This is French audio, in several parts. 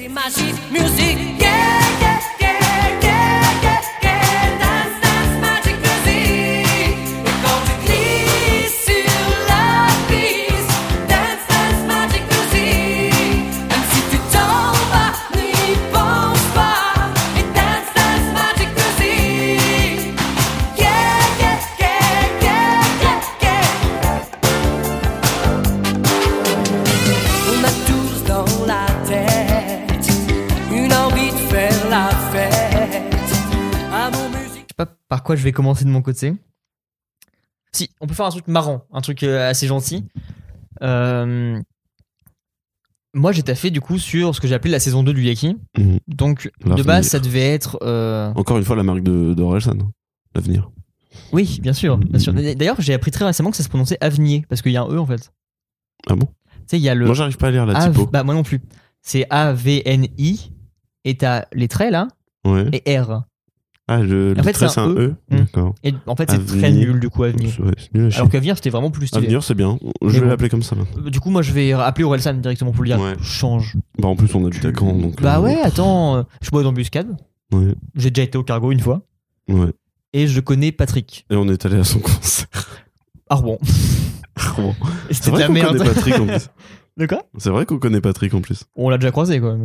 Magic music, yeah, yeah, yeah, yeah, yeah, yeah. Dance, dance, magic music. Et quand tu glisses sur la piste, dance, dance, magic music. Même si tu tombes pas, n'y pense pas. Et dance, dance, magic music. Yeah, yeah, yeah, yeah, yeah, yeah. On a tous dans la tête une envie de faire la fête. Amour, musique. Je sais pas par quoi je vais commencer de mon côté. Si, on peut faire un truc marrant, un truc assez gentil. Moi, j'ai taffé du coup sur ce que j'ai appelé la saison 2 du Yaki. Donc, de L'avenir. base, ça devait être. Encore une fois, la marque d'Orelsan, l'avenir. Oui, bien sûr, bien sûr. D'ailleurs, j'ai appris très récemment que ça se prononçait Avenier, parce qu'il y a un E en fait. Ah bon? Tu sais, il y a le. Moi, j'arrive pas à lire la typo. Bah, moi non plus. C'est A-V-N-I, et t'as les traits là, Ouais. et R. Ah, le En fait, trait, c'est c'est un un E. E. D'accord. Et en fait, c'est très Avenir. nul du coup, Avenir. Ouais, c'est nul à chier. Alors qu'Avenir, c'était vraiment plus stylé. Avenir, c'est bien. Je Mais vais bon. l'appeler comme ça maintenant. Du coup, moi, je vais appeler Orelsan directement pour lui dire Ouais. change. Bah, en plus, on habite à Caen, donc. Bah ouais, attends, je bois d'embuscade. Ouais. J'ai déjà été au cargo une fois. Ouais. Et je connais Patrick. Et on est allé à son concert. À Rouen. Bon. Et C'est c'était de vrai la qu'on merde. connaît Patrick en plus. De quoi? C'est vrai qu'on connaît Patrick en plus. On l'a déjà croisé, quoi.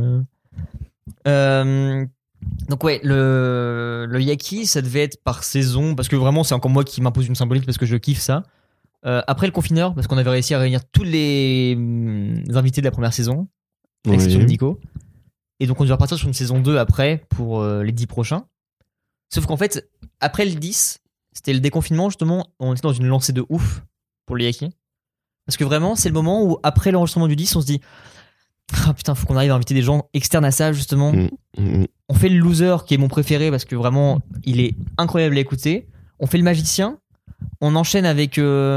Donc ouais, le Yaki, ça devait être par saison, parce que vraiment, c'est encore moi qui m'impose une symbolique, parce que je kiffe ça. Après le confineur, parce qu'on avait réussi à réunir tous les invités de la première saison, à l'exception de Nico. Et donc on devait repartir sur une saison 2 après, pour les 10 prochains. Sauf qu'en fait, après le 10, c'était le déconfinement, justement, on était dans une lancée de ouf pour le Yaki. Parce que vraiment, c'est le moment où, après l'enregistrement du 10, on se dit ah putain, faut qu'on arrive à inviter des gens externes à ça, justement. On fait le loser, qui est mon préféré, parce que vraiment, il est incroyable à écouter. On fait le magicien. On enchaîne avec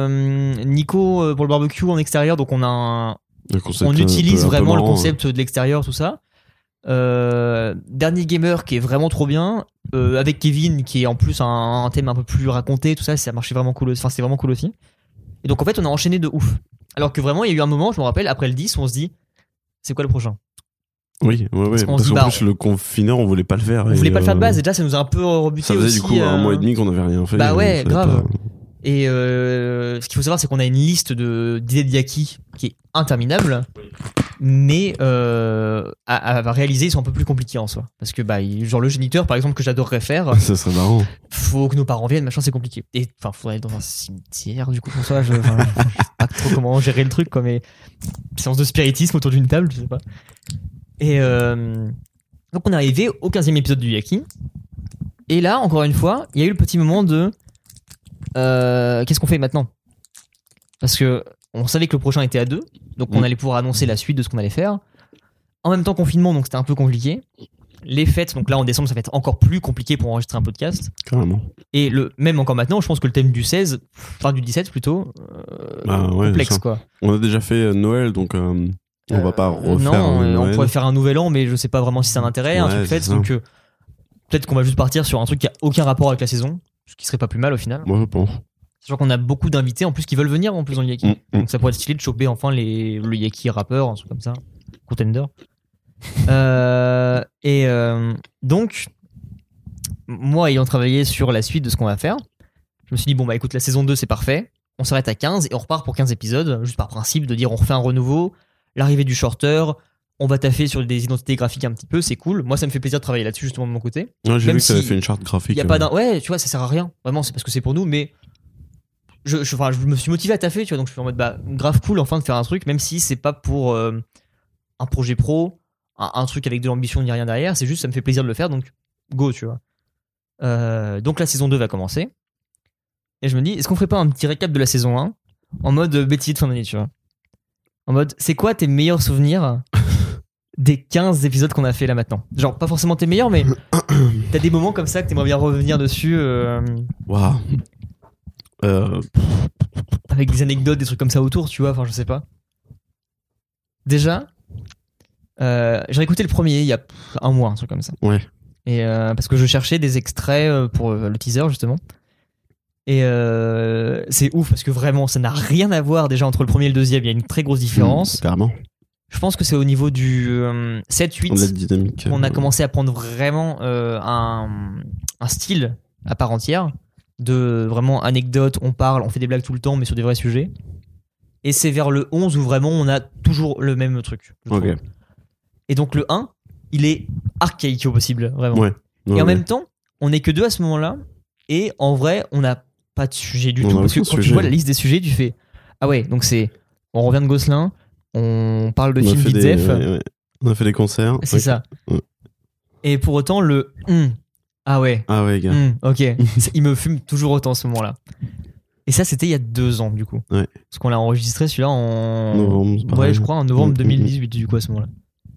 Nico pour le barbecue en extérieur, donc on a on utilise vraiment le concept de l'extérieur, tout ça. Dernier gamer qui est vraiment trop bien, avec Kevin qui est en plus un thème un peu plus raconté, tout ça, ça marchait vraiment cool. Enfin, c'était vraiment cool aussi. Et donc en fait, on a enchaîné de ouf. Alors que vraiment, il y a eu un moment, je me rappelle, après le 10, où on se dit, c'est quoi le prochain? Oui, ouais, Parce qu'on se parce dit, qu'en bah, plus, le confineur, on voulait pas le faire. On voulait pas le faire de base, et déjà, ça nous a un peu rebuté Ça faisait aussi. du coup un mois et demi qu'on avait rien fait. Bah ouais, on savait grave. pas. Et ce qu'il faut savoir, c'est qu'on a une liste d'idées de Yaki qui est interminable, mais à réaliser, ils sont un peu plus compliqués en soi. Parce que, bah, genre le géniteur, par exemple, que j'adorerais faire, Ça serait marrant. faut que nos parents viennent, machin, c'est compliqué. Et enfin, faudrait aller dans un cimetière, du coup, pour ça, je sais pas trop comment gérer le truc, quoi, mais séance de spiritisme autour d'une table, je sais pas. Et donc, on est arrivé au 15e épisode du Yaki. Et là, encore une fois, il y a eu le petit moment de qu'est-ce qu'on fait maintenant? Parce que on savait que le prochain était à 2, donc on allait pouvoir annoncer la suite de ce qu'on allait faire. En même temps, confinement, donc c'était un peu compliqué. Les fêtes, donc là en décembre, ça va être encore plus compliqué pour enregistrer un podcast. Carrément. Et même encore maintenant, je pense que le thème du 16, enfin du 17 plutôt, Bah ouais, complexe ça. quoi. On a déjà fait Noël, donc on va pas refaire Non, un on Noël. pourrait faire un nouvel an, mais je sais pas vraiment si c'est un intérêt, un Ouais, truc fait. c'est ça. Donc peut-être qu'on va juste partir sur un truc qui a aucun rapport avec la saison, ce qui serait pas plus mal au final. Moi, je pense. Sachant qu'on a beaucoup d'invités en plus qui veulent venir en plus dans le Yaki. Donc ça pourrait être stylé de choper enfin le Yaki rappeur, un truc comme ça. Contender. Donc, moi ayant travaillé sur la suite de ce qu'on va faire, je me suis dit, bon bah écoute, la saison 2 c'est parfait. On s'arrête à 15 et on repart pour 15 épisodes, juste par principe de dire on refait un renouveau, l'arrivée du shorter, on va taffer sur des identités graphiques un petit peu, c'est cool. Moi ça me fait plaisir de travailler là-dessus justement de mon côté. Ouais, j'ai Même vu que ça avait si fait une charte graphique. Y a pas ouais, tu vois, ça sert à rien. Vraiment, c'est parce que c'est pour nous, mais je me suis motivé à taffer, tu vois, donc je suis en mode bah grave cool enfin de faire un truc, même si c'est pas pour un projet pro, un truc avec de l'ambition, ni rien derrière, c'est juste ça me fait plaisir de le faire, donc go, tu vois. Donc la saison 2 va commencer. Et je me dis, est-ce qu'on ferait pas un petit récap de la saison 1 en mode bêtisier de fin d'année, tu vois. En mode, c'est quoi tes meilleurs souvenirs des 15 épisodes qu'on a fait là maintenant? Genre, pas forcément tes meilleurs, mais t'as des moments comme ça que t'aimerais bien revenir dessus. Waouh. Avec des anecdotes, des trucs comme ça autour, tu vois, enfin je sais pas. Déjà, j'ai réécouté le premier il y a un mois, un truc comme ça. Ouais. Et parce que je cherchais des extraits pour le teaser justement. Et c'est ouf parce que vraiment ça n'a rien à voir déjà entre le premier et le deuxième, il y a une très grosse différence. Carrément. Je pense que c'est au niveau du 7-8 La dynamique. qu'on a commencé à prendre vraiment un style à part entière, de vraiment anecdote, on parle, on fait des blagues tout le temps, mais sur des vrais sujets. Et c'est vers le 11 où vraiment on a toujours le même truc. je trouve. Ok. Et donc le 1, il est archaïque au possible, vraiment. Ouais. Et en même temps, on n'est que 2 à ce moment-là, et en vrai, on n'a pas de sujet du On tout. a Parce que aucun quand tu sujet. vois la liste des sujets, tu fais ah ouais, donc c'est. On revient de Gosselin, on parle de on a films fait des, d'Itzef, ouais. On a fait des concerts. c'est Ok. ça. Ouais. Et pour autant, le ah ouais, Ah ouais, gars. ok, il me fume toujours autant à ce moment-là. Et ça, c'était il y a 2 ans, du coup. Ouais. Parce qu'on l'a enregistré celui-là en. Novembre, c'est pareil. Ouais, je crois en novembre Mm, 2018, du coup, à ce moment-là.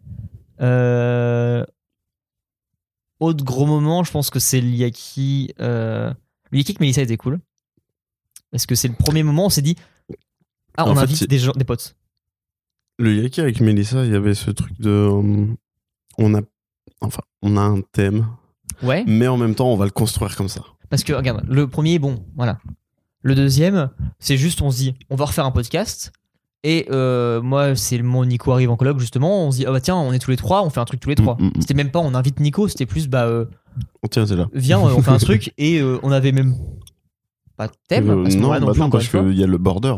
Autre gros moment, je pense que c'est l'Yaki. Le Yaki avec Mélissa était cool. Parce que c'est le premier moment où on s'est dit ah, on En fait, invite c'est- des potes. Le Yaki avec Mélissa, il y avait ce truc de. On a un thème, Ouais. mais en même temps, on va le construire comme ça. Parce que, regarde, le premier, bon, voilà. Le deuxième, c'est juste, on se dit, on va refaire un podcast. Et moi, c'est mon Nico arrive en colloque, justement. On se dit, ah bah tiens, on est tous les 3, on fait un truc tous les 3. C'était même pas, on invite Nico, c'était plus, bah, Oh, tiens, c'est là. viens, on fait un truc. Et on avait même pas de thème à ce non, moment-là non bah plus, non, encore parce une fois. qu'il y a le border.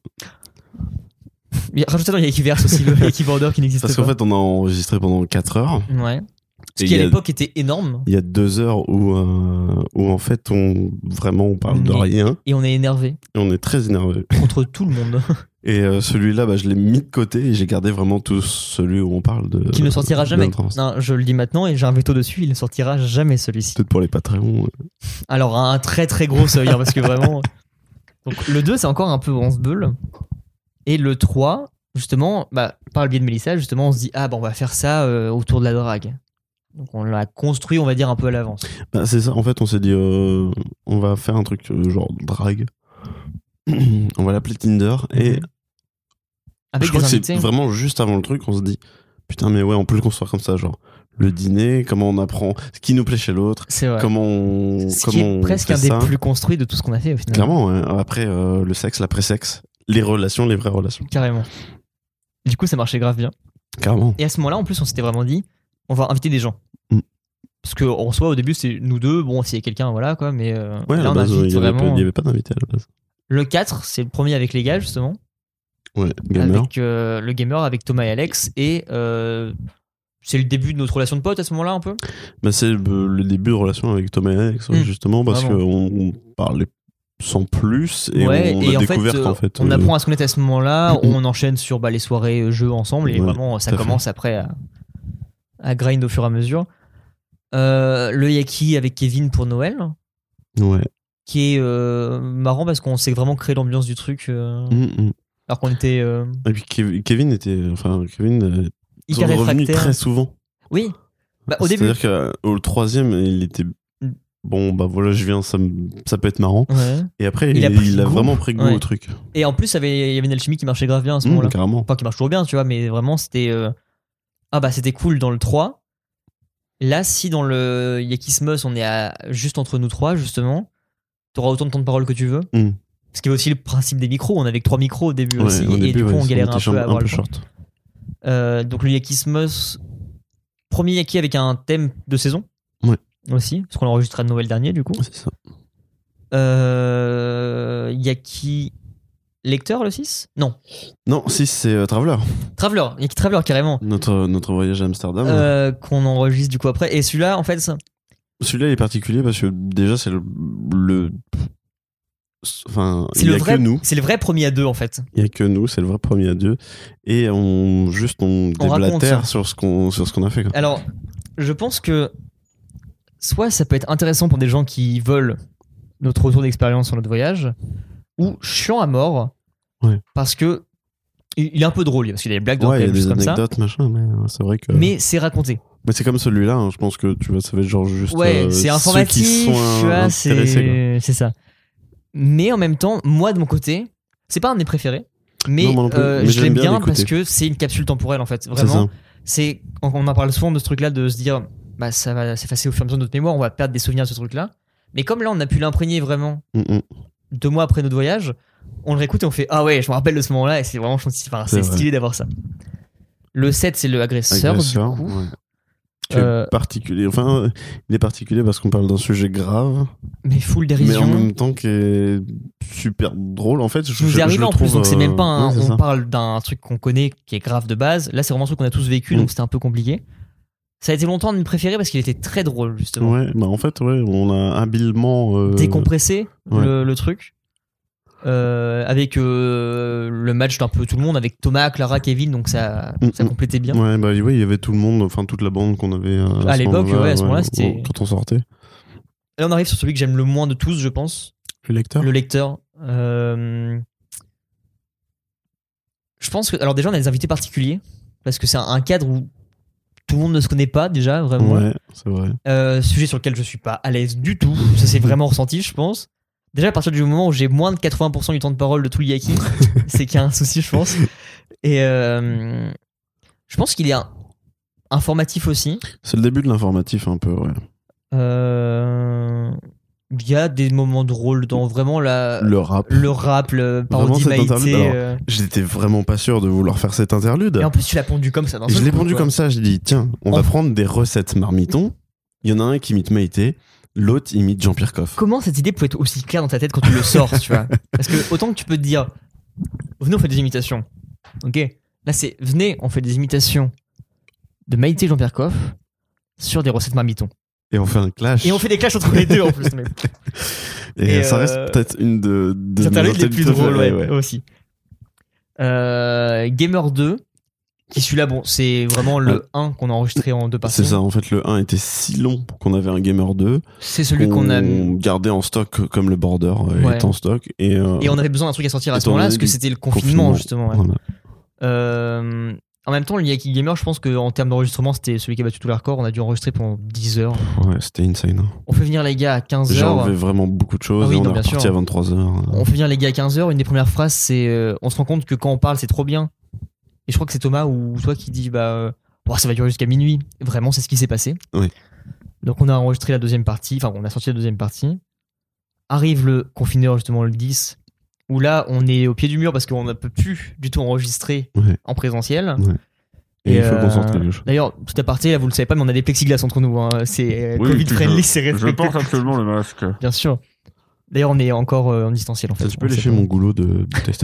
Rajoute-toi, il y a Equiverse aussi, le Equiborder qui n'existe Parce pas. qu'en fait, on a enregistré pendant 4 heures. Ouais. Ce Et qui à il y a- l'époque était énorme. Il y a 2 heures où en fait, on parle de Mais- rien. Et on est énervé Et on est très énervé. contre tout le monde. Et celui-là, bah, je l'ai mis de côté et j'ai gardé vraiment tout celui où on parle de. Qui ne sortira jamais. d'entrance. Non, je le dis maintenant et j'ai un veto dessus, il ne sortira jamais celui-ci. Peut-être pour les Patreons. Alors un très très gros seuil, hein, parce que vraiment. Donc le 2 c'est encore un peu on se beule. Et le 3, justement, bah, par le biais de Mélissa, justement, on se dit ah bah on va faire ça autour de la drague. Donc on l'a construit, on va dire, un peu à l'avance. Bah, c'est ça, en fait, on s'est dit, on va faire un truc genre drague. On va l'appeler Tinder. Et Mhm. Avec je crois des que c'est invités. vraiment juste avant le truc, on se dit, putain, mais ouais, on peut le construire comme ça, genre le dîner, comment on apprend ce qui nous plaît chez l'autre, C'est vrai. comment on, Ce comment qui est on presque fait un des ça. plus construits de tout ce qu'on a fait au final. Clairement, ouais. Après, le sexe, l'après-sexe, les relations, les vraies relations. Carrément. Du coup, ça marchait grave bien. Carrément. Et à ce moment-là, en plus, on s'était vraiment dit, on va inviter des gens. Mm. Parce que en soi, au début, c'est nous deux. Bon, s'il y a quelqu'un, voilà quoi. Mais Ouais, à là, la on base, invite il y avait vraiment. pas d'invité à la base. Le 4, c'est le premier avec les gars, justement. Ouais, gamer. Avec le gamer, avec Thomas et Alex. Et c'est le début de notre relation de potes à ce moment-là, un peu. Bah, c'est le début de relation avec Thomas et Alex, ouais, justement, parce Vraiment. qu'on parlait sans plus et Ouais, on et a en découvert fait, qu'en fait. on apprend à se connaître à ce moment-là. Mhm. On enchaîne sur les soirées jeux ensemble. Et Ouais, vraiment, ça tout à fait. commence après à grind au fur et à mesure. Le Yaki avec Kevin pour Noël. Ouais. Qui est marrant parce qu'on s'est vraiment créé l'ambiance du truc alors qu'on était Et puis Kevin est hyper revenu réfractaire. très souvent. Oui, bah, au début. C'est-à-dire qu'au troisième, il était bon, bah voilà, je viens, ça peut être marrant. Ouais. Et après, Il a pris il a goût. vraiment pris goût Ouais. au truc. Et en plus, il y avait une alchimie qui marchait grave bien à ce moment-là. Carrément. Pas qui marche toujours bien, tu vois, mais vraiment, c'était. Ah bah, c'était cool dans le 3. Là, si dans le Yakismos, on est juste entre nous 3, justement, t'auras autant de temps de parole que tu veux. Mm. Parce qu'il y a aussi le principe des micros. On avait que 3 micros au début Ouais, aussi. au Et début, du coup, ouais, on galérait un était peu à avoir le temps. short. Donc le Yakismos, premier Yaki avec un thème de saison. Ouais. Aussi, parce qu'on l'a enregistré à Noël dernier, du coup. C'est ça. Yaki Lecteur, le 6 Non. Non, si, c'est Traveler. Traveler, Yaki Traveler, carrément. Notre voyage à Amsterdam. Qu'on enregistre du coup après. Et celui-là, en fait, Celui-là il est particulier parce que déjà, c'est enfin, c'est il y le a vrai, que nous. c'est le vrai premier à deux, en fait. Il y a que nous, c'est le vrai premier adieu. Et on raconte déblatère ça. sur ce qu'on a fait. Quoi. Alors, je pense que soit ça peut être intéressant pour des gens qui veulent notre retour d'expérience sur notre voyage, ou chiant à mort, Ouais. parce que il est un peu drôle, parce qu'il y a des blagues Ouais, il y a juste des comme ça, anecdotes, machin, mais c'est vrai que. mais c'est raconté. Mais c'est comme celui-là, hein, je pense que tu vois, ça va être genre juste. Ouais, c'est ceux informatif, qui sont tu vois, intéressés, quoi. c'est ça. Mais en même temps, moi de mon côté, c'est pas un de mes préférés, mais, Non, moi non plus. Mais je j'aime l'aime bien bien l'écouter. parce que c'est une capsule temporelle en fait. C'est Vraiment, ça. c'est on en parle souvent de ce truc-là, de se dire, bah ça va s'effacer au fur et à mesure de notre mémoire, on va perdre des souvenirs de ce truc-là. Mais comme là, on a pu l'imprégner vraiment 2 mois après notre voyage, on le réécoute et on fait ah ouais, je me rappelle de ce moment-là et c'est vraiment enfin, c'est C'est vrai. stylé d'avoir ça. Le 7, c'est le agresseur, du coup. ouais. Qui est particulier. Enfin, il est particulier parce qu'on parle d'un sujet grave, Mais full mais dérision. en même temps qui est super drôle. En fait, Qui nous est arrivé le en plus, trouve, donc c'est même pas un, ouais, c'est on ça. parle d'un truc qu'on connaît qui est grave de base. Là, c'est vraiment un truc qu'on a tous vécu, donc c'était un peu compliqué. Ça a été longtemps une préférée parce qu'il était très drôle, justement. Ouais, bah en fait, ouais, on a habilement Décompressé ouais. le truc. Avec le match d'un peu tout le monde, avec Thomas, Clara, Kevin, donc ça complétait bien. Ouais, bah ouais, il y avait tout le monde, enfin toute la bande qu'on avait À l'époque, moment-là, ouais, à ce moment-là, c'était- quand on sortait. Là, on arrive sur celui que j'aime le moins de tous, je pense. Le lecteur. Le lecteur. Je pense que. Alors, déjà, on a des invités particuliers. Parce que c'est un cadre où tout le monde ne se connaît pas, déjà, vraiment. Ouais, c'est vrai. Sujet sur lequel je suis pas à l'aise du tout. Ça s'est vraiment ressenti, je pense. Déjà, à partir du moment où j'ai moins de 80% du temps de parole de tout le Yaki, c'est qu'il y a un souci, je pense. Et je pense qu'il est informatif aussi. C'est le début de l'informatif un peu, ouais. Il y a des moments drôles dans vraiment Le rap. le parodie Vraiment, cette Maïté. interlude, J'étais vraiment pas sûr de vouloir faire cette interlude. Et en plus, tu l'as pondu comme ça. D'un Je seul l'ai coup, pondu quoi. comme ça, j'ai dit tiens, on va prendre des recettes marmitons. Il y en a un qui imite Maïté, l'autre imite Jean-Pierre Coff. Comment cette idée peut être aussi claire dans ta tête quand tu le sors, tu vois? Parce que autant que tu peux te dire, venez, on fait des imitations. Ok? Là, c'est venez, on fait des imitations de Maïté et Jean-Pierre Coff sur des recettes marmitons. Et on fait un clash. Et on fait des clashs entre les deux en plus. Mais... Et ça et, reste peut-être une de Les interludes les plus drôles, ouais. aussi. Gamer 2, qui celui-là, bon, c'est vraiment le 1 qu'on a enregistré en deux parties. C'est ça, en fait, le 1 était si long qu'on avait un Gamer 2. C'est celui qu'on a. gardé en stock comme le Border est en stock. Et on avait besoin d'un truc à sortir à ce étant moment-là, donné parce que du c'était le confinement, justement. Ouais. Voilà. En même temps, le Yaki Gamer, je pense qu'en termes d'enregistrement, c'était celui qui a battu tous les records. On a dû enregistrer pendant 10 heures. Ouais, c'était insane. On fait venir les gars à 15 J'ai heures. enlevé vraiment beaucoup de choses Ah oui, et on non, est bien reparti sûr. à 23h. On fait venir les gars à 15 heures. Une des premières phrases, c'est on se rend compte que quand on parle, c'est trop bien. Et je crois que c'est Thomas ou toi qui dit ça va durer jusqu'à minuit. Vraiment, c'est ce qui s'est passé. Oui. Donc on a enregistré la deuxième partie. Enfin, on a sorti la deuxième partie. Arrive le confineur, justement, le 10. Où là, on est au pied du mur parce qu'on ne peut plus du tout enregistrer en présentiel. Ouais. Et il faut concentrer les choses. D'ailleurs, tout à parté, là, vous le savez pas, mais on a des plexiglas entre nous. Hein. C'est Oui, Covid puis friendly, c'est Je respecté. porte actuellement le masque. Bien sûr. D'ailleurs, on est encore en distanciel en fait. Tu peux On le lécher sait pas. mon goulot de test.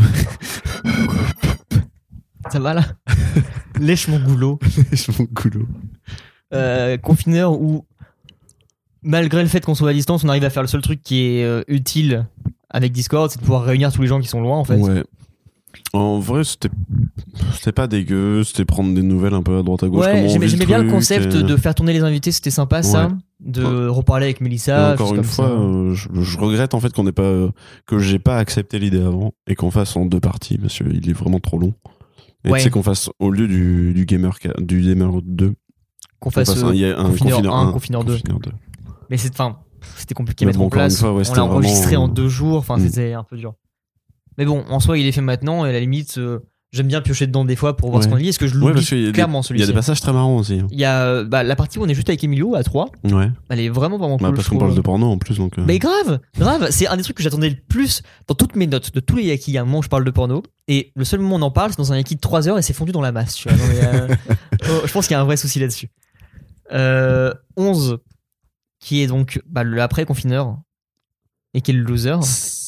Ça va là Lèche mon goulot. Lèche mon goulot. Confineur où, malgré le fait qu'on soit à distance, on arrive à faire le seul truc qui est utile avec Discord, c'est de pouvoir réunir tous les gens qui sont loin en fait. Ouais. En vrai, c'était pas dégueu, c'était prendre des nouvelles un peu à droite à gauche. Ouais, comment on vit j'aimais bien le truc, concept et- de faire tourner les invités, c'était sympa ça. Ouais. De reparler avec Et Mélissa. encore choses une comme fois, ça. je regrette en fait qu'on n'ait pas que j'ai pas accepté l'idée avant et qu'on fasse en deux parties parce qu'il est vraiment trop long. Et Ouais. tu sais qu'on fasse au lieu du Gamer 2, Qu'on fasse il y a un Confineur Confineur 1, 1, Confineur 2. Confineur 2. Mais c'était compliqué à Mais mettre bon, en encore une place. fois, ouais, On c'était l'a enregistré vraiment, en 2 jours. Enfin, Mm. c'était un peu dur. Mais bon, en soi, il est fait maintenant. Et à la limite, j'aime bien piocher dedans des fois pour voir Ouais. ce qu'on dit. Est-ce que je Ouais, l'oublie parce qu'il y a clairement il y a celui-ci. des passages très marrants aussi. Il y a la partie où on est juste avec Emilio à 3. Ouais. Elle est vraiment Bah, cool. parce je qu'on trouve. parle de porno en plus, donc. Mais grave. C'est un des trucs que j'attendais le plus dans toutes mes notes de tous les Yaki. Il y a un moment où je parle de porno. Et le seul moment où on en parle, c'est dans un Yaki de 3 heures et c'est fondu dans la masse. Tu vois. Non, mais, je pense qu'il y a un vrai souci là-dessus. 11, qui est donc le après-confineur et qui est le loser.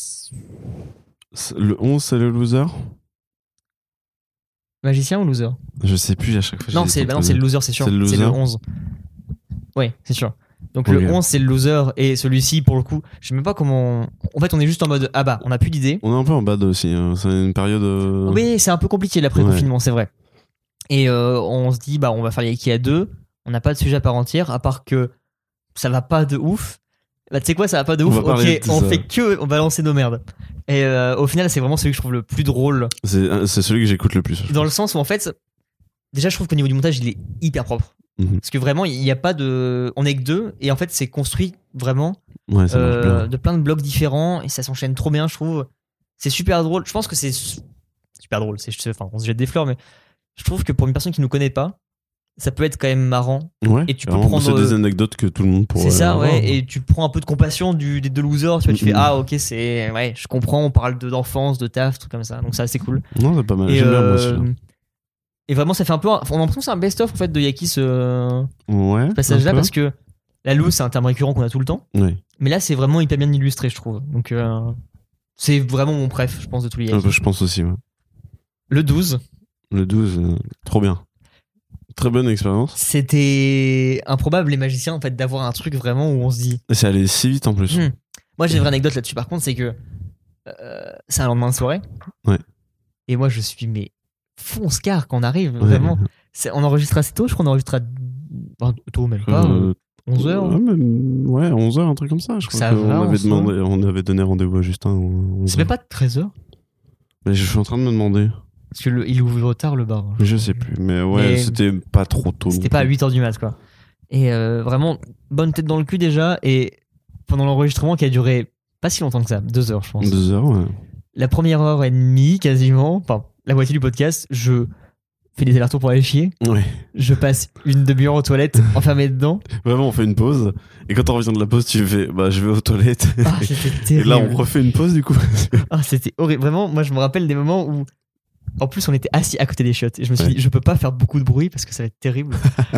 Le 11, c'est le loser. Magicien ou loser? Je sais plus à chaque fois. Non, c'est le loser, c'est sûr. C'est le loser. C'est le 11. Ouais, c'est sûr. Donc Ok. le 11, c'est le loser. Et celui-ci, pour le coup, je sais même pas comment. En fait, on est juste en mode on a plus d'idées. On est un peu en bad aussi. Hein. C'est une période. Oui, c'est un peu compliqué l'après-confinement, c'est vrai. Et on se dit, on va faire les Yaki à 2. On n'a pas de sujet à part entière, à part que ça va pas de ouf. Tu sais quoi, ça va pas de On ouf. va parler Ok, de on ça. fait que on va lancer nos merdes. Et au final, c'est vraiment celui que je trouve le plus drôle. C'est celui que j'écoute le plus. Dans le sens où en fait, déjà je trouve qu'au niveau du montage il est hyper propre. Mhm. Parce que vraiment il n'y a pas de... On est que deux et en fait c'est construit vraiment Ouais, ça marche bien. de plein de blocs différents et ça s'enchaîne trop bien je trouve. C'est super drôle. Je pense que c'est super drôle. Enfin, on se jette des fleurs mais je trouve que pour une personne qui nous connaît pas, ça peut être quand même marrant. Ouais, et tu peux vraiment, prendre- c'est des anecdotes que tout le monde pourrait C'est ça, avoir. ouais. Et tu prends un peu de compassion des deux losers. Tu vois, tu fais ok, c'est... Ouais, je comprends, on parle d'enfance, de taf, trucs comme ça. Donc ça c'est cool. Non, c'est pas mal. Et J'aime bien moi aussi. Et vraiment, ça fait un peu. On a l'impression que c'est un best-of en fait de Yaki ce Ouais. passage-là un peu. parce que la loose, c'est un terme récurrent qu'on a tout le temps. Ouais. Mais là, c'est vraiment hyper bien illustré, je trouve. Donc, c'est vraiment mon préf, je pense, de tous les Un Yaki. peu, je pense aussi, ouais. Le 12, Le 12, trop bien. Très bonne expérience. c'était improbable, les magiciens, en fait, d'avoir un truc vraiment où on se dit. Et c'est allé si vite en plus. Moi, j'ai une vraie anecdote là-dessus, par contre, c'est que c'est un lendemain de soirée. Ouais. Et moi, je suis, mais fonce-car quand on arrive, Ouais. vraiment. On enregistre assez tôt, je crois qu'on enregistre tôt, même pas. 11h. Ouais, 11h, un truc comme ça. Je crois Ça qu'on va, avait, en soi. on avait donné rendez-vous à Justin. C'est même pas 13h. Mais je suis en train de me demander. Parce qu'il ouvre tard le bar. Mais je sais plus. Mais ouais, Mais c'était pas trop tôt. C'était pas à 8h du mat, quoi. Et vraiment, bonne tête dans le cul déjà. Et pendant l'enregistrement qui a duré pas si longtemps que ça, 2 heures, je pense. 2 heures, ouais. La première heure et demie, quasiment, enfin, la moitié du podcast, je fais des allers-retours pour aller chier. Ouais. Je passe une demi-heure aux toilettes enfermé dedans. Vraiment, on fait une pause. Et quand on revient de la pause, tu fais, bah, je vais aux toilettes. Ah, c'était Et terrible. là, on refait une pause, du coup. Ah, c'était horrible. Vraiment, moi, je me rappelle des moments où, en plus, on était assis à côté des chiottes. Et je me suis Ouais. dit, je peux pas faire beaucoup de bruit parce que ça va être terrible.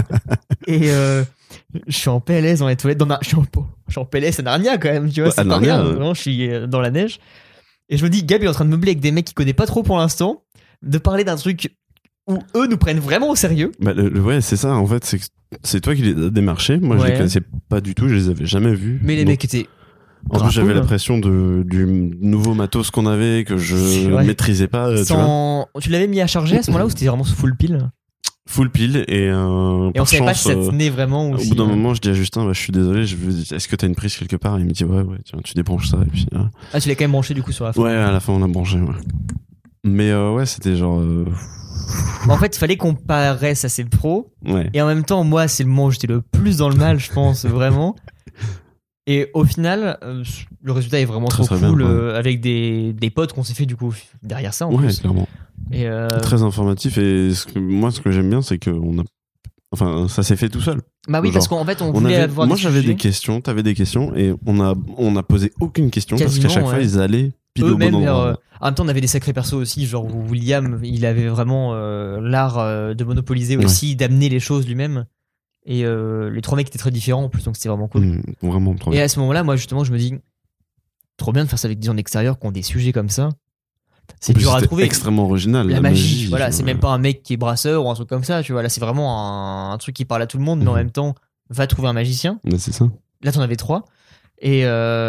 Et je suis en PLS dans les toilettes. Je suis en PLS à Narnia quand même, tu vois. Ouais, c'est à pas Narnia, rien. ouais. Vraiment, je suis dans la neige. Et je me dis, Gab il est en train de meubler avec des mecs qu'il connaît pas trop pour l'instant, de parler d'un truc où eux nous prennent vraiment au sérieux. Bah, ouais, c'est ça. En fait, c'est toi qui les as démarchés. Moi, je Ouais. les connaissais pas du tout. Je les avais jamais vus. Mais les Donc, mecs étaient. en plus, grave j'avais cool. l'impression du nouveau matos qu'on avait, que je Ouais. maîtrisais pas, tu vois. Tu l'avais mis à charger à ce moment-là ou c'était vraiment sous full pile? Full pile. Et Et on par savait pas chance, si ça tenait vraiment ou au si. bout d'un moment, je dis à Justin, bah, je suis désolé, est-ce que t'as une prise quelque part? Et il me dit, ouais, tiens, tu débranches ça. Et puis, Ah, tu l'as quand même branché du coup sur la fin. ouais, à la fin, on a branché, ouais. Mais ouais, c'était genre. En fait, il fallait qu'on paraisse assez pro. Ouais. Et en même temps, moi, c'est le moment où j'étais le plus dans le mal, je pense, vraiment. Et au final, le résultat est vraiment Très, trop très cool, bien, ouais. avec des potes qu'on s'est fait du coup derrière ça en Ouais, plus. clairement. Et Très informatif. Et moi, ce que j'aime bien, c'est que enfin, ça s'est fait tout seul. bah oui, genre, parce qu'en fait, on voulait avoir moi, des j'avais sujets. des questions, t'avais des questions, et on a posé aucune question parce qu'à Quasiment, chaque fois, ouais. ils allaient pile au bon Eux-mêmes endroit. en même temps, on avait des sacrés persos aussi, genre où William, il avait vraiment l'art de monopoliser Ouais. aussi, d'amener les choses lui-même. Et les 3 mecs étaient très différents en plus, donc c'était vraiment cool. Vraiment trop Et bien. à ce moment-là, moi justement, je me dis, trop bien de faire ça avec des gens d'extérieur qui ont des sujets comme ça. C'est En plus, dur à c'était trouver. extrêmement original. La magie, voilà, genre, c'est même pas un mec qui est brasseur ou un truc comme ça, tu vois. Là, c'est vraiment un truc qui parle à tout le monde, mais en même temps, va trouver un magicien. Mais c'est ça. Là, t'en avais 3. Et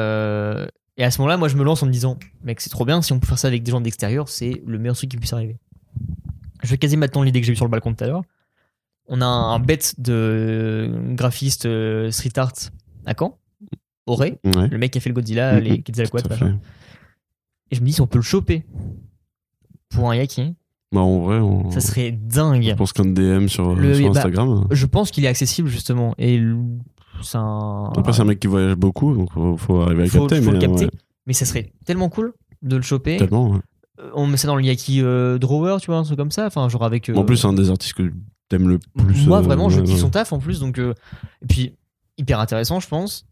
à ce moment-là, moi, je me lance en me disant, mec, c'est trop bien, si on peut faire ça avec des gens d'extérieur, c'est le meilleur truc qui puisse arriver. Je vais quasi maintenant l'idée que j'ai eue sur le balcon tout à l'heure. On a un bête de graphiste street art à Caen, Auré, Ouais. le mec qui a fait le Godzilla, les Quetzalcoatl, Tout à machin. fait. Et je me dis, si on peut le choper pour un yaki, Bah, en vrai, ça serait je dingue. pense qu'un DM sur Bah, Instagram. Je pense qu'il est accessible justement. Et c'est un. Après, c'est un mec qui voyage beaucoup, donc faut arriver à faut capter. le mais capter. ouais, Mais ça serait tellement cool de le choper. tellement, ouais. On met ça dans le yaki drawer, tu vois, un truc comme ça. Enfin, genre avec. En plus, c'est un des artistes que t'aimes le plus. Moi, vraiment, je ouais, kiffe ouais. son taf en plus. Donc, et puis, hyper intéressant, je pense.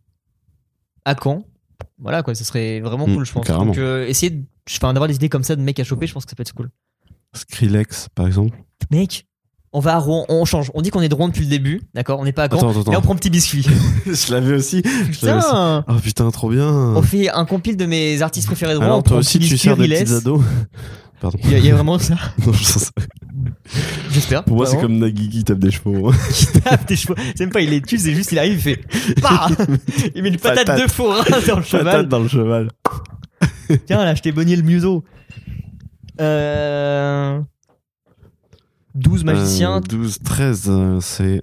À Caen. Voilà, quoi, ça serait vraiment cool, je pense. carrément. Donc, essayer d'avoir des idées comme ça de mecs à choper, je pense que ça peut être cool. Skrillex, par exemple. Mec, on va à Rouen, on change. On dit qu'on est de Rouen depuis le début, d'accord? On n'est pas à Caen. Attends. Et on prend petit biscuit. Je l'avais aussi. Putain! Oh putain, trop bien. On fait un compile de mes artistes préférés de Rouen. Alors, on toi prend aussi, petit tu biscuit sers des Riles. petits ados. Pardon. Il y a vraiment ça. Non, je sens ça. J'espère. Pour moi, c'est Vraiment. comme Nagui qui tape des chevaux. Qui tape des chevaux. C'est même pas, il les tue, c'est juste, il arrive, il fait. Bah il met une patate Patate. de forain dans le Patate cheval. dans le cheval. Tiens, là, je t'ai bonné le museau. 12 magiciens, 12, 13, c'est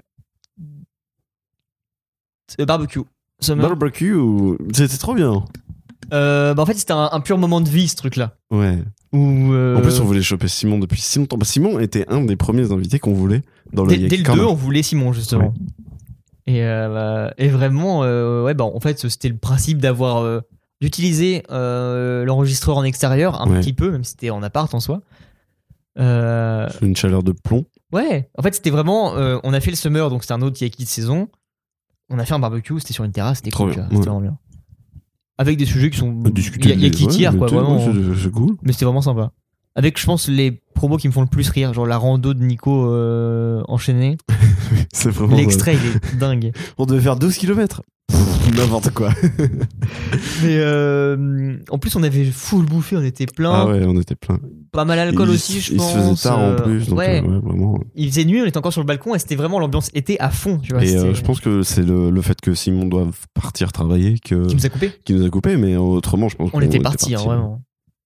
barbecue. Summer. barbecue. C'était trop bien. Bah en fait, c'était un pur moment de vie, ce truc-là. Ouais. Où, En plus, on voulait choper Simon depuis si longtemps. Bah, Simon était un des premiers invités qu'on voulait dans le dès Yaki le Corner. 2, on voulait Simon, justement. Et vraiment, ouais, bah, en fait, c'était le principe d'avoir d'utiliser l'enregistreur en extérieur un Ouais. petit peu, même si c'était en appart en soi. Une chaleur de plomb. Ouais, en fait, c'était vraiment. On a fait le summer, donc c'était un autre Yaki de saison. On a fait un barbecue, c'était sur une terrasse, c'était Trop cool, bien, tu vois, c'était ouais. vraiment bien. Avec des sujets qui sont. Discuter. Yaki tiers, quoi, vraiment. C'est cool. Mais c'était vraiment sympa. Avec, je pense, les promos qui me font le plus rire, genre la rando de Nico enchaînée. C'est vraiment. L'extrait, il est dingue. On devait faire 12 km. N'importe quoi. Mais en plus, on avait full bouffé, on était plein. Ah ouais, on était plein. Pas mal d'alcool aussi, je pense. Il se faisait tard en plus. Donc, ouais. vraiment. Il faisait nuit, on était encore sur le balcon et c'était vraiment l'ambiance été à fond. Tu vois, Et c'était- je pense que c'est le fait que Simon doit partir travailler Qui nous a coupé. qui nous a coupé, mais autrement, je pense On était partis, hein, vraiment.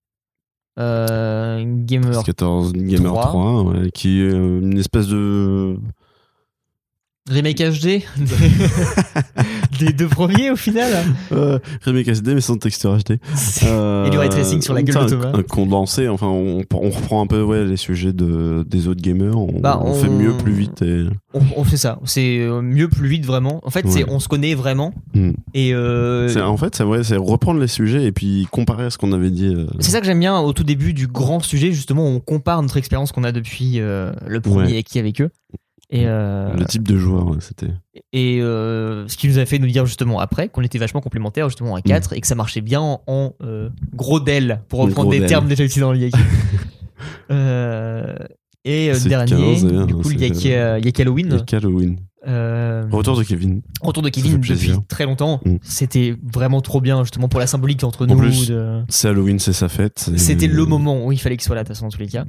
Gamer 14 Gamer 3. 3, ouais, qui est une espèce de. Remake HD des deux premiers au final. Remake SD, mais sans texture HD. Et du ray tracing sur la gueule de Thomas. Un condensé, enfin, on reprend un peu les sujets des autres gamers. On fait on- mieux, plus vite. Et... On fait ça, c'est mieux plus vite vraiment. En fait, Ouais. c'est on se connaît vraiment Mm. et En fait, c'est reprendre les sujets et puis comparer à ce qu'on avait dit. c'est ça que j'aime bien au tout début du grand sujet. Justement, on compare notre expérience qu'on a depuis le premier Ouais. acquis avec eux. Et, Le type de joueur, ouais, c'était. ce qui nous a fait nous dire justement après qu'on était vachement complémentaires justement à 4 et que ça marchait bien en gros d'elle pour reprendre Gros des d'elle. termes déjà utilisés dans le Yaki. Et C'est dernier, 15, du coup, le Yaki Halloween. Yaki Halloween. Retour de Kevin. Retour de Ça Kevin fait depuis plaisir. très longtemps. Mm. C'était vraiment trop bien justement pour la symbolique entre En nous. plus, de- C'est Halloween, c'est sa fête. C'était le moment où il fallait qu'il soit là de toute façon dans tous les cas.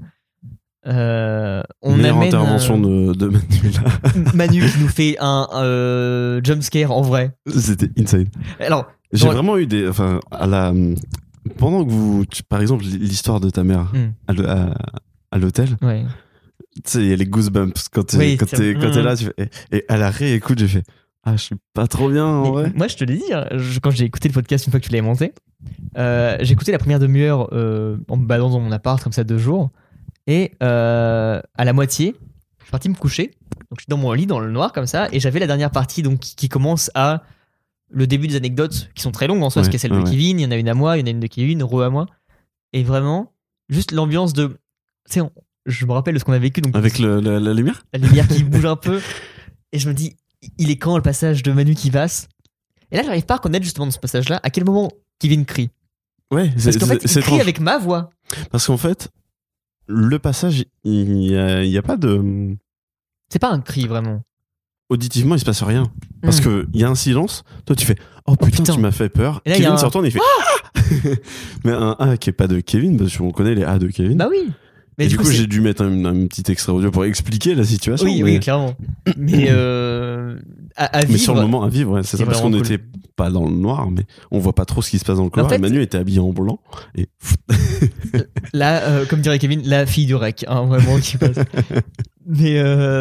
On Meilleure amène intervention de Manuela. Manu qui nous fait un jumpscare en vrai. C'était insane. Alors, J'ai Dans- vraiment eu des. Enfin, pendant que par exemple, l'histoire de ta mère Mm. à l'hôtel, ouais. tu sais, il y a les goosebumps quand t'es Oui, t'es là, tu fais, et à la réécoute, j'ai fait ah, je suis pas trop bien en Mais vrai. moi, je te l'ai dit, hein, quand j'ai écouté le podcast une fois que tu l'avais monté, j'ai écouté la première demi-heure en me baladant dans mon appart comme ça 2 jours. Et à la moitié, je suis parti me coucher. Donc je suis dans mon lit, dans le noir comme ça. Et j'avais la dernière partie donc, qui commence à le début des anecdotes qui sont très longues en soi. Ouais, Parce qu'il y a celle de ouais. Kevin, il y en a une à moi, il y en a une de Kevin, re à moi. Et vraiment, juste l'ambiance de. Tu sais, je me rappelle de ce qu'on a vécu. Donc Avec la lumière. la lumière qui bouge un peu. Et je me dis, il est quand le passage de Manu qui passe? Et là, j'arrive pas à reconnaître justement dans ce passage-là à quel moment Kevin crie. Ouais, Parce qu'en fait, il crie étrange. avec ma voix. Parce qu'en fait, le passage, il y a pas de. C'est pas un cri vraiment. Auditivement, il se passe rien. Parce Mm. que il y a un silence. Toi, tu fais oh putain, putain. tu m'as fait peur. Et là, il y a Kevin un- se retourne et il fait ah mais un A qui est pas de Kevin, parce qu'on connaît les A de Kevin. Bah oui. Mais et du coup, c'est- j'ai dû mettre un petit extrait audio pour expliquer la situation. Oui, mais, oui, clairement. Mais à mais vivre. sur le moment, à vivre, ouais, c'est c'est ça, parce qu'on vraiment cool. n'était pas dans le noir, mais on voit pas trop ce qui se passe dans le couloir. fait- et Manu était habillé en blanc. Et Là, comme dirait Kevin, la fille du rec, hein, vraiment, qui passe. Mais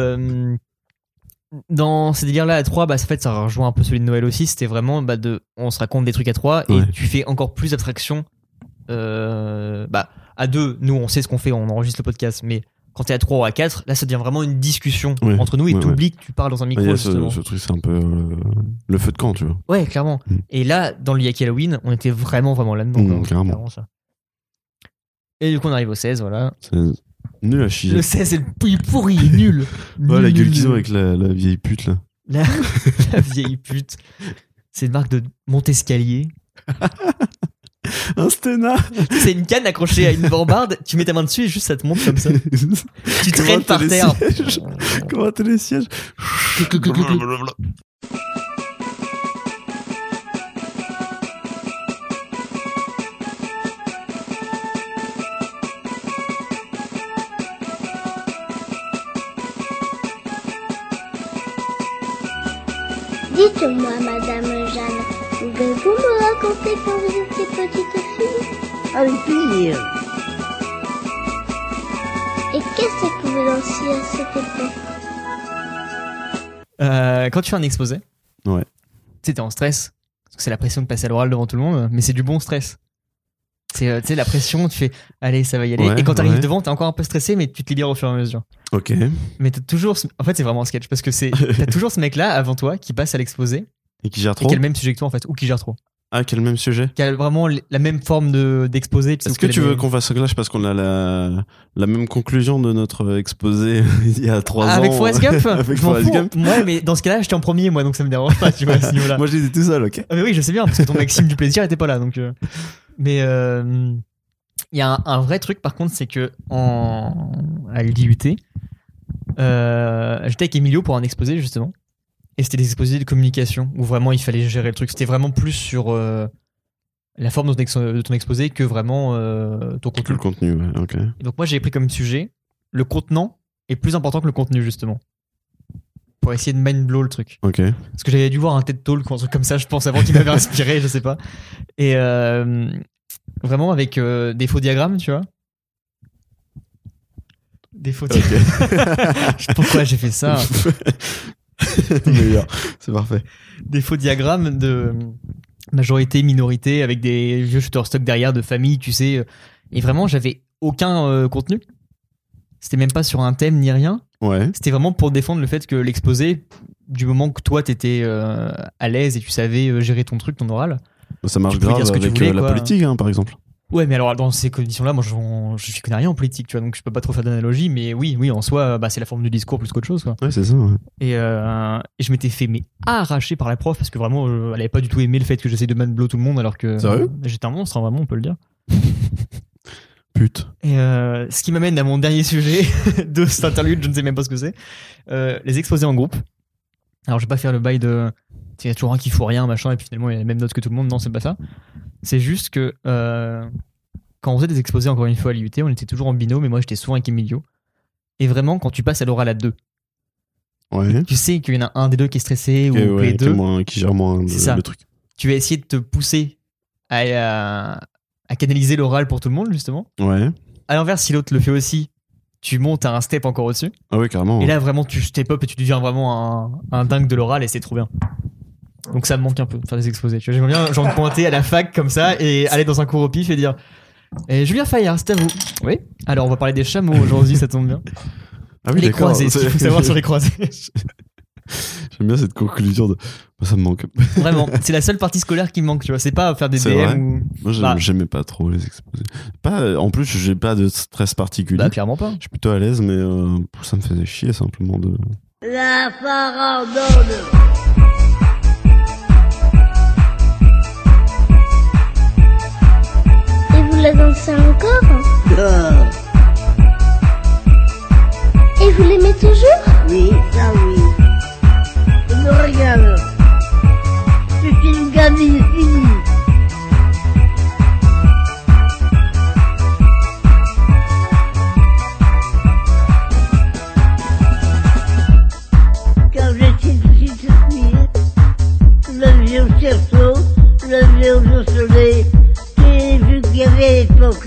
dans ces délires-là, à 3, bah, en fait, ça rejoint un peu celui de Noël aussi. C'était vraiment, on se raconte des trucs à 3 et Ouais. tu fais encore plus abstraction. À 2, nous, on sait ce qu'on fait, on enregistre le podcast, mais quand t'es à 3 ou à 4, là, ça devient vraiment une discussion Ouais. entre nous et Ouais, t'oublies que tu parles dans un il micro, y a justement. ce truc, c'est un peu le feu de camp, tu vois. Ouais, clairement. Mm. Et là, dans le Yaki Halloween, on était vraiment là-dedans. quoi. Carrément. Clairement, ça. Et du coup, on arrive au 16, voilà. C'est nul à chier. Le 16, c'est le pourri, il est nul. Ouais, la Nul, gueule nul, qu'ils ont nul. avec la vieille pute là. La, la vieille pute. C'est une marque de Montescalier. Un Stena. C'est une canne accrochée à une borbarde, tu mets ta main dessus et juste ça te monte comme ça. Tu traînes par terre. Comment t'es les sièges Dites-moi, Madame Jeanne, pouvez-vous me raconter quand vous étiez petite fille? Avec plaisir. Et qu'est-ce que vous lanciez à cette époque? Quand tu fais un exposé, Ouais. tu sais, t'es en stress. Parce que c'est la pression de passer à l'oral devant tout le monde, mais c'est du bon stress. C'est tu sais, la pression, tu fais allez, ça va y aller. Ouais, et quand t'arrives ouais. devant, t'es encore un peu stressé, mais tu te libères au fur et à mesure. Ok. Mais t'as toujours. En fait, c'est vraiment un sketch parce que t'as toujours ce mec-là avant toi qui passe à l'exposé Et qui gère et trop qui a le même sujet que toi en fait, ou qui gère trop. Ah, quel même sujet. Qui a vraiment la même forme d'exposé. Est-ce que tu veux qu'on fasse un clash parce qu'on a la même conclusion de notre exposé il y a 3 ans avec Forrest Gump Avec Je m'en Forrest fous. Gump. Ouais, mais dans ce cas-là, j'étais en premier, moi, donc ça me dérange pas, tu vois, à ce niveau-là. Moi, je les ai tout seul, ok. Ah, mais oui, je sais bien, parce que ton Maxime du plaisir était pas là, donc. Mais Il y a un vrai truc par contre, c'est que à l'IUT, j'étais avec Emilio pour un exposé justement. Et c'était des exposés de communication où vraiment il fallait gérer le truc. C'était vraiment plus sur la forme de ton exposé que vraiment ton Que contenu. le contenu, ouais, ok. Et donc moi j'ai pris comme sujet le contenant est plus important que le contenu justement. Pour essayer de mind blow le truc. Ok. Parce que j'avais dû voir un TED Talk ou un truc comme ça, je pense, avant qu'il m'avait inspiré, je sais pas. Et vraiment avec des faux diagrammes, tu vois. Des faux diagrammes. Je sais pas pourquoi j'ai fait ça. Meilleur. C'est parfait. Des faux diagrammes de majorité, minorité, avec des vieux Shutterstock derrière de famille, tu sais. Et vraiment, j'avais aucun contenu. C'était même pas sur un thème ni rien. Ouais. C'était vraiment pour défendre le fait que l'exposé, du moment que toi t'étais à l'aise et tu savais gérer ton truc, ton oral. Ça marche Tu pouvais grave dire ce que tu avec voulais, la quoi. politique, hein, par exemple. Ouais, mais alors dans ces conditions-là, moi je connais rien en politique, tu vois, donc je peux pas trop faire d'analogie, mais oui, en soi, bah, c'est la forme du discours plus qu'autre chose, quoi. Ouais, c'est ça. Ouais. Et je m'étais fait arracher par la prof parce que vraiment, elle avait pas du tout aimé le fait que j'essaie de man blow tout le monde alors que Sérieux j'étais un monstre, hein, vraiment, on peut le dire. Pute. Et ce qui m'amène à mon dernier sujet de cette interlude, je ne sais même pas ce que c'est. Les exposés en groupe. Alors je vais pas faire le bail de il y a toujours un qui fout rien, machin, et puis finalement il a les mêmes notes que tout le monde. Non, c'est pas ça. C'est juste que quand on faisait des exposés, encore une fois à l'IUT, on était toujours en binôme, et moi j'étais souvent avec Emilio. Et vraiment, quand tu passes à l'oral à deux, Ouais. tu sais qu'il y en a un des deux qui est stressé Ok, ou que ouais, les deux, qui gère moins C'est ça. le truc. tu vas essayer de te pousser à canaliser l'oral pour tout le monde, justement. Ouais. À l'inverse, si l'autre le fait aussi, tu montes à un step encore au-dessus. Ah ouais, carrément. Et là, vraiment, tu step up et tu deviens vraiment un dingue de l'oral et c'est trop bien. Donc ça me manque un peu de faire des exposés. Tu vois, j'aimerais bien genre me pointer à la fac comme ça et aller dans un cours au pif et dire Julien Fayard, c'est à vous. Oui. Alors on va parler des chameaux aujourd'hui, ça tombe bien. Ah oui, Les d'accord. croisés, ce qu'il faut savoir sur les croisés. J'aime bien cette conclusion de. Ça me manque. Vraiment, c'est la seule partie scolaire qui me manque, tu vois. C'est pas faire des C'est vrai. DM ou. Moi, Bah. j'aimais pas trop les exposés. En plus, j'ai pas de stress particulier. Bah, clairement pas. Je suis plutôt à l'aise, mais ça me faisait chier simplement de. La farandole. Et vous la dansez encore? Et vous l'aimez toujours? Oui, ça oui. Je me régale. Je suis une gamine finie. Quand j'étais petite fille, le vieux cerceau, le vieux soleil, les vues qu'il y avait à l'époque.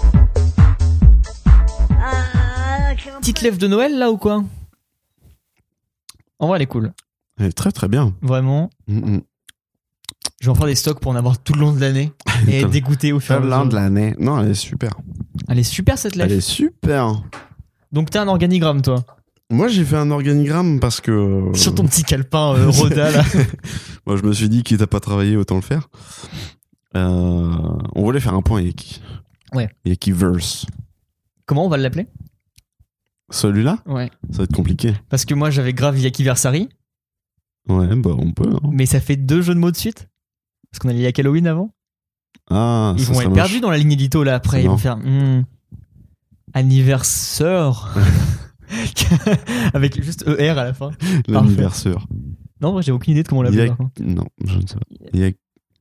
À la campagne. Petite lèvre de Noël là ou quoi? En vrai, elle est cool. Elle est très très bien. Vraiment. Mm-mm. Je vais en faire des stocks pour en avoir tout le long de l'année et être dégoûté au fur et à Pas l'un mesure. de l'année. Non, elle est super. Elle est super cette Elle lèvre. est super. Donc t'as un organigramme toi Moi, j'ai fait un organigramme parce que. sur ton petit calepin Roda là. Moi, je me suis dit, quitte à pas travailler, autant le faire. On voulait faire un point Yaki. Ouais. Yakiverse. Comment on va l'appeler? Celui-là, Ouais. ça va être compliqué. Parce que moi j'avais grave Yakiversary, Ouais, bah on peut. Hein. mais ça fait 2 jeux de mots de suite. Parce qu'on a les Yak Halloween avant. Ah, Ils ça vont serait être moche. perdus dans la ligne édito là après. C'est Ils vont marrant. faire anniversaire avec juste ER à la fin. L'anniversaire. Non, moi j'ai aucune idée de comment on l'appelle. par contre. Non, je ne sais pas. Yak-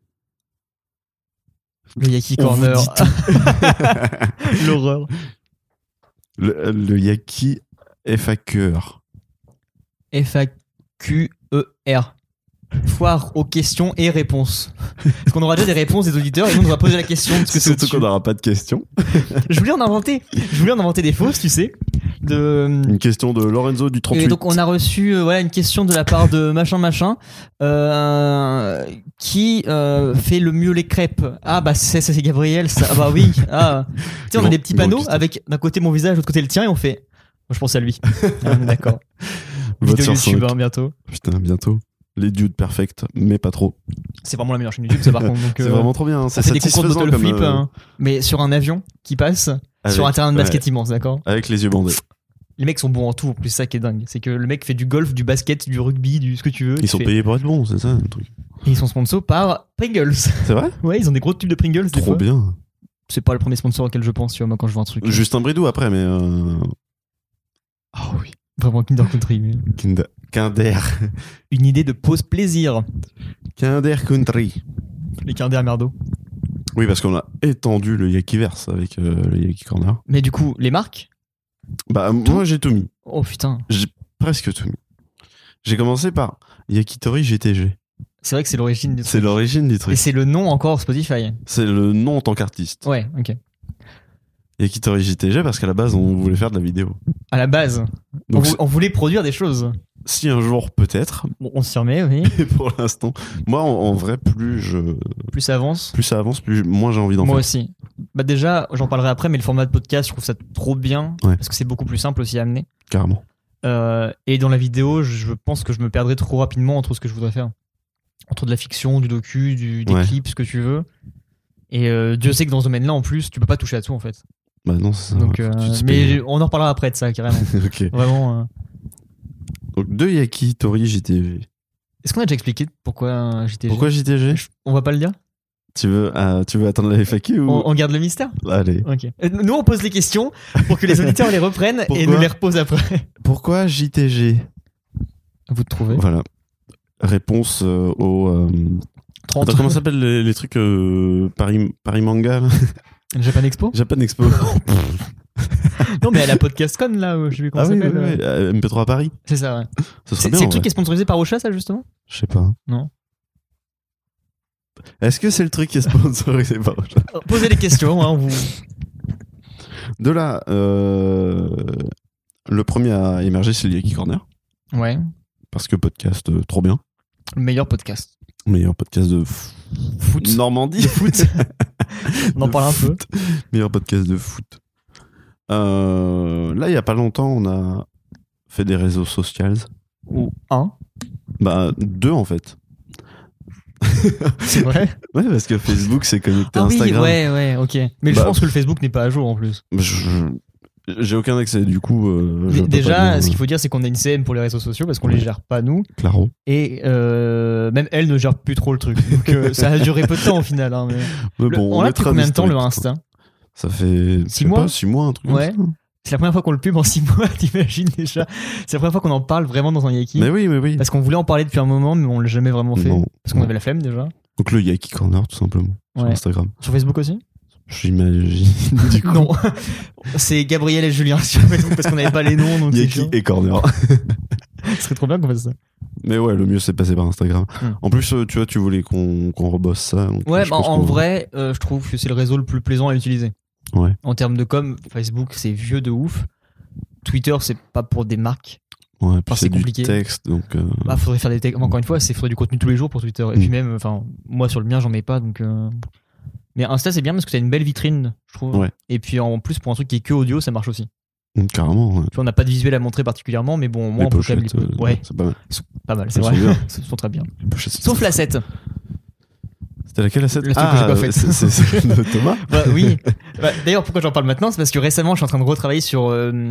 Le Yaki On vous Corner. dit L'horreur. Le Yaki FAQer. FAQER. Foire aux questions et réponses. Parce qu'on aura déjà des réponses des auditeurs et nous on va poser la question de ce que c'est Surtout au-dessus. qu'on n'aura pas de questions. Je voulais en inventer des fausses, tu sais. Une question de Lorenzo du 38. Et donc on a reçu voilà, une question de la part de machin qui fait le mieux les crêpes. Ah bah c'est Gabriel ça. Ah bah oui. Ah. Tu sais on a Grand- des petits grande panneaux question. avec d'un côté mon visage, de l'autre côté le tien et on fait. Moi je pense à lui. Ah, d'accord. Vote Vidéo sur YouTube 5. hein, bientôt. Putain, bientôt. Les dudes perfect, mais pas trop. C'est vraiment la meilleure chaîne YouTube ça par contre. Donc, C'est vraiment trop bien. hein. ça C'est fait des concours de satisfaisant bottle comme. flip, hein, mais sur un avion qui passe avec- sur un terrain de basket ouais, immense, d'accord. avec les yeux bandés. Les mecs sont bons en tout, en plus ça qui est dingue, c'est que le mec fait du golf, du basket, du rugby, du ce que tu veux. Ils tu sont fais- payés pour être bons, c'est ça le truc. Et ils sont sponsors par Pringles. C'est vrai? Ouais, ils ont des gros tubes de Pringles. des Trop fois. bien. c'est pas le premier sponsor auquel je pense, tu vois, moi, quand je vois un truc. Justin Bridou après, mais. Ah oui. Vraiment Kinder Country. Mais... Kinder. Une idée de pause plaisir. Kinder Country. Les Kinder merdo. Oui, parce qu'on a étendu le Yakiverse avec le Yaki Corner. Mais du coup, les marques. Bah, moi, j'ai tout mis. Oh putain. J'ai presque tout mis. J'ai commencé par Yakitori GTG. C'est vrai que c'est l'origine du truc. C'est l'origine du truc. Et c'est le nom encore Spotify. C'est le nom en tant qu'artiste. Ouais, ok. Yakitori JTG parce qu'à la base on voulait faire de la vidéo. À la base, Donc on voulait produire des choses. si un jour peut-être, Bon, on s'y remet, oui. mais pour l'instant, moi en vrai Plus ça avance. plus ça avance, moins j'ai envie d'en Moi faire. aussi. Bah déjà, j'en parlerai après, mais le format de podcast, je trouve ça trop bien. Ouais. Parce que c'est beaucoup plus simple aussi à amener. Carrément. Et dans la vidéo, je pense que je me perdrais trop rapidement entre ce que je voudrais faire. Entre de la fiction, du docu, des Ouais. clips, ce que tu veux. Et Dieu sait que dans ce domaine-là, en plus, tu peux pas toucher à tout, en fait. Bah non, c'est ça. Donc, Faut que tu te mais spécialises. on en reparlera après de ça, carrément. Ok. Vraiment. Donc deux Yakitori JTG. Est-ce qu'on a déjà expliqué pourquoi JTG? Pourquoi JTG? On va pas le dire? Tu veux attendre la FAQ ou On garde le mystère? Allez. Ok. Nous, on pose les questions pour que les auditeurs les reprennent et Pourquoi nous les reposent après. Pourquoi JTG? Vous te trouvez? Voilà. Réponse au 30. Attends, comment s'appellent les trucs Paris Manga là Japan Expo? Japan Expo. Non, mais à la PodcastCon, là, je sais plus comment Ah ça oui, s'appelle. MP3 à Paris. C'est ça, ouais. Ce serait C'est bien. c'est en le truc qui vrai. est sponsorisé par Ocha, ça, justement? Je sais pas. Non. Est-ce que c'est le truc qui est sponsorisé par Ocha? Posez les questions, hein, vous. De là, le premier à émerger, c'est le Yaki Corner. Ouais. Parce que podcast, trop bien. Le meilleur podcast. Meilleur podcast de Foot. Normandie. De foot. On en De parle un peu. foot. Meilleur podcast de foot. Là, il y a pas longtemps, on a fait des réseaux sociaux. Ou un. Bah, 2 en fait. C'est vrai. Ouais, parce que Facebook s'est connecté à Ah oui, Instagram. ouais, ok. Mais je Bah, pense que le Facebook n'est pas à jour en plus. J'ai aucun accès, du coup. je peux pas Déjà, dire, ce qu'il faut dire, c'est qu'on a une CM pour les réseaux sociaux parce qu'on les gère pas nous. Claro. Et même elle ne gère plus trop le truc. Donc ça a duré peu de temps au final. Hein, mais Mais le- bon, on l'a depuis mettra combien de temps le l'historique. Insta? Ça fait 6 je sais mois pas, 6 mois, un truc Ouais. comme ça. C'est la première fois qu'on le pub en 6 mois, t'imagines déjà. C'est la première fois qu'on en parle vraiment dans un Yaki. Mais oui. Parce qu'on voulait en parler depuis un moment, mais on l'a jamais vraiment fait. Non. Parce qu'on avait la flemme déjà. Donc le Yaki Corner, tout simplement, sur Ouais. Instagram. Sur Facebook aussi? J'imagine. Du coup, Non. C'est Gabriel et Julien sur Facebook parce qu'on n'avait pas les noms. Donc c'est Yaki chiant. et Corner. Ce serait trop bien qu'on fasse ça. Mais ouais, le mieux c'est de passer par Instagram. Hmm. En plus, tu vois, tu voulais qu'on rebosse ça. donc Ouais, je bah, pense en qu'on- vrai, je trouve que c'est le réseau le plus plaisant à utiliser. Ouais. En termes de com, Facebook c'est vieux de ouf. Twitter c'est pas pour des marques. Ouais, puis Enfin, c'est c'est du compliqué. texte, donc. Bah, faudrait faire des textes. Encore une fois, faudrait du contenu tous les jours pour Twitter. Et puis même, enfin, moi sur le mien j'en mets pas donc. Mais Insta c'est bien parce que t'as une belle vitrine, je trouve. Ouais. Et puis en plus pour un truc qui est que audio, ça marche aussi. Carrément. Ouais. Tu vois, on n'a pas de visuel à montrer particulièrement, mais bon, moi Les on peut quand même pochettes, les... Ouais, c'est pas mal. pas mal, c'est Elles vrai. sont bien. Ils sont très bien. Les pochettes, c'est- Sauf la 7. C'était laquelle la 7 Le truc que j'ai pas fait. c'est celle de Thomas. Bah, oui. Bah, d'ailleurs, pourquoi j'en parle maintenant, c'est parce que récemment, je suis en train de retravailler sur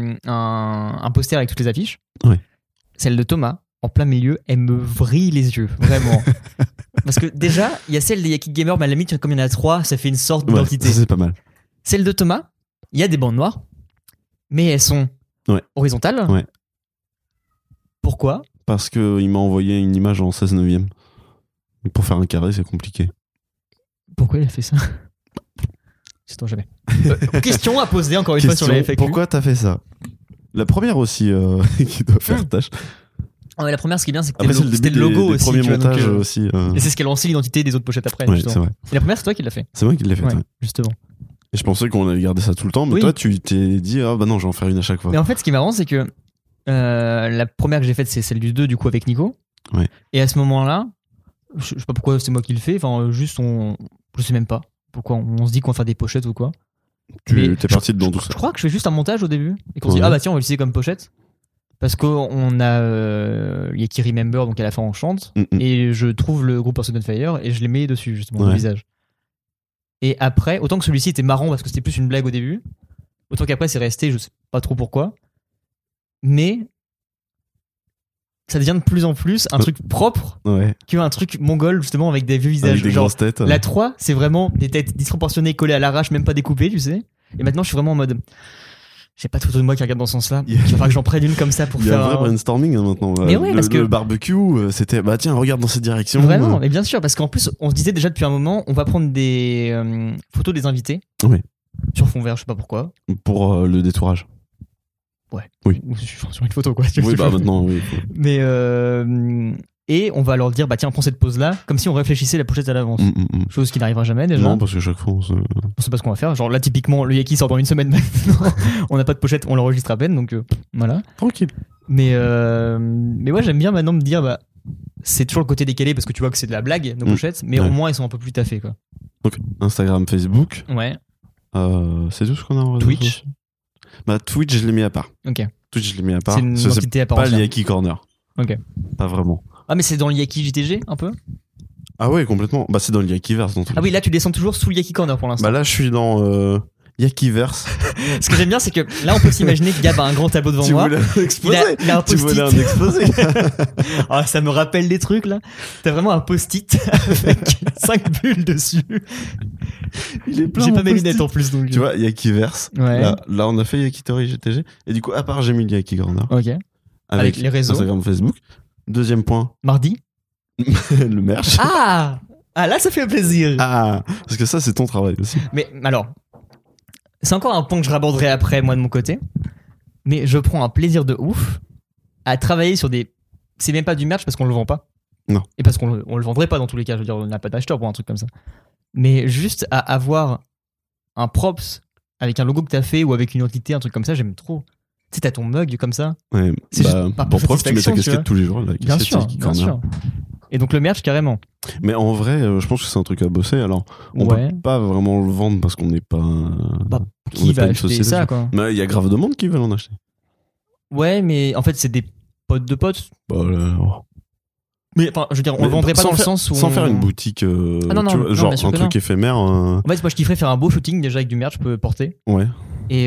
un poster avec toutes les affiches. Ouais. Celle de Thomas, en plein milieu, elle me vrille les yeux, vraiment. Parce que déjà, il y a celle des Yaki Gamer, mais à la limite, comme il y en a 3, ça fait une sorte Ouais, d'identité. ça, c'est pas mal. Celle de Thomas, il y a des bandes noires, mais elles sont Ouais. horizontales. Ouais. Pourquoi? Parce qu'il m'a envoyé une image en 16/9. Pour faire un carré, c'est compliqué. Pourquoi il a fait ça? Sait-on jamais. Question à poser encore une fois sur la FAQ. Pourquoi t'as fait ça? La première aussi qui doit faire tâche. Ah ouais, la première, ce qui est bien, c'est que Après, c'est c'était le logo des aussi. premiers tu vois, donc, montages aussi. Et c'est ce qui a lancé l'identité des autres pochettes après. Ouais, justement. c'est vrai. Et la première, c'est toi qui l'as fait. C'est moi qui l'ai fait. Ouais, ouais. justement. Et je pensais qu'on allait garder ça tout le temps, mais Oui. toi, tu t'es dit, ah bah non, je vais en faire une à chaque fois. Mais en fait, ce qui est marrant, c'est que la première que j'ai faite, c'est celle du 2, du coup, avec Nico. Ouais. Et à ce moment-là, je sais pas pourquoi c'est moi qui le fais, enfin, juste je sais même pas pourquoi on se dit qu'on va faire des pochettes ou quoi. Mais T'es parti dedans tout Je ça. crois que je fais juste un montage au début et qu'on se dit, Ouais. ah bah tiens, on va l'utiliser comme pochette. Parce qu'on a Yaki Remember, donc à la fin on chante, et je trouve le groupe Person on Fire et je les mets dessus, justement, le Ouais. visage. Et après, autant que celui-ci était marrant parce que c'était plus une blague au début, autant qu'après c'est resté, je sais pas trop pourquoi. Mais ça devient de plus en plus un truc propre Ouais. qu'un truc mongol, justement, avec des vieux visages. Avec des Genre, grosses têtes. la 3, c'est vraiment des têtes disproportionnées collées à l'arrache, même pas découpées, tu sais. Et maintenant, je suis vraiment en mode. J'ai pas de photo de moi qui regarde dans ce sens-là. Il va falloir que j'en prenne une comme ça pour Il y a faire. un vrai brainstorming maintenant. Mais ouais, parce que- le barbecue, c'était bah tiens, regarde dans cette direction. Vraiment, mais bien sûr, parce qu'en plus, on se disait déjà depuis un moment, on va prendre des photos des invités. Oui. Sur fond vert, je sais pas pourquoi. Pour le détourage. Ou sur une photo, quoi. Oui, bah maintenant, oui. Mais et on va leur dire, bah tiens, prends cette pose là, comme si on réfléchissait la pochette à l'avance. Chose qui n'arrivera jamais déjà. Non, parce que chaque fois, On sait pas ce qu'on va faire. Genre là, typiquement, le Yaki sort dans une semaine maintenant. On n'a pas de pochette, on l'enregistre à peine, donc voilà. tranquille. Mais ouais, j'aime bien maintenant me dire, bah c'est toujours le côté décalé parce que tu vois que c'est de la blague, nos pochettes, mais Ouais. au moins ils sont un peu plus taffés, quoi. Donc, Instagram, Facebook. Ouais. C'est tout ce qu'on a en réseaux Twitch. sociaux. Bah, Twitch, je l'ai mis à part. Ok. Twitch, je l'ai mis à part. C'est une Ça, entité à part pas entière. le Yaki Corner. Ok. Pas vraiment. Ah, mais c'est dans le Yaki JTG un peu. Ah ouais, complètement. Bah, c'est dans le Yakiverse. Dans tout Ah oui, là tu descends toujours sous le Yaki Corner pour l'instant. Bah là, je suis dans Yakiverse. Ce que j'aime bien, c'est que là on peut s'imaginer que Gab a un grand tableau devant Tu moi. voulais un exposé. Il a un Tu voulais un post-it. exposé. Ah, ça me rappelle des trucs là. T'as vraiment un post-it avec 5 bulles dessus. Il est plein. J'ai mon pas mes post-it. lunettes en plus donc. Tu vois, Yakiverse. Ouais. Là, on a fait Yakitori GTG. Et du coup, à part, j'ai mis le Yaki Corner. Ok. Avec les réseaux. Instagram, Facebook. Deuxième point, Mardi. le merch. Ah là ça fait plaisir. Ah, parce que ça, c'est ton travail aussi. Mais alors, c'est encore un point que je raborderai après moi de mon côté. Mais je prends un plaisir de ouf à travailler sur des. C'est même pas du merch parce qu'on le vend pas. Non. Et parce qu'on le vendrait pas dans tous les cas. Je veux dire, on n'a pas d'acheteur pour un truc comme ça. Mais juste à avoir un props avec un logo que t'as fait ou avec une entité, un truc comme ça, j'aime trop. Tu sais, t'as ton mug comme ça. Ouais, C'est bah, juste par pour preuve, tu mets ta satisfaction, tu vois. casquette tous les jours. La Bien casquette sûr, Yaki bien Corner. sûr. Et donc le merch carrément. Mais en vrai, je pense que c'est un truc à bosser. Alors, on Ouais. peut pas vraiment le vendre parce qu'on n'est pas. Bah, on Qui n'est va pas une acheter société, ça tu quoi. vois. Mais il y a grave de monde qui veulent en acheter. Ouais, mais en fait c'est des potes de potes. Bah, Mais enfin, je veux dire, on Mais le vendrait pas sans dans le faire- sens où Sans on- faire une boutique, Ah non, non, tu vois, non, genre bien sûr un que truc non. éphémère. En fait, moi je kifferais faire un beau shooting déjà avec du merch, je peux porter. Ouais. Et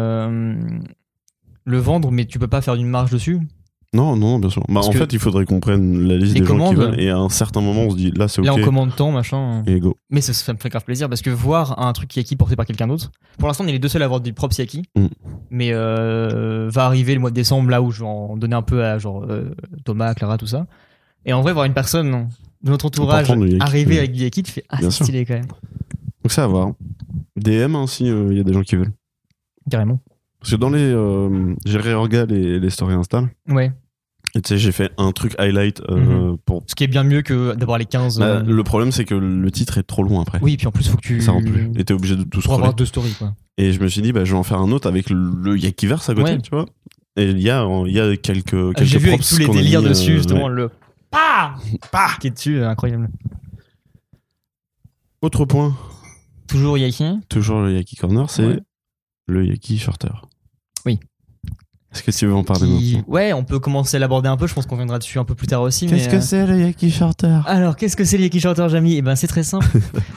le vendre, mais tu peux pas faire d'une marge dessus. Non, non, bien sûr. Bah, Parce en que fait, il faudrait qu'on prenne la liste les des gens qui commandes- veulent. Et à un certain moment, on se dit, là, c'est ok. Là, on commande tant, machin. Et go. Mais ça me fait grave plaisir parce que voir un truc Yaki porté par quelqu'un d'autre. Pour l'instant, on est les deux seuls à avoir du props Yaki. Mm. Mais va arriver le mois de décembre là où je vais en donner un peu à genre Thomas, Clara, tout ça. Et en vrai, voir une personne de notre entourage Portant du Yaki, arriver ouais. avec du Yaki, tu fais ah, Bien c'est sûr. stylé quand même. Donc, c'est à voir. DM, hein, si il y a des gens qui veulent. Carrément. Parce que dans les. J'ai réorga les stories Insta. Ouais. Et tu sais, j'ai fait un truc highlight pour. Ce qui est bien mieux que d'avoir les 15. Bah, le problème, c'est que le titre est trop loin après. Oui, puis en plus, faut que tu. Ça rend plus. Et t'es obligé de tout Pour scroller. avoir deux stories, quoi. Et je me suis dit, bah, je vais en faire un autre avec le Yakiverse à côté, Ouais. tu vois. Et il y a quelques J'ai vu avec props tous les qu'on a délires mis, dessus, justement, ouais. le PAH qui est dessus, incroyable. Autre point, Toujours Yaki. toujours le Yaki Corner, c'est Ouais. le Yaki Shorter. Oui. Est-ce que tu veux en parler Qui- maintenant? Ouais, on peut commencer à l'aborder un peu, je pense qu'on viendra dessus un peu plus tard aussi. Qu'est-ce mais, que c'est le Yaki Shorter? Alors, qu'est-ce que c'est le Yaki Shorter, Jamy? Eh ben, c'est très simple.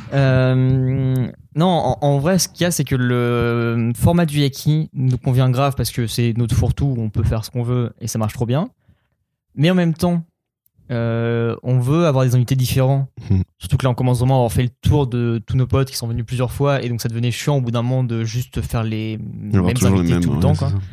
Non, en vrai, ce qu'il y a, c'est que le format du Yaki nous convient grave parce que c'est notre fourre-tout, on peut faire ce qu'on veut et ça marche trop bien. Mais en même temps, on veut avoir des invités différents. Surtout que là, on commence vraiment à avoir fait le tour de tous nos potes qui sont venus plusieurs fois et donc ça devenait chiant au bout d'un moment de juste faire les Il y aura mêmes toujours les invités mêmes, tout le ouais, temps, c'est quoi. ça.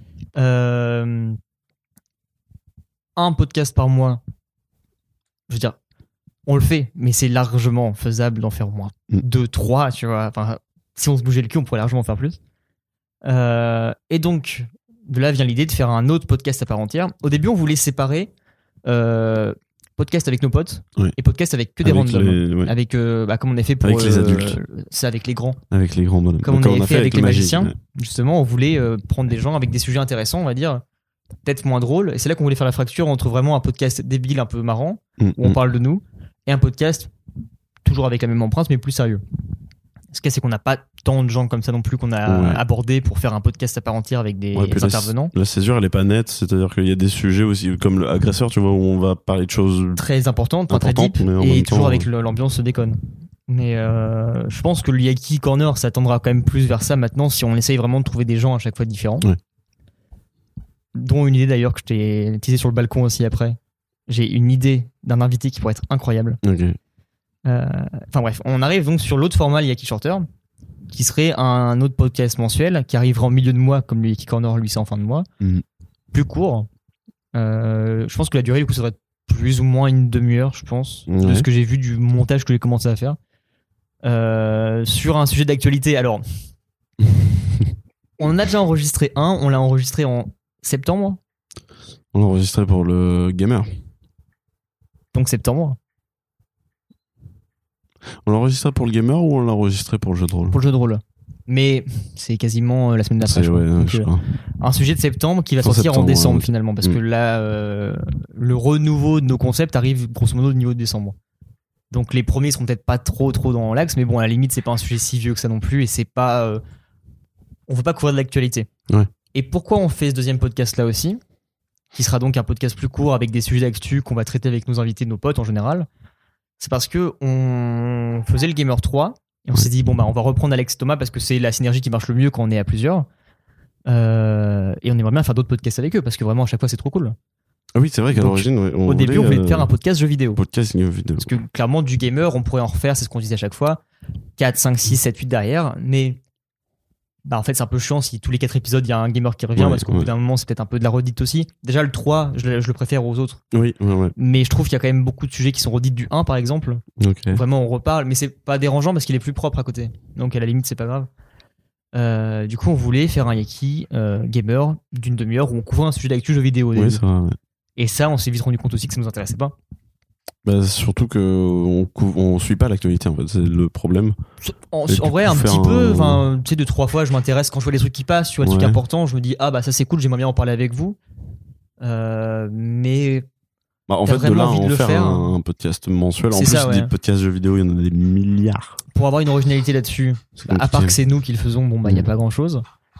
Un podcast par mois, je veux dire, on le fait, mais c'est largement faisable d'en faire au moins 2, 3, tu vois. Enfin, si on se bougeait le cul, on pourrait largement en faire plus. Et donc, de là vient l'idée de faire un autre podcast à part entière. Au début, on voulait séparer podcast avec nos potes Ouais. et podcast avec que des Avec randoms. les- ouais. Avec, comme on a fait pour Avec les adultes. c'est avec les grands. Avec les grands bonhommes. Comme on avait fait avec les Magic, magiciens, ouais. justement, on voulait prendre des gens avec des sujets intéressants, on va dire, peut-être moins drôles. Et c'est là qu'on voulait faire la fracture entre vraiment un podcast débile, un peu marrant, où on parle de nous, et un podcast toujours avec la même empreinte, mais plus sérieux. Ce qu'il y a, c'est qu'on n'a pas tant de gens comme ça non plus qu'on a Ouais. abordé pour faire un podcast à part entière avec des Ouais, puis intervenants. La césure, elle est pas nette, c'est-à-dire qu'il y a des sujets aussi, comme l'agresseur, tu vois, où on va parler de choses. Très importantes, enfin, très Importantes, deep, mais en et même toujours temps, avec l'ambiance se déconne. Mais je pense que le Yaki Corner, ça tendra quand même plus vers ça maintenant si on essaye vraiment de trouver des gens à chaque fois différents. Ouais. dont une idée d'ailleurs que je t'ai teasé sur le balcon aussi après. J'ai une idée d'un invité qui pourrait être incroyable. Ok. Enfin bref, on arrive donc sur l'autre format, le Yaki Shorter, qui serait un autre podcast mensuel qui arriverait en milieu de mois, comme le Yaki Corner, lui, c'est en fin de mois. Plus court. Je pense que la durée, du coup, ça devrait être plus ou moins une demi-heure, je pense, de Ouais. ce que j'ai vu du montage que j'ai commencé à faire. Sur un sujet d'actualité. Alors, on en a déjà enregistré un, on l'a enregistré en septembre. On l'a enregistré pour le gamer. Donc septembre, On l'a enregistré pour le gamer ou on l'a enregistré pour le jeu de rôle? pour le jeu de rôle. Mais c'est quasiment la semaine d'après. C'est je crois. ouais, Donc, je crois. un sujet de septembre qui va Fin sortir en septembre, décembre ouais. finalement, parce que là, le renouveau de nos concepts arrive grosso modo au niveau de décembre. Donc les premiers seront peut-être pas trop dans l'axe, mais bon, à la limite, c'est pas un sujet si vieux que ça non plus, et c'est pas. On veut pas couvrir de l'actualité. Ouais. Et pourquoi on fait ce deuxième podcast là aussi, qui sera donc un podcast plus court avec des sujets d'actu qu'on va traiter avec nos invités, nos potes en général. C'est parce que on faisait le Gamer 3 et on s'est dit bon bah on va reprendre Alex et Thomas parce que c'est la synergie qui marche le mieux quand on est à plusieurs. Et on aimerait bien faire d'autres podcasts avec eux parce que vraiment à chaque fois c'est trop cool. Ah oui, c'est vrai qu'à Donc, l'origine, ouais, Au début on voulait faire un podcast jeux vidéo. podcast vidéo. Parce que clairement du gamer on pourrait en refaire, c'est ce qu'on disait à chaque fois. 4, 5, 6, 7, 8 derrière. Mais bah en fait c'est un peu chiant si tous les 4 épisodes il y a un gamer qui revient Ouais, parce qu'au bout ouais. d'un moment c'est peut-être un peu de la redite aussi. Déjà le 3 je le préfère aux autres. Oui, ouais. Mais je trouve qu'il y a quand même beaucoup de sujets qui sont redites du 1 par exemple. Ok. Vraiment on reparle, mais c'est pas dérangeant parce qu'il est plus propre à côté. Donc à la limite c'est pas grave. Du coup on voulait faire un Yaki gamer d'une demi-heure où on couvre un sujet d'actu jeux vidéo. au Oui, début. c'est vrai. Ouais. Et ça on s'est vite rendu compte aussi que ça nous intéressait pas. Bah, surtout que on suit pas l'actualité en fait, c'est le problème. En Et du vrai coup, un faire petit peu, un- enfin tu sais 2-3 fois je m'intéresse quand je vois les trucs qui passent, tu vois des trucs Ouais. importants, je me dis ah bah ça c'est cool, j'aimerais bien en parler avec vous. Mais Bah, en T'as fait, de là vraiment à envie de en le faire faire, un podcast mensuel. En C'est plus, ça, ouais. des podcasts jeux vidéo, il y en a des milliards. pour avoir une originalité là-dessus, C'est à part compliqué. que c'est nous qui le faisons, bon bah y a pas grand-chose.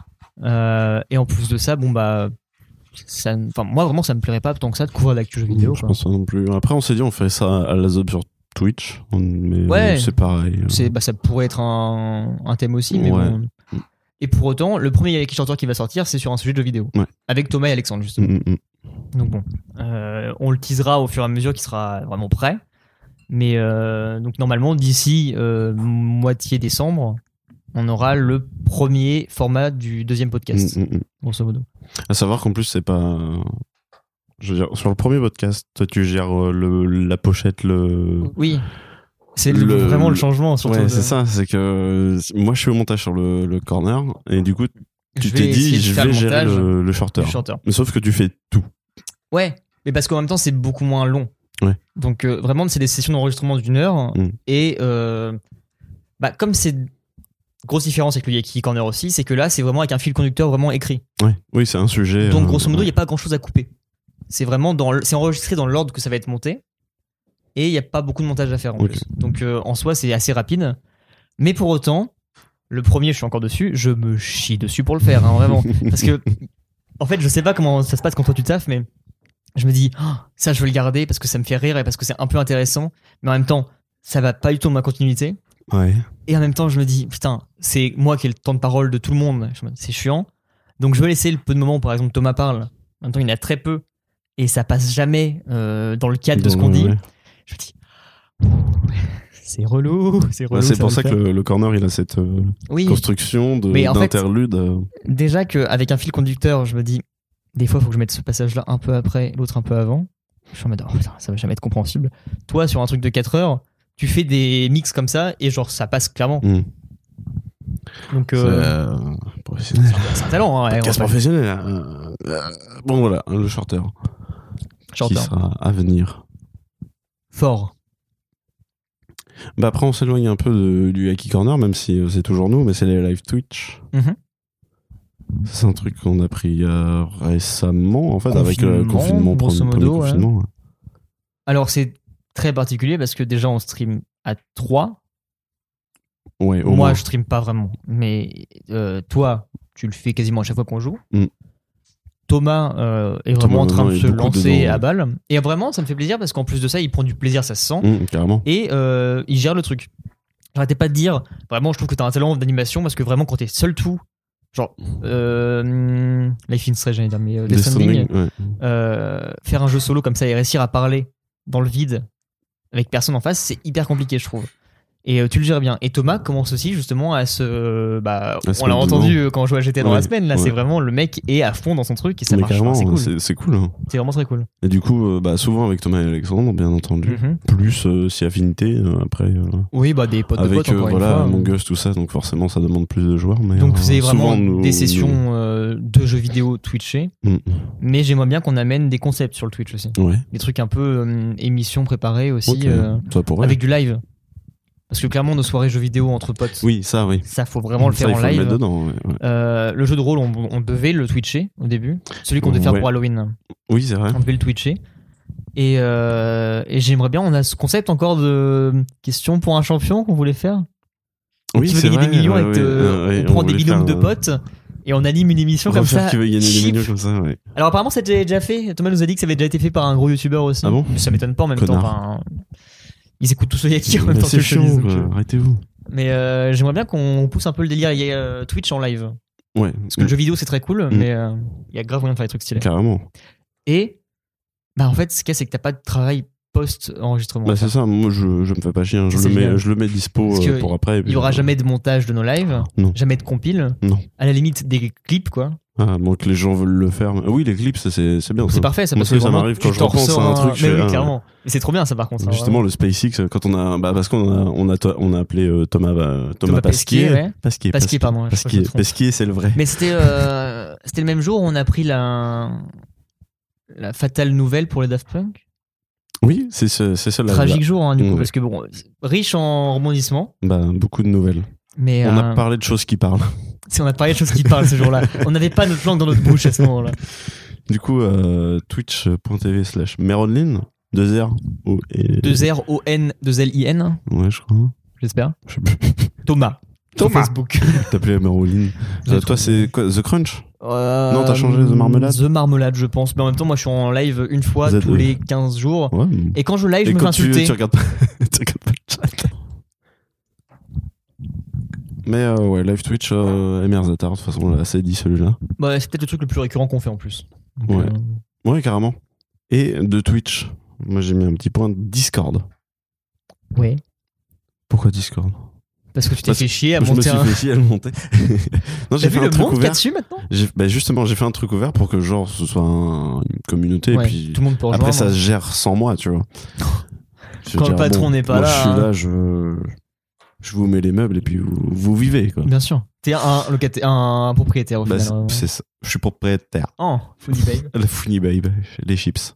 Et en plus de ça, bon bah enfin moi vraiment ça me plairait pas tant que ça de couvrir l'actu jeux vidéo. Je quoi. pense pas non plus. Après, on s'est dit, on fait ça à la zob sur Twitch. Mais Ouais. c'est pareil. Ça pourrait être un thème aussi, mais Ouais. bon. Et pour autant, le premier Yaki Shorter qui va sortir, c'est sur un sujet de jeux vidéo. Ouais. Avec Thomas et Alexandre, justement. Donc bon, on le teasera au fur et à mesure qu'il sera vraiment prêt. Mais donc normalement, d'ici moitié décembre, on aura le premier format du deuxième podcast, grosso modo. À savoir qu'en plus, c'est pas. Je veux dire, sur le premier podcast, toi, tu gères la pochette, Oui, c'est Le- vraiment le changement. Surtout Ouais, de- c'est ça. C'est que moi, je suis au montage sur le corner, et du coup, tu Je t'es vais essayer dit, de je faire vais le gérer montage le shorter. du Shorter. Mais sauf que tu fais tout. Ouais, mais parce qu'en même temps, c'est beaucoup moins long. Ouais. Donc vraiment, c'est des sessions d'enregistrement d'1 heure. Et bah, comme c'est grosse différence avec le Yaki Corner aussi, c'est que là, c'est vraiment avec un fil conducteur vraiment écrit. Ouais. Oui, c'est un sujet. Donc grosso modo, il ouais. n'y a pas grand-chose à couper. C'est vraiment c'est enregistré dans l'ordre que ça va être monté. Et il n'y a pas beaucoup de montage à faire en Ok. plus. Donc en soi, c'est assez rapide. Mais pour autant, le premier, je suis encore dessus. Je me chie dessus pour le faire, hein, vraiment. Parce que, en fait, je sais pas comment ça se passe quand toi tu taffes, mais je me dis, oh, ça, je veux le garder parce que ça me fait rire et parce que c'est un peu intéressant. Mais en même temps, ça va pas du tout dans ma continuité. Ouais. Et en même temps, je me dis, putain, c'est moi qui ai le temps de parole de tout le monde. C'est chiant. Donc, je vais laisser le peu de moments où, par exemple, Thomas parle. En même temps, il y en a très peu. Et ça passe jamais dans le cadre de ce qu'on dit. Ouais. Je me dis, c'est relou. C'est relou. Ouais, c'est ça pour va ça le que faire. le corner, il a cette Oui, construction Mais en fait- d'interlude. déjà qu'avec un fil conducteur, je me dis, des fois, il faut que je mette ce passage-là un peu après, l'autre un peu avant. Je suis en mode, oh putain, ça va jamais être compréhensible. Toi, sur un truc de 4 heures, tu fais des mix comme ça et genre, ça passe clairement. Donc, C'est professionnel. c'est un talent. Hein, ouais, Podcast on va pas- professionnel. Bon, voilà, le shorter. Shorter. Qui sera à venir. Fort. Bah après, on s'éloigne un peu du Yaki Corner, même si c'est toujours nous, mais c'est les live Twitch. Mhm. C'est un truc qu'on a pris récemment, en fait, avec le Confinement, confinement, grosso premier modo, ouais. confinement. Ouais. Alors, c'est très particulier parce que déjà, on stream à 3. Ouais, au Moi, moins. je stream pas vraiment. Mais toi, tu le fais quasiment à chaque fois qu'on joue. Mm. Thomas est Thomas, vraiment en train maintenant, de il est se beaucoup lancer dedans, à ouais. balle. Et vraiment, ça me fait plaisir parce qu'en plus de ça, il prend du plaisir, ça se sent. Carrément. Et il gère le truc. J'arrêtais pas de dire, vraiment, je trouve que t'as un talent d'animation parce que vraiment, quand t'es seul tout Genre, Life is Strange, j'allais dire, mais Death Death Stranding, Stranding, ouais. faire un jeu solo comme ça et réussir à parler dans le vide avec personne en face, c'est hyper compliqué, je trouve. Et tu le gères bien. Et Thomas commence aussi justement à se. Bah, À se on l'a mettre entendu dedans. quand on jouait à GTA dans Ouais, la semaine. Là, ouais. c'est vraiment le mec est à fond dans son truc et ça Mais marche. carrément, Enfin, c'est cool. c'est cool. Hein. C'est vraiment très cool. Et du coup, bah, souvent avec Thomas et Alexandre, bien entendu. Mhm. Plus si affinité, après. Oui, bah des potes de Avec potes encore voilà, une fois. Among Us, tout ça, donc forcément ça demande plus de joueurs. Mais, Donc vous avez vraiment souvent, nous- des sessions de jeux vidéo Twitchés, Mm. mais j'aimerais bien qu'on amène des concepts sur le Twitch aussi. Ouais, Des trucs un peu émissions préparées aussi, ok. Ça pourrait. avec du live. Parce que clairement, nos soirées jeux vidéo entre potes, Oui, ça, oui. ça faut vraiment le Ça, faire il en faut le live. mettre dedans. Ouais, ouais. Le jeu de rôle, on devait le twitcher au début. Celui qu'on devait faire Ouais. pour Halloween, Oui, c'est vrai. on devait le twitcher. Et j'aimerais bien, on a ce concept encore de question pour un champion qu'on voulait faire. Oui, Qui veut c'est gagner vrai. des millions ouais, avec ouais, on prend des voulait binômes de faire, potes et on anime une émission comme refaire ça. qui veut gagner des cheap. millions comme ça, ouais. Alors apparemment c'était déjà fait. Thomas nous a dit que ça avait déjà été fait par un gros youtubeur aussi. Ah bon Mais ça m'étonne pas en même Connard. temps. Enfin, ils écoutent tous le Yaki en même Mais temps que c'est le showbiz, chiant, donc, quoi. Arrêtez-vous. Mais j'aimerais bien qu'on pousse un peu le délire. Il y a Twitch en live. Ouais, Parce que le jeu vidéo c'est très cool, Mm. mais il y a grave moyen de faire des trucs stylés. carrément. Et bah en fait ce qu'il y a c'est que t'as pas de travail post-enregistrement. Bah, c'est ça, moi je me fais pas chier, hein. C'est génial. Je le mets dispo Parce que pour après. et Il puis, y aura jamais de montage de nos lives, Non. jamais de compile. Non. À la limite des clips quoi. Ah, donc les gens veulent le faire. Ah oui, les clips, c'est bien. C'est parfait ça Moi parce aussi, que ça vraiment, m'arrive tu quand je t'en repense à ressors un truc, je Mais fais, oui, ah, clairement. Mais c'est trop bien ça par contre. ça, Justement, vraiment. le SpaceX, quand on a, parce qu'on a appelé Thomas Pesquet, Pasquier. ouais. Pasquier, Pasquier, pardon, je crois que je me trompe. Pasquier, c'est le vrai. Mais c'était le même jour où on a pris la fatale nouvelle pour les Daft Punk. Oui, c'est ça. Tragique jour hein, du coup Ouais. parce que bon riche en rebondissements. Bah, beaucoup de nouvelles. Mais On a parlé de choses qui parlent. on a parlé de choses qui parlent ce jour-là. On n'avait pas notre langue dans notre bouche à ce moment-là. Du coup, twitch.tv/Meronlin, 2 R. 2 RON2LIN, Ouais, je crois. j'espère. Je sais plus. Thomas. Sur Facebook. T'appelais Meronlin. J'ai Toi, trouvé. c'est quoi? The Crunch? Non, t'as changé The Marmelade? The Marmelade, je pense. Mais en même temps, moi, je suis en live une fois Z2. tous les 15 jours. Ouais. Et quand je live, je Et me fais quand tu insulter. regardes pas, tu regardes pas le chat. Mais ouais, live Twitch, Emerzatar, de toute façon, on l'a assez dit celui-là. Bah, c'est peut-être le truc le plus récurrent qu'on fait en plus. Donc, Ouais. Ouais, carrément. Et de Twitch, moi j'ai mis un petit point Discord. ouais. Pourquoi Discord? Parce que tu t'es Parce fait chier à Je me monter suis un. fait chier à le monter. Non, T'as j'ai vu fait un le truc monde qu'il y a ouvert. dessus maintenant Bah justement, j'ai fait un truc ouvert pour que genre ce soit une communauté Ouais, et puis tout le monde peut après rejoindre. ça se gère sans moi, tu vois. Je veux Quand le dire, patron bon, n'est pas moi, là, je suis hein. là, je vous mets les meubles et puis vous vivez quoi. Bien sûr. T'es un locataire, un propriétaire au Bah, final. c'est ça. Je suis propriétaire. Oh, Foodie Babe. La Funny Babe, les chips.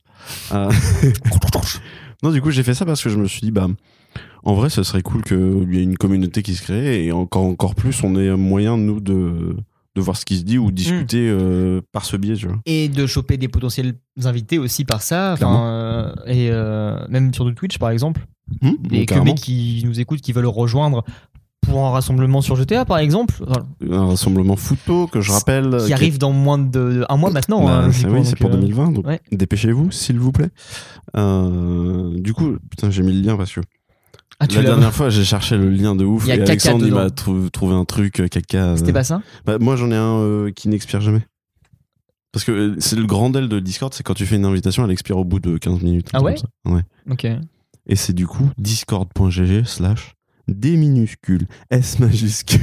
Non, du coup, j'ai fait ça parce que je me suis dit, bah, en vrai, ce serait cool qu'il y ait une communauté qui se crée et encore plus, on ait moyen, nous, de voir ce qui se dit ou discuter par ce biais, tu vois. Et de choper des potentiels invités aussi par ça. Enfin, et même sur du Twitch par exemple. Des Carrément. mecs qui nous écoutent, qui veulent rejoindre pour un rassemblement sur GTA par exemple. Enfin, Un rassemblement photo que je rappelle. qui arrive dans moins de un mois maintenant. Bah, hein, c'est logiquement, c'est donc, pour 2020, donc ouais. dépêchez-vous, s'il vous plaît. Du coup, putain, j'ai mis le lien parce que Ah, tu la l'as- dernière fois, j'ai cherché le lien de ouf Il y a et caca Alexandre, il dedans. m'a trouvé un truc caca. C'était pas ça Bah, moi, j'en ai un qui n'expire jamais. Parce que c'est le grand L de Discord, c'est quand tu fais une invitation, elle expire au bout de 15 minutes. Ah ouais comme ça. Ouais. Ok. Et c'est du coup discord.gg/D minuscule S majuscule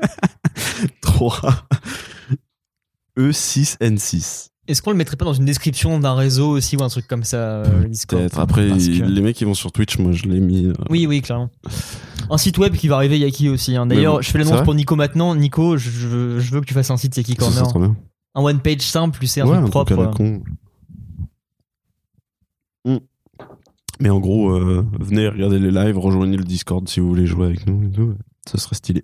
3 E6N6. Est-ce qu'on le mettrait pas dans une description d'un réseau aussi ou un truc comme ça le Discord Peut-être. Après, Parce que- les mecs qui vont sur Twitch, moi je l'ai mis. Oui, oui, clairement. Un site web qui va arriver Yaki aussi. hein. D'ailleurs, Mais bon, je fais c'est l'annonce vrai pour Nico maintenant. Nico, je veux que tu fasses un site Yaki Ça, c'est Corner. trop bien. Un one page simple, tu sais, un Ouais, truc un propre. truc à la con. Mais en gros, venez regarder les lives, rejoignez le Discord si vous voulez jouer avec nous et tout. Ça serait stylé.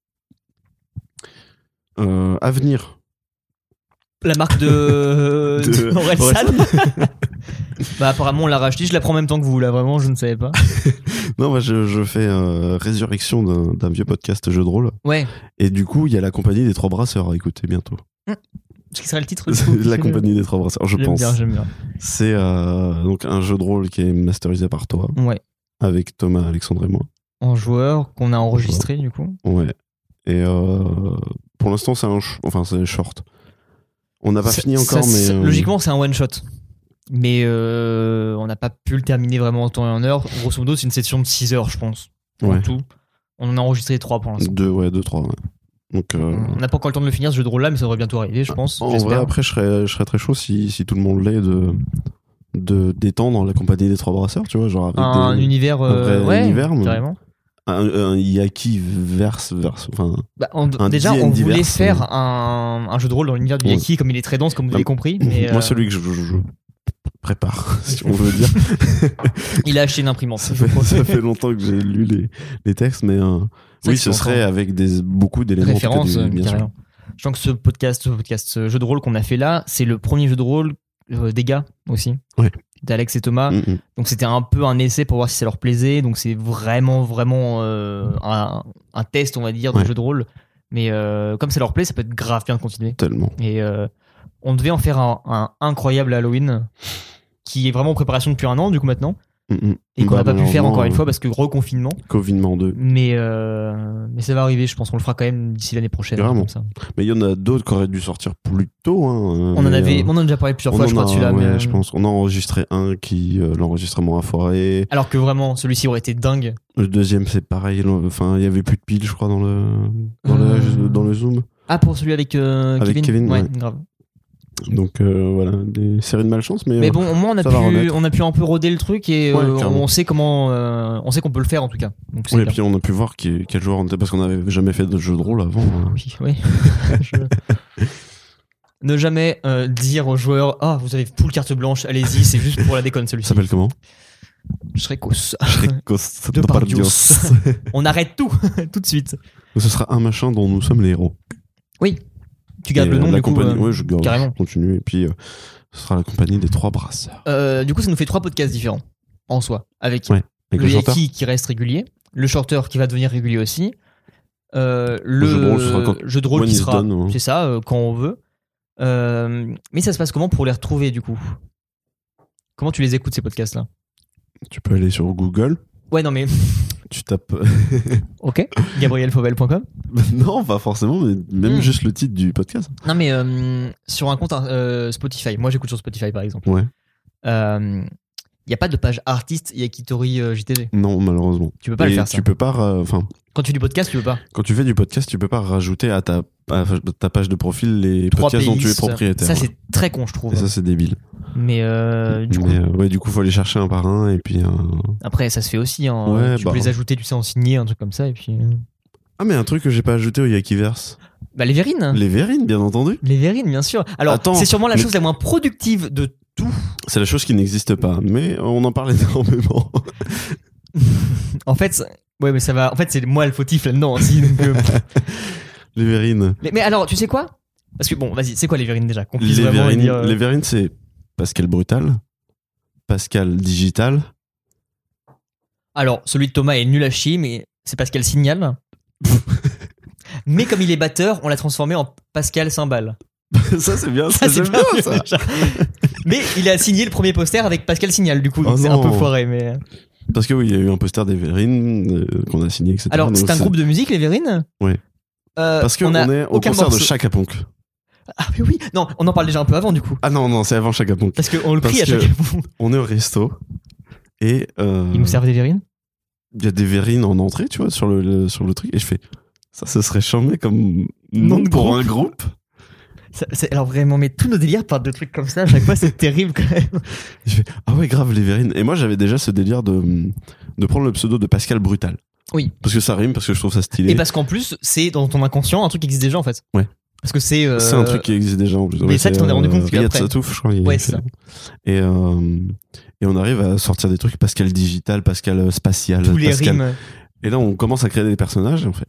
À venir. La marque de, De- Orelsan. Bah apparemment on l'a racheté, je la prends en même temps que vous là, vraiment je ne savais pas. Non, moi je fais résurrection d'un vieux podcast jeu de rôle. Ouais, Et du coup, il y a la compagnie des trois brasseurs à écouter bientôt. ce qui serait le titre du coup, La compagnie des trois brasseurs, je J'aime pense. bien, j'aime bien. C'est donc un jeu de rôle qui est masterisé par toi, Ouais, avec Thomas, Alexandre et moi. en joueur qu'on a enregistré du coup. Ouais. Et Pour l'instant, c'est short. On n'a pas fini encore, mais logiquement, c'est un one shot. Mais on n'a pas pu le terminer vraiment en temps et en heure. Grosso modo, c'est une session de 6 heures, je pense. En Ouais. tout. On en a enregistré 3 pour l'instant. 2, 3. Ouais. Donc, On n'a pas encore le temps de le finir ce jeu de rôle là, mais ça devrait bientôt arriver, je pense. en j'espère. vrai, après, je serais très chaud si tout le monde l'est d'étendre la compagnie des trois brasseurs, tu vois, genre avec Un univers, un vrai ouais, univers, mais- carrément. un Yaki verse, enfin, Bah, un déjà, on D&D voulait verse, faire un jeu de rôle dans l'univers du Ouais. Yaki, comme il est très dense, comme vous Non, avez compris. Mais moi celui que je prépare, si on veut dire. il a acheté une imprimante. ça fait longtemps que j'ai lu les textes, mais Ça, oui, c'est ce serait avec beaucoup d'éléments référence, bien sûr. carrément. Je sens que ce podcast, ce jeu de rôle qu'on a fait là, c'est le premier jeu de rôle des gars aussi. Ouais. D'Alex et Thomas. Mm. Donc c'était un peu un essai pour voir si ça leur plaisait. Donc c'est vraiment un test, on va dire, de Ouais. jeu de rôle. Mais comme ça leur plaît, ça peut être grave bien de continuer. Tellement. Et on devait en faire un incroyable Halloween qui est vraiment en préparation depuis un an du coup maintenant. Et qu'on n'a pas pu faire encore une fois parce que reconfinement. Confinement 2. Mais ça va arriver, je pense qu'on le fera quand même d'ici l'année prochaine. Vraiment. Comme ça. Mais il y en a d'autres qui auraient dû sortir plus tôt. Hein, On en a déjà parlé plusieurs fois, je crois, de celui-là. Ouais, mais, je pense. On a enregistré un qui l'enregistrement a foiré. Alors que vraiment, celui-ci aurait été dingue. Le deuxième, c'est pareil. Enfin, il y avait plus de piles, je crois, dans le Zoom. Ah, pour celui avec Kevin. Ouais. Grave. Donc voilà, des séries de malchance, Mais bon, au moins ça va renaître. on a pu un peu roder le truc et Ouais, carrément. on sait comment, on sait qu'on peut le faire en tout cas. Donc c'est Oui, et bien. puis on a pu voir quel joueur on était parce qu'on n'avait jamais fait de jeu de rôle avant. hein. Oui. Ne jamais dire aux joueurs, ah, vous avez full carte blanche, allez-y, c'est juste pour la déconne Ça celui-ci. s'appelle comment Shrekos. Cos De par Dios. On arrête tout, tout de suite. Ce sera un machin dont nous sommes les héros. Oui. Tu gardes Et, le nom la du coup. compagnie, ouais, je garde, carrément. je continue. Et puis, ce sera la compagnie des trois brasseurs. Du coup, ça nous fait 3 podcasts différents en soi, avec Ouais. Avec le le chanteur. Yaki qui reste régulier, le shorter qui va devenir régulier aussi, le jeu de rôle, ce sera quand jeu de rôle One qui is sera, done, hein. c'est ça, quand on veut. Mais ça se passe comment pour les retrouver du coup? Comment tu les écoutes ces podcasts là? Tu peux aller sur Google, Ouais, non mais tu tapes. ok, gabrielfauvel.com. non, pas forcément, mais même Mm. juste le titre du podcast. Non mais sur un compte Spotify, moi j'écoute sur Spotify par exemple. Ouais. Il y a pas de page artiste Yakitori JTG. Non, malheureusement. Tu peux pas le Et faire ça. tu peux pas. Enfin, Quand tu fais du podcast, tu peux pas. quand tu fais du podcast, tu peux pas rajouter à ta page de profil les 3 podcasts dont tu es pays, propriétaire. ça ouais. c'est très con je trouve. Et ça, c'est débile. Mais du coup, Ouais, du coup, faut aller chercher un par un et puis. après ça se fait aussi. Hein. Ouais, Tu bah. peux les ajouter, tu sais, en signé, un truc comme ça et puis. Ah, mais un truc que j'ai pas ajouté au Yakiverse. Bah les verrines. Les verrines, bien entendu. Les verrines, bien sûr. Alors, Attends, c'est sûrement la mais- chose la moins productive de tout. C'est la chose qui n'existe pas, mais on en parle énormément. En fait, ouais, mais ça va. En fait, c'est moi le fautif là-dedans aussi. Donc, Les verrines. mais alors, tu sais quoi? Parce que bon, vas-y, c'est quoi les verrines déjà? Qu'on puisse Les vraiment verrines, dire, les verrines, c'est Pascal Brutal, Pascal Digital. Alors, celui de Thomas est nul à chier, mais c'est Pascal Signal. Mais comme il est batteur, on l'a transformé en Pascal Cymbal. Ça, c'est bien, Ça, ça, c'est j'aime bien, ça. déjà. Mais il a signé le premier poster avec Pascal Signal, du coup, donc Oh c'est un peu non. foiré. Mais Parce que oui, il y a eu un poster des verines qu'on a signé, etc. alors, Donc c'est un groupe de musique, les Verrines. Ouais. Parce qu'on a est au aucun concert de morceau. Chaka Ponk. Ah mais oui, non, on en parle déjà un peu avant du coup, Ah non, c'est avant Chaka Ponk. parce qu'on le Parce prie à que- chaque fois. On est au resto et Ils nous servent des Verrines. il y a des verrines en entrée, tu vois, sur le truc. Et je fais, ça, ce serait charmé comme Nom nom de pour groupe. un groupe. Alors vraiment, mais tous nos délires partent de trucs comme ça. À chaque fois, c'est terrible quand même. Je fais, ah ouais, grave, les verrines. Et moi, j'avais déjà ce délire de prendre le pseudo de Pascal Brutal. Oui. Parce que ça rime, parce que je trouve ça stylé. Et parce qu'en plus, c'est dans ton inconscient un truc qui existe déjà en fait. Ouais. Parce que c'est. C'est un truc qui existe déjà en plus. mais ça, tu t'en es rendu compte Riyad qu'après. Satouf, je crois. il Ouais, fait- c'est ça. Et on arrive à sortir des trucs Pascal Digital, Pascal Spatial. Tous les Pascal... rimes. Et là, on commence à créer des personnages et on fait.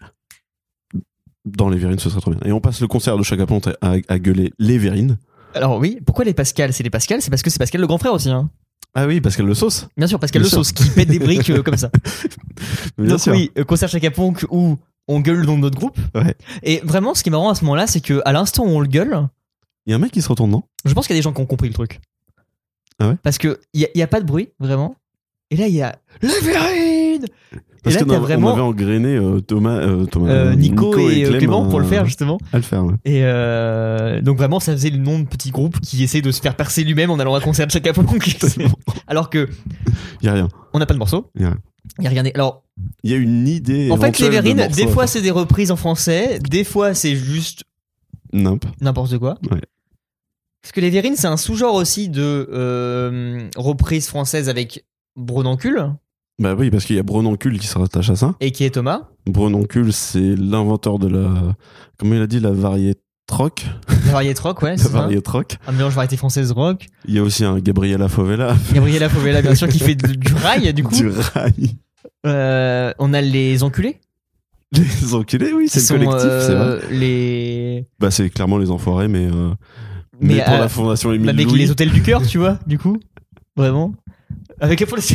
Dans les verrines, ce serait trop bien. Et on passe le concert de Chaka Ponk à gueuler les verrines. Alors oui, pourquoi les Pascal? C'est les Pascal, c'est parce que c'est Pascal le grand frère aussi. Hein. Ah oui, Pascal Le Sauce. Bien sûr, Pascal Bien le sûr. sauce qui pète des briques comme ça. Bien Donc sûr. oui, concert Chaka Ponk où on gueule le nom de notre groupe. Ouais. Et vraiment, ce qui est marrant à ce moment-là, c'est que à l'instant où on le gueule, Il y a un mec qui se retourne, non? je pense qu'il y a des gens qui ont compris le truc. Ah ouais? Parce que il y a pas de bruit vraiment. Et là, il y a les verrines. Parce là, qu'on t'as on vraiment avait engrainé Thomas, Nico et Clément pour le faire, à justement. le faire. Ouais. Et donc vraiment, ça faisait le nom de petit groupe qui essaie de se faire percer lui-même en allant à un concert de Chaka Ponk. Alors que Y a rien. on n'a pas de morceau. Y a rien. Il y a rien. Alors, Il y a une idée. en fait, éventuelle de Séverine, morceau des à fois faire. c'est des reprises en français, des fois c'est juste Nimp. n'importe quoi. Ouais. Parce que les Vérines, c'est un sous-genre aussi de reprise française avec Bronancule Bah oui, parce qu'il y a Bronancule qui se rattache à ça. et qui est Thomas. Bronancule, c'est l'inventeur de la. Comment il a dit, la variété rock. La variété rock, ouais, La c'est ça. variété rock. Un mélange variété française rock. Il y a aussi un Gabriela Favela. Gabriela Favela, bien sûr, qui fait du rail, du coup. Du rail. On a les enculés. Les enculés, oui, c'est Qui le sont, collectif, c'est vrai. Les. Bah, c'est clairement les enfoirés, mais Mais, pour la fondation Émile Avec Louis. les hôtels du cœur, tu vois, du coup. Vraiment. Avec la fondation.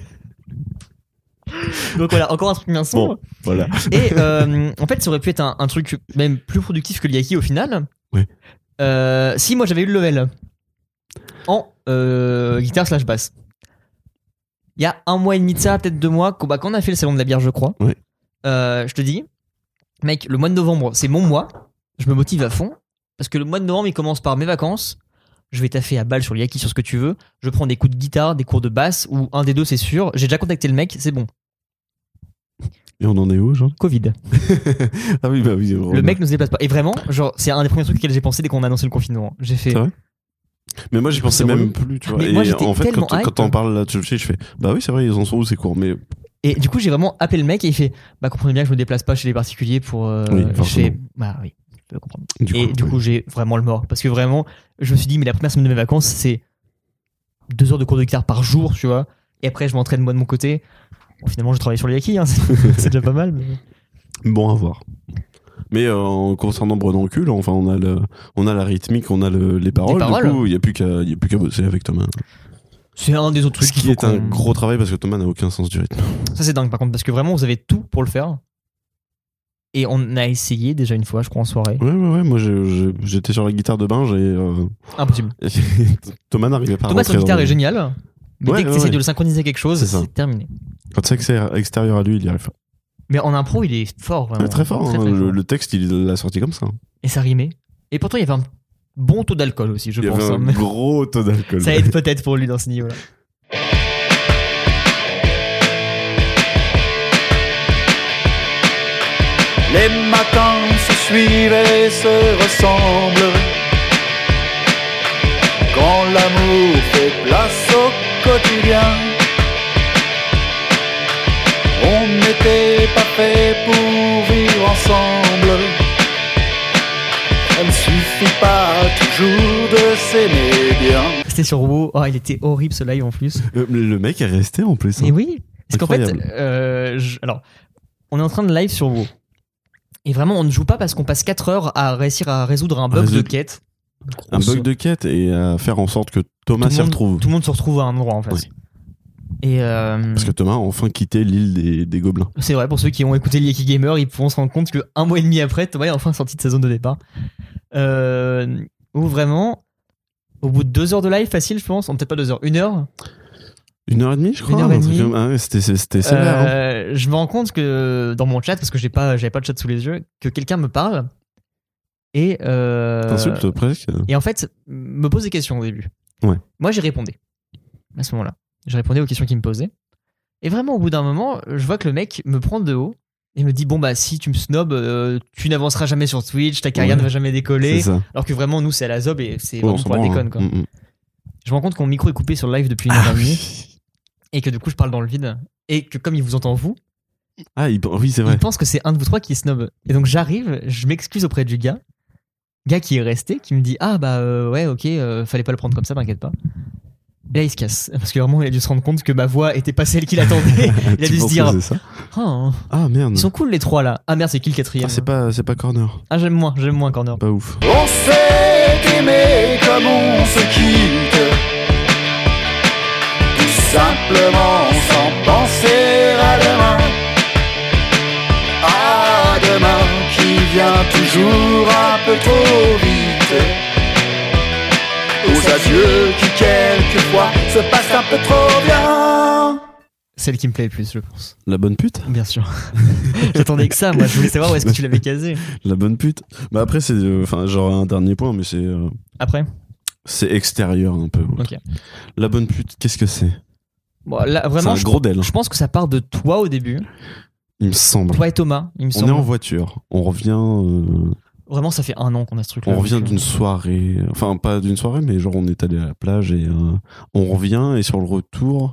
Donc voilà, encore un truc bien sombre. Bon, voilà. Et en fait, ça aurait pu être un truc même plus productif que le Yaki au final. Oui. Si moi j'avais eu le level en guitare / basse. Il y a 1 mois et demi de ça, peut-être 2 mois, quand on a fait le salon de la bière, je crois. Oui. Je te dis, mec, le mois de novembre, c'est mon mois. Je me motive à fond. Parce que le mois de novembre, il commence par mes vacances. Je vais taffer à balle sur le Yaki, sur ce que tu veux. Je prends des coups de guitare, des cours de basse, ou un des deux, c'est sûr. J'ai déjà contacté le mec, c'est bon. Et on en est où, genre Covid. Ah oui, bah oui. Le mec ne se déplace pas. Et vraiment, genre, c'est un des premiers trucs auxquels j'ai pensé dès qu'on a annoncé le confinement. J'ai fait. C'est vrai. Mais moi, j'y pensais C'est même relou. plus, tu vois. Mais Et moi, j'étais en fait, tellement quand hype. t'en parles là, je fais, bah oui, c'est vrai, ils en sont où, c'est court, mais Et du coup, j'ai vraiment appelé le mec et il fait, bah, comprenez bien que je me déplace pas chez les particuliers pour. Oui, je forcément. fais, bah oui, je peux comprendre. du Du coup, oui. j'ai vraiment le mort. Parce que vraiment, je me suis dit, mais la première semaine de mes vacances, c'est 2 heures de cours de guitare par jour, tu vois. Et après, je m'entraîne moi de mon côté. Bon, finalement, je travaille sur le Yaki, hein. C'est déjà pas mal. Mais... Bon à voir. Mais concernant Bronancule, enfin, on a la rythmique, on a les paroles. paroles. Du coup, il y a plus qu'à bosser avec Thomas. C'est un des autres trucs Ce qui qu'il est faut un qu'on- gros travail parce que Thomas n'a aucun sens du rythme. Ça, c'est dingue par contre, parce que vraiment, vous avez tout pour le faire. Et on a essayé déjà une fois, je crois, en soirée. Ouais. Moi, j'étais sur la guitare de Binge Impossible. et Thomas n'arrivait pas à Thomas, rentrer son guitare dans est le- génial. Mais Ouais, dès que ouais, tu essaies ouais. de le synchroniser à quelque chose, C'est ça. c'est terminé. Quand c'est extérieur à lui, il y arrive. Mais en impro, il est fort, vraiment. Très fort. Très, hein. très fort. Le texte, il l'a sorti comme ça. Et ça rimait. Et pourtant, il y avait un bon taux d'alcool aussi, je Il y pense. avait un hein, mais gros taux d'alcool. ça aide peut-être pour lui dans ce niveau-là. Les matins se suivent et se ressemblent. Quand l'amour fait place au quotidien, on n'était pas fait pour vivre ensemble. Il ne suffit pas toujours de s'aimer bien. C'était sur WoW. Oh, il était horrible ce live en plus. Le mec est resté en plus. hein. Et oui, parce qu'en fait, Incroyable. alors, on est en train de live sur WoW. Et vraiment, on ne joue pas parce qu'on passe 4 heures à réussir à résoudre un bug de quête. Un bug de quête et à faire en sorte que Thomas s'y retrouve. Tout le monde se retrouve à un endroit en fait. Ouais. Et Parce que Thomas a enfin quitté l'île des gobelins. c'est vrai, pour ceux qui ont écouté Yaki Gamer, ils pourront se rendre compte que 1 mois et demi après, Thomas est enfin sorti de sa zone de départ. Où vraiment, au bout de 2 heures de live, facile, je pense, peut-être pas 2 heures, 1 heure, 1h30, je crois. 1 heure et un truc demie. comme- Ah ouais, c'était sévère. hein. je me rends compte que dans mon chat, parce que j'avais pas de chat sous les yeux, que quelqu'un me parle et T'insultes presque. et en fait me pose des questions au début. Ouais. Moi j'ai répondu à ce moment-là. Je répondais aux questions qu'il me posait. Et vraiment au bout d'un moment, je vois que le mec me prend de haut et me dit bon bah si tu me snobs, tu n'avanceras jamais sur Twitch, ta carrière Ouais. ne va jamais décoller. C'est ça. Alors que vraiment nous c'est à la zob et c'est Ouais, vraiment on s'en pour la branle, déconne quoi. hein. Je me rends compte que mon micro est coupé sur le live depuis 1 heure et demie et que du coup je parle dans le vide et que comme il vous entend vous, Ah, oui, c'est vrai. il pense que c'est un de vous trois qui est snob. Et donc j'arrive, je m'excuse auprès du gars qui est resté, qui me dit ah bah ouais ok, fallait pas le prendre comme ça, t'inquiète pas. Et là il se casse parce que vraiment il a dû se rendre compte que ma voix était pas celle qu'il attendait. Il a Tu dû se penses dire que c'est ça ah, Ah merde. ils sont cool les trois là. Ah merde c'est qui le quatrième? Ah, c'est pas Corner. Ah j'aime moins Corner. Pas ouf. On s'est aimé comme on se quitte, tout simplement sans penser à demain. À demain qui vient toujours un peu trop vite, aux adieux qui quelquefois se passent un peu trop bien. Celle qui me plaît le plus, je pense. La bonne pute. Bien sûr. J'attendais que ça, moi. Je voulais savoir où est-ce que tu l'avais casé. La bonne pute. Bah après c'est, enfin j'aurais un dernier point, mais Après. c'est extérieur un peu. Ok. La bonne pute, qu'est-ce que c'est? Bon, là, C'est vraiment, un gros d'elle. je pense que ça part de toi au début. Il me semble. Toi et Thomas, il me On semble. est en voiture. On revient. Vraiment, ça fait 1 an qu'on a ce truc-là. On revient donc, d'une soirée, enfin pas d'une soirée, mais genre on est allé à la plage et on revient et sur le retour,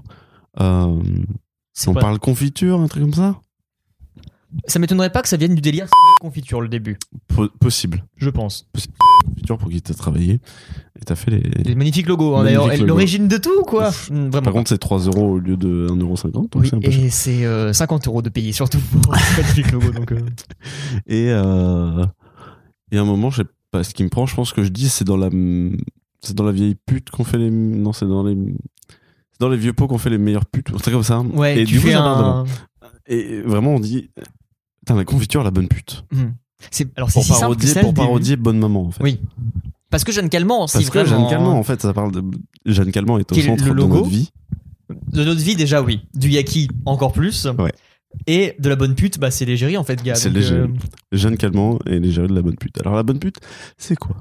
c'est on quoi parle confiture, un truc comme ça. Ça m'étonnerait pas que ça vienne du délire confiture le début, Possible. je pense. Confiture pour qui t'as travaillé et t'as fait les. Des magnifiques logos, hein, Magnifiques d'ailleurs. logos. L'origine de tout, quoi. Vraiment. Par contre c'est 3 € au lieu de 1,50 €, donc oui, c'est un peu cher. et c'est 50 € de payer, surtout pour ce magnifique logo. Donc, Et à un moment, je sais pas ce qui me prend, je pense que je dis c'est dans la vieille pute qu'on fait les. Non, c'est dans les vieux pots qu'on fait les meilleures putes, un truc comme ça. ouais, et tu du coup, fais ça part de là. un. Et vraiment, on dit, putain, la confiture, la bonne pute. Alors, c'est Pour si simple que ça, le début. parodier Bonne Maman, en fait. Oui. Parce que Jeanne Calment, si Parce que vraiment. Jeanne Calment, en fait, ça parle de. Jeanne Calment est au Qui est centre le de logo. notre vie. De notre vie, déjà, oui. Du yaki, encore plus. Ouais. Et de la bonne pute, bah, c'est l'égérie, en fait, gars. C'est Donc, l'égérie. Jeanne Calment est l'égérie de la bonne pute. Alors, la bonne pute, c'est quoi?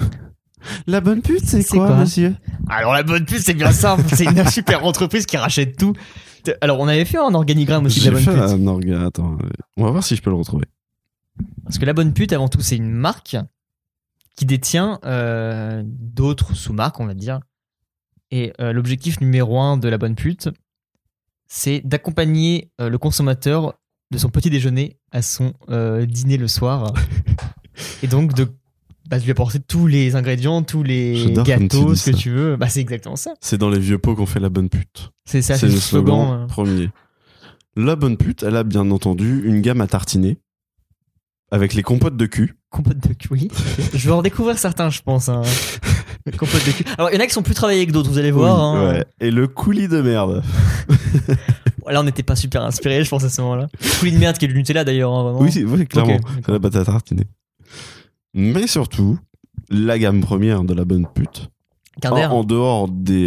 La bonne pute, c'est C'est quoi, quoi monsieur? Alors, la bonne pute, c'est bien simple. C'est une super entreprise qui rachète tout. Alors, on avait fait un organigramme aussi de la J'ai bonne fait pute. un orga. Attends, on va voir si je peux le retrouver. Parce que la bonne pute, avant tout, c'est une marque qui détient d'autres sous-marques, on va dire. Et l'objectif numéro 1 de la bonne pute, c'est d'accompagner le consommateur de son petit déjeuner à son dîner le soir. Et donc de lui apporter tous les ingrédients, tous les J'adore comme tu gâteaux, dis ce que ça. tu veux. Bah, c'est exactement ça. C'est dans les vieux pots qu'on fait la bonne pute. C'est ça, C'est c'est le le slogan. premier. La bonne pute, elle a bien entendu une gamme à tartiner avec les compotes de cul. Compote de cul, oui. Je vais en découvrir certains, je pense. Hein. Compote de cul. Alors, il y en a qui sont plus travaillés que d'autres, vous allez voir. Oui, Hein. ouais. Et le coulis de merde. Là, on n'était pas super inspirés, je pense, à ce moment-là. Coulis de merde qui est du Nutella, d'ailleurs. Hein, vraiment. Oui, clairement. Ok, C'est la pâte à tartiner. Mais surtout, la gamme première de la bonne pute. Kinder, En dehors des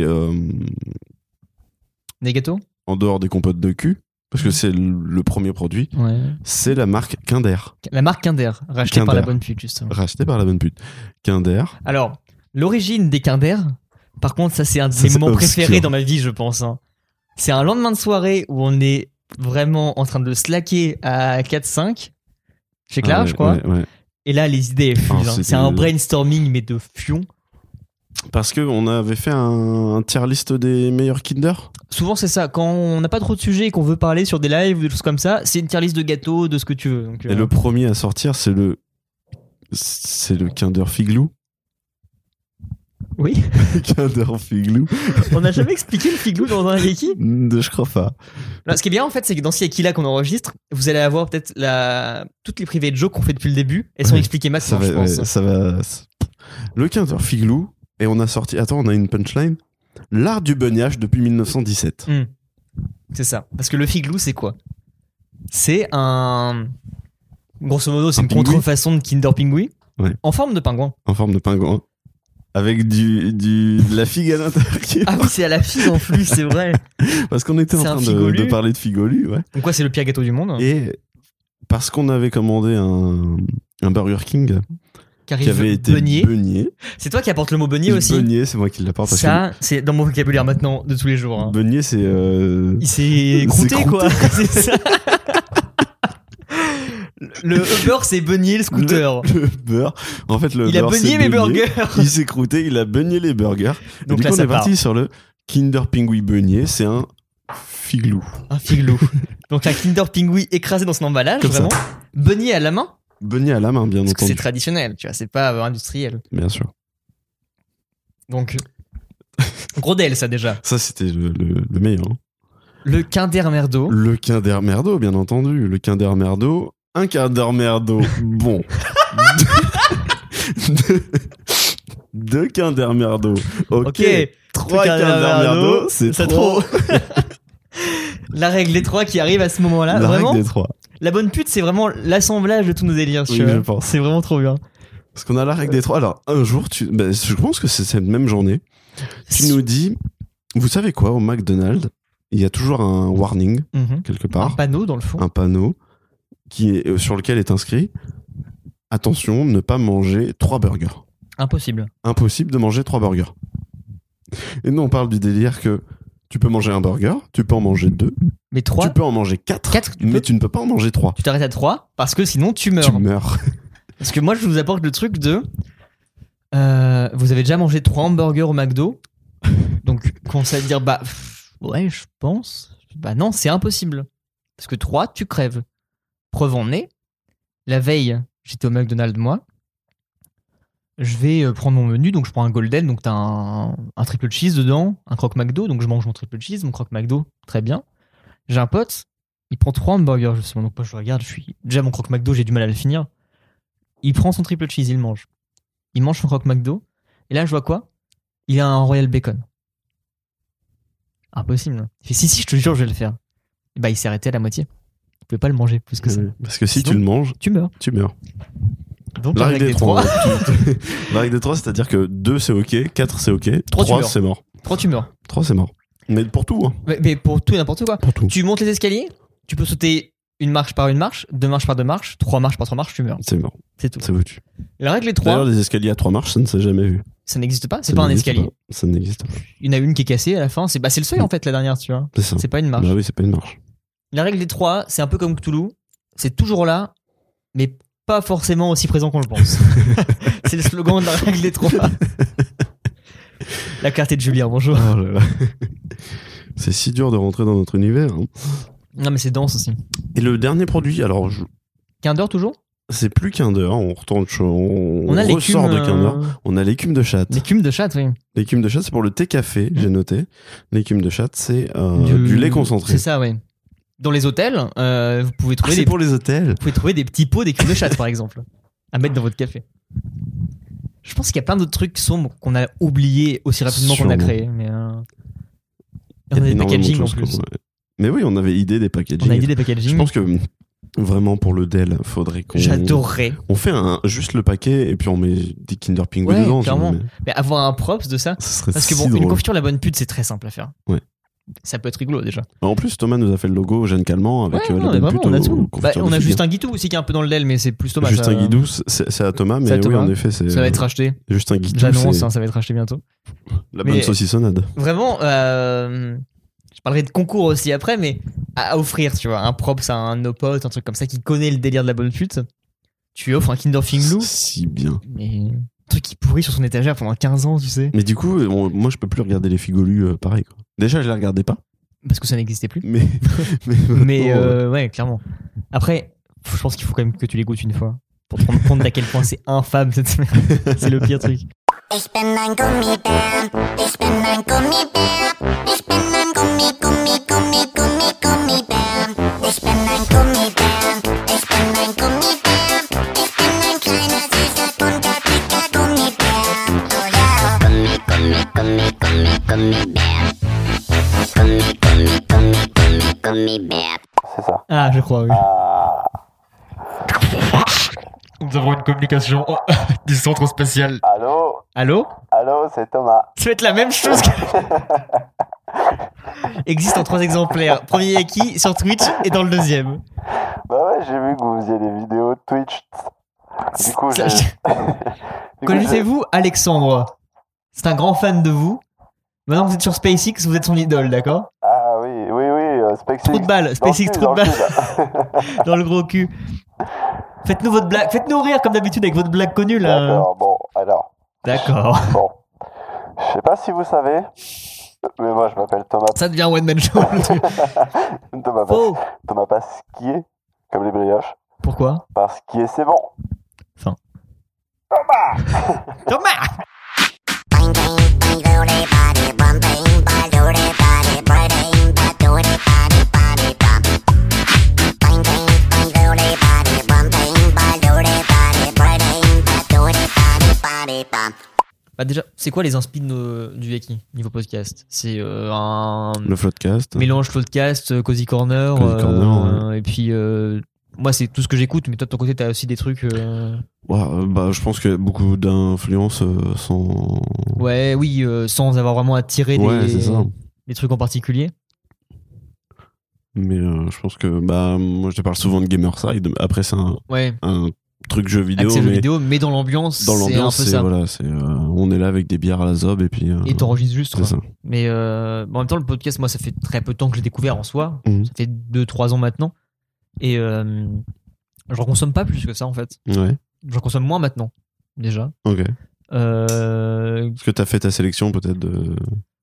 des gâteaux. en dehors des compotes de cul, parce que c'est le premier produit, Ouais. c'est la marque Kinder, La marque Kinder, rachetée par Kinder. la bonne pute, justement. rachetée par la bonne pute. Kinder, Alors, l'origine des Kinder, par contre, ça, c'est un de Ça, mes c'est moments obscur. préférés dans ma vie, je pense. Hein. C'est un lendemain de soirée où on est vraiment en train de slacker à 4-5. Chez Clara, Ah ouais, je crois. ouais. Et là, les idées elles fusent. Ah, hein. c'est C'est un des- brainstorming, mais de fion. Parce que on avait fait un tier list des meilleurs Kinder. Souvent, c'est ça. Quand on n'a pas trop de sujets et qu'on veut parler sur des lives ou des choses comme ça, c'est une tier list de gâteaux, de ce que tu veux. Donc, Et le premier à sortir, c'est le Kinder Figlou. Oui. Kinder Figlou. On n'a jamais expliqué le figlou dans un yaki. Je crois pas. Là, ce qui est bien en fait, c'est que dans ce yaki-là qu'on enregistre, vous allez avoir peut-être toutes les private jokes qu'on fait depuis le début. Elles sont Ouais. expliquées Ça maintenant, va, je pense. ouais, ça va. Le Kinder Figlou. Et on a sorti. Attends, on a une punchline. L'art du begnage depuis 1917. C'est ça. Parce que le figlou, c'est quoi? C'est un. Grosso modo, c'est Un une pingouin. contrefaçon de Kinder Pingui. Ouais. En forme de pingouin. En forme de pingouin. Avec de la figue à l'intérieur. Ah oui, c'est à la figue en plus, c'est vrai. Parce qu'on était en C'est un train figolu. de parler de figolu, ouais. Donc, quoi, c'est le pire gâteau du monde. Et parce qu'on avait commandé un Burger King Qui arrive qui avait été beignet. beignet. C'est toi qui apportes le mot beignet aussi. Beignet, c'est moi qui l'apporte. parce Ça, c'est dans mon vocabulaire maintenant de tous les jours. que hein. beignet, c'est. Il s'est croûté, C'est quoi. C'est ça. Le Uber, c'est beignet le scooter. Le beurre. En fait, le Il a beurre, beigné c'est mes beignet. burgers. Il s'est croûté, il a beigné les burgers. Et Donc du là, coup, on ça est parti part. sur le Kinder Pingui beignet. C'est un figlou. Un figlou. Donc un Kinder Pingui écrasé dans son emballage, Comme ça. vraiment. Beignet à la main. Beignet à la main, bien Parce que c'est entendu. traditionnel, tu vois, c'est pas industriel. Bien sûr. Donc, gros del, ça déjà. Ça, c'était le meilleur. hein. Le Kinder Merdo. Le Kinder Merdo, bien entendu. Le Kinder Merdo. Un Kinder Merdo. Bon. Deux Kinder Merdo. Ok. Trois Kinder Kinder Merdo, Merdo, c'est c'est trop. La règle des trois qui arrive à ce moment-là. La Vraiment, règle des trois. la bonne pute, c'est vraiment l'assemblage de tous nos délires. Oui, tu vois. je pense. C'est vraiment trop bien. Parce qu'on a la règle des trois. Alors, un jour, je pense que c'est cette même journée, tu nous dis, vous savez quoi, au McDonald's, il y a toujours un warning quelque Un part, panneau dans le fond. un panneau sur lequel est inscrit attention, ne pas manger 3 burgers. Impossible. Impossible de manger 3 burgers. Et nous, on parle du délire que tu peux manger un burger, tu peux en manger 2, Mais 3, tu peux en manger 4, Quatre, tu mais peux. tu ne peux pas en manger 3. tu t'arrêtes à 3 parce que sinon tu meurs. Tu meurs. Parce que moi, je vous apporte le truc de. Vous avez déjà mangé 3 hamburgers au McDo. Donc, commencez à dire, bah, ouais, je pense. Bah, non, c'est impossible. Parce que 3, tu crèves. Preuve en est. La veille, j'étais au McDonald's, moi. Je vais prendre mon menu. Donc, je prends un Golden. Donc, t'as un triple cheese dedans. Un croque McDo. Donc, je mange mon triple cheese, mon croque McDo. Très bien. J'ai un pote. Il prend 3 hamburgers, justement. Donc, moi, je regarde. Déjà, mon croque McDo, j'ai du mal à le finir. Il prend son triple cheese, il mange. Il mange son croque McDo. Et là, je vois quoi? Il a un Royal Bacon. Impossible. Il fait si, je te jure, je vais le faire. Et bah, il s'est arrêté à la moitié. Il pouvait pas le manger plus que ça. Parce que si Sinon, tu le manges, Tu meurs. tu meurs. Donc, La la règle règle des des 3. 3. La règle des 3, c'est-à-dire que 2 c'est ok, 4 c'est ok, Trois, tu 3 meurs. c'est mort. 3, tu meurs. 3 c'est mort. Mais pour tout, hein. Mais pour tout et n'importe quoi. Pour tout. Tu montes les escaliers, tu peux sauter une marche par une marche, 2 marches par 2 marches, 3 marches par 3 marches, tu meurs. C'est mort. C'est tout. C'est foutu. La règle des D'ailleurs, 3, les escaliers à 3 marches, ça ne s'est jamais vu. ça n'existe pas. C'est Ça pas un n'existe escalier. pas. Ça n'existe pas. Il y en a une qui est cassée à la fin. C'est le seuil en fait, la dernière, tu vois. C'est ça. C'est pas une marche. Bah oui, c'est pas une marche. La règle des 3, c'est un peu comme Cthulhu. C'est toujours là, mais pas forcément aussi présent qu'on le pense. C'est le slogan de la règle des 3. La clarté de Julien, bonjour. Oh là là. C'est si dur de rentrer dans notre univers. Hein. Non, mais c'est dense aussi. Et le dernier produit, alors Kinder toujours? c'est plus Kinder, on retourne, on a ressort de l'écume. Kinder. On a l'écume de chatte. L'écume de chatte, oui. L'écume de chatte, c'est pour le thé café, j'ai noté. L'écume de chatte, c'est du lait concentré. C'est ça, oui. Dans les hôtels, vous pouvez Ah, trouver c'est pour les hôtels. vous pouvez trouver des petits pots d'écume de chatte, par exemple, à mettre dans votre café. Je pense qu'il y a plein d'autres trucs sombres qu'on a oubliés aussi rapidement qu'on a Sûrement. créés. Mais Il y a on a des énormément de packaging en choses plus. Mais oui, on avait idée des packaging. On a idée des Je packaging. pense que vraiment pour le Dell, faudrait qu'on. J'adorerais. On fait juste le paquet et puis on met des Kinder Pingu Ouais, dedans. clairement. genre, mais Mais avoir un props de ça. Ce serait Parce que si bon, une drôle. confiture la bonne pute, c'est très simple à faire. Ouais. Ça peut être rigolo déjà. En plus, Thomas nous a fait le logo Jeanne Calment avec Ouais, non, la mais bonne vraiment, pute on a au- tout. au Bah, confiture on de a figues. Justin Guitou aussi qui est un peu dans le Dell, mais c'est plus Thomas. Justin ça, Guidou, c'est à Thomas, mais c'est à oui, Thomas. en effet, c'est. Ça va être racheté. Justin Guidou, J'annonce, c'est hein, ça va être racheté bientôt. la Mais- bonne saucissonnade. Vraiment, je parlerai de concours aussi après, mais à offrir, tu vois, un props à un de nos potes, un truc comme ça qui connaît le délire de la bonne pute. Tu lui offres un Kinder Finglou, Si bien. mais un truc qui pourrit sur son étagère pendant 15 ans, tu sais. Mais du coup, moi, je peux plus regarder les figolus pareil. Quoi. Déjà, je les regardais pas, Parce que ça n'existait plus. mais. mais Mais maintenant, ouais, clairement. Après, je pense qu'il faut quand même que tu les goûtes une fois pour te rendre compte d'à quel point c'est infâme cette merde. C'est le pire truc. Ich bin ein Gummibär, ich bin ein Gummibär, ich bin ein Gummibär. Ich bin ein Gummibär, ich bin ein Gummibär, ich bin ein kleiner, süßer, bunter, dicker Gummibär. Oh ja. Gummibär. Ah, je crois, oui. Nous avons une communication du centre spatial. Allô Allô? Allô, c'est Thomas. Ça va être la même chose que... Existe en 3 exemplaires. Premier Yaki sur Twitch et dans le deuxième. Bah ouais, j'ai vu que vous faisiez des vidéos Twitch. Du coup, Ça, j'ai... Connaissez-vous Alexandre? C'est un grand fan de vous. Maintenant que vous êtes sur SpaceX, vous êtes son idole, d'accord? Ah oui, SpaceX. Trou de balle, SpaceX, trou de balle. Dans le gros cul. Faites-nous votre blague, faites-nous rire comme d'habitude avec votre blague connue là. D'accord, bon, alors. D'accord. Bon. Je sais pas si vous savez, mais moi je m'appelle Thomas. Ça devient un one man show. Faux. Thomas Pasquier, comme les brioches. Pourquoi? Parce que c'est bon. Enfin. Thomas Thomas. Bah déjà, c'est quoi les inspi du Yaki niveau podcast? C'est un Le Floodcast. mélange podcast, Cozy Corner, Cozy Corner, et puis moi c'est tout ce que j'écoute, mais toi de ton côté t'as aussi des trucs. Ouais, bah, je pense qu'il y a beaucoup d'influences Ouais, oui, sans avoir vraiment à tirer Ouais, c'est ça. des trucs en particulier. Mais je pense que moi je te parle souvent de Gamerside. Après c'est Ouais. un truc jeu vidéo, Accès jeux mais vidéo, mais dans l'ambiance, dans c'est un peu l'ambiance c'est ça. voilà, c'est on est là avec des bières à la zob et puis Et t'enregistres juste, c'est quoi. ça. Mais en même temps, le podcast, moi, ça fait très peu de temps que je l'ai découvert en soi. Mhm. Ça fait 2-3 ans maintenant. Et j'en consomme pas plus que ça, en fait. Ouais. J'en consomme moins maintenant, déjà. Ok. Euh, Est-ce que t'as fait ta sélection peut-être de.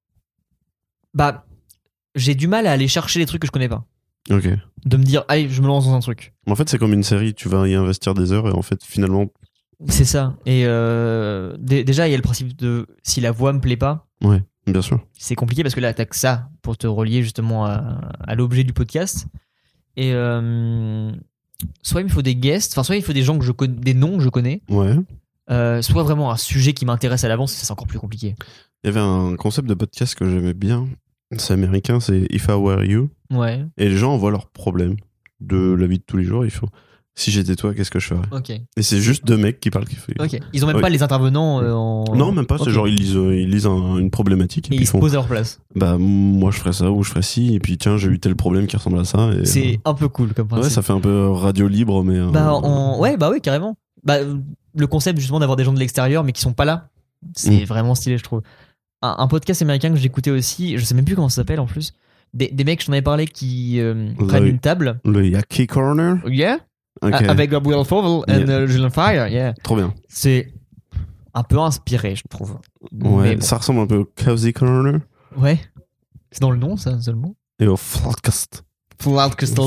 Bah, j'ai du mal à aller chercher les trucs que je connais pas. Ok. De me dire, allez, je me lance dans un truc. En fait c'est comme une série, tu vas y investir des heures et en fait finalement. C'est ça. Et déjà, il y a le principe de si la voix me plaît pas, Ouais, bien sûr. c'est compliqué parce que là, t'as que ça pour te relier justement à l'objet du podcast. Et soit il me faut des guests, enfin, soit il faut des gens que je connais, des noms que je connais, Ouais. soit vraiment un sujet qui m'intéresse à l'avance, c'est encore plus compliqué. Il y avait un concept de podcast que j'aimais bien. C'est américain, c'est If I Were You. Ouais, Et les gens envoient leurs problèmes de la vie de tous les jours. Ils font si j'étais toi, qu'est-ce que je ferais? ok. Et c'est juste deux mecs qui parlent. Ok. Ils ont même Ouais. pas les intervenants en. Non, même pas. C'est Ok. genre ils lisent une problématique et Et puis ils se font posent à leur place. bah moi je ferais ça ou je ferais ci et puis tiens j'ai eu tel problème qui ressemble à ça. Et, C'est un peu cool comme ouais, principe. ça fait un peu radio libre mais. Ouais, bah oui, carrément. Bah, le concept justement d'avoir des gens de l'extérieur mais qui sont pas là, c'est vraiment stylé, je trouve. Un podcast américain que j'écoutais aussi, je sais même plus comment ça s'appelle en plus. Des mecs, je t'en avais parlé, qui prennent une table. Le Yaki Corner. Yeah. Ok. Avec Gabriel Fauvel et Yeah. Julian Fire, yeah. Trop bien. C'est un peu inspiré, je trouve. Ouais. Mais bon. Ça ressemble un peu au Cozy Corner Ouais. C'est dans le nom, ça, seulement. et au Floodcast. Flood Crystal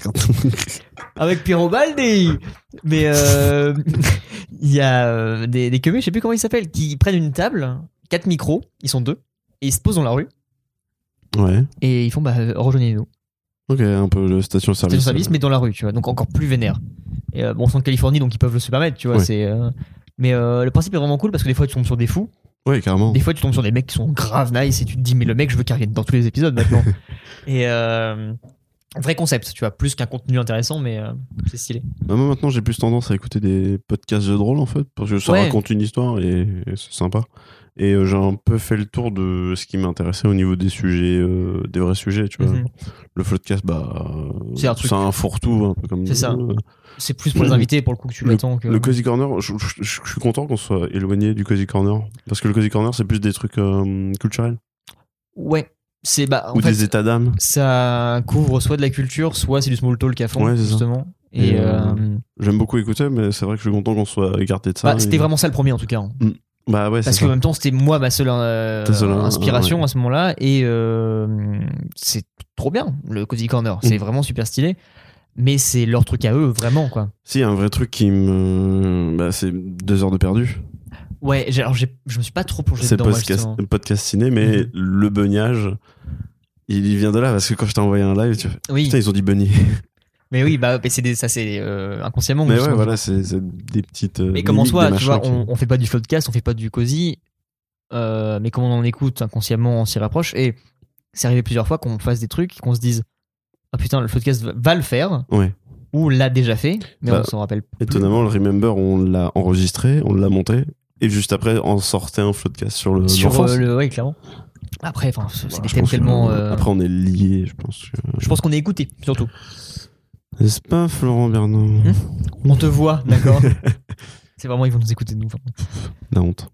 Avec Piero Baldi. Mais il y a des queumés, je sais plus comment ils s'appellent, qui prennent une table, 4 micros, ils sont 2, et ils se posent dans la rue, Ouais. et ils font rejoignez-nous. Ok, un peu de station-service. Station-service, mais dans la rue, tu vois, donc encore plus vénère. Et bon, on est en Californie, donc ils peuvent le se permettre, tu vois. Ouais. Mais le principe est vraiment cool parce que des fois tu tombes sur des fous, Ouais, carrément. des fois tu tombes sur des mecs qui sont grave nice et tu te dis mais le mec je veux qu'il revienne dans tous les épisodes maintenant. Et vrai concept, tu vois, plus qu'un contenu intéressant, mais c'est stylé. Bah, moi maintenant j'ai plus tendance à écouter des podcasts jeux de rôle en fait parce que ça Ouais. raconte une histoire et c'est sympa. Et j'ai un peu fait le tour de ce qui m'intéressait au niveau des sujets, des vrais sujets, tu vois. Mhm. Le floodcast, C'est un truc. c'est un fourre-tout, un peu comme C'est ça. C'est plus pour les invités, pour le coup, que tu l'attends. Que... Le Cozy Corner, je suis content qu'on soit éloigné du Cozy Corner parce que le Cozy Corner c'est plus des trucs culturels Ouais. C'est, en ou fait, des états d'âme. ça couvre soit de la culture, soit c'est du small talk à fond, Ouais, c'est ça. justement. Et, Et J'aime beaucoup écouter, mais c'est vrai que je suis content qu'on soit écarté de ça. c'était et- vraiment ça le premier en tout cas. Hein. Bah ouais, Parce c'est qu'en ça. même temps, c'était moi ma seule Ta seule, inspiration ouais. à ce moment-là. Et c'est trop bien, le Cozy Corner. C'est vraiment super stylé. Mais c'est leur truc à eux, vraiment, quoi. Si, un vrai truc qui me. Bah, c'est 2 heures de perdu. Ouais, je me suis pas trop plongé C'est dedans, moi, podcast, justement. podcast ciné, mais le beugnnage, il vient de là parce que quand je t'ai envoyé un live, tu fais, Oui, putain, ils ont dit bunny. mais oui, mais ça c'est inconsciemment. Mais ouais, justement. voilà, c'est des petites. Mais comme en mimiques, soi, des tu vois, machins on fait pas du podcast, on fait pas du cozy, mais comme on en écoute inconsciemment, on s'y rapproche. Et c'est arrivé plusieurs fois qu'on fasse des trucs, qu'on se dise ah putain, le podcast va le faire, Ouais. ou l'a déjà fait, mais Bah, on s'en rappelle plus. Étonnamment, le Remember, on l'a enregistré, on l'a monté, et juste après, on sortait un floodcast sur le. Sur l'enfance. ouais, clairement. Après, enfin, c'est Voilà, des je thèmes pense que, tellement. Après, on est liés, je pense. Je pense qu'on est écouté, surtout. N'est-ce pas, Florent Bernard? On te voit, d'accord. C'est vraiment, ils vont nous écouter de nous. La honte.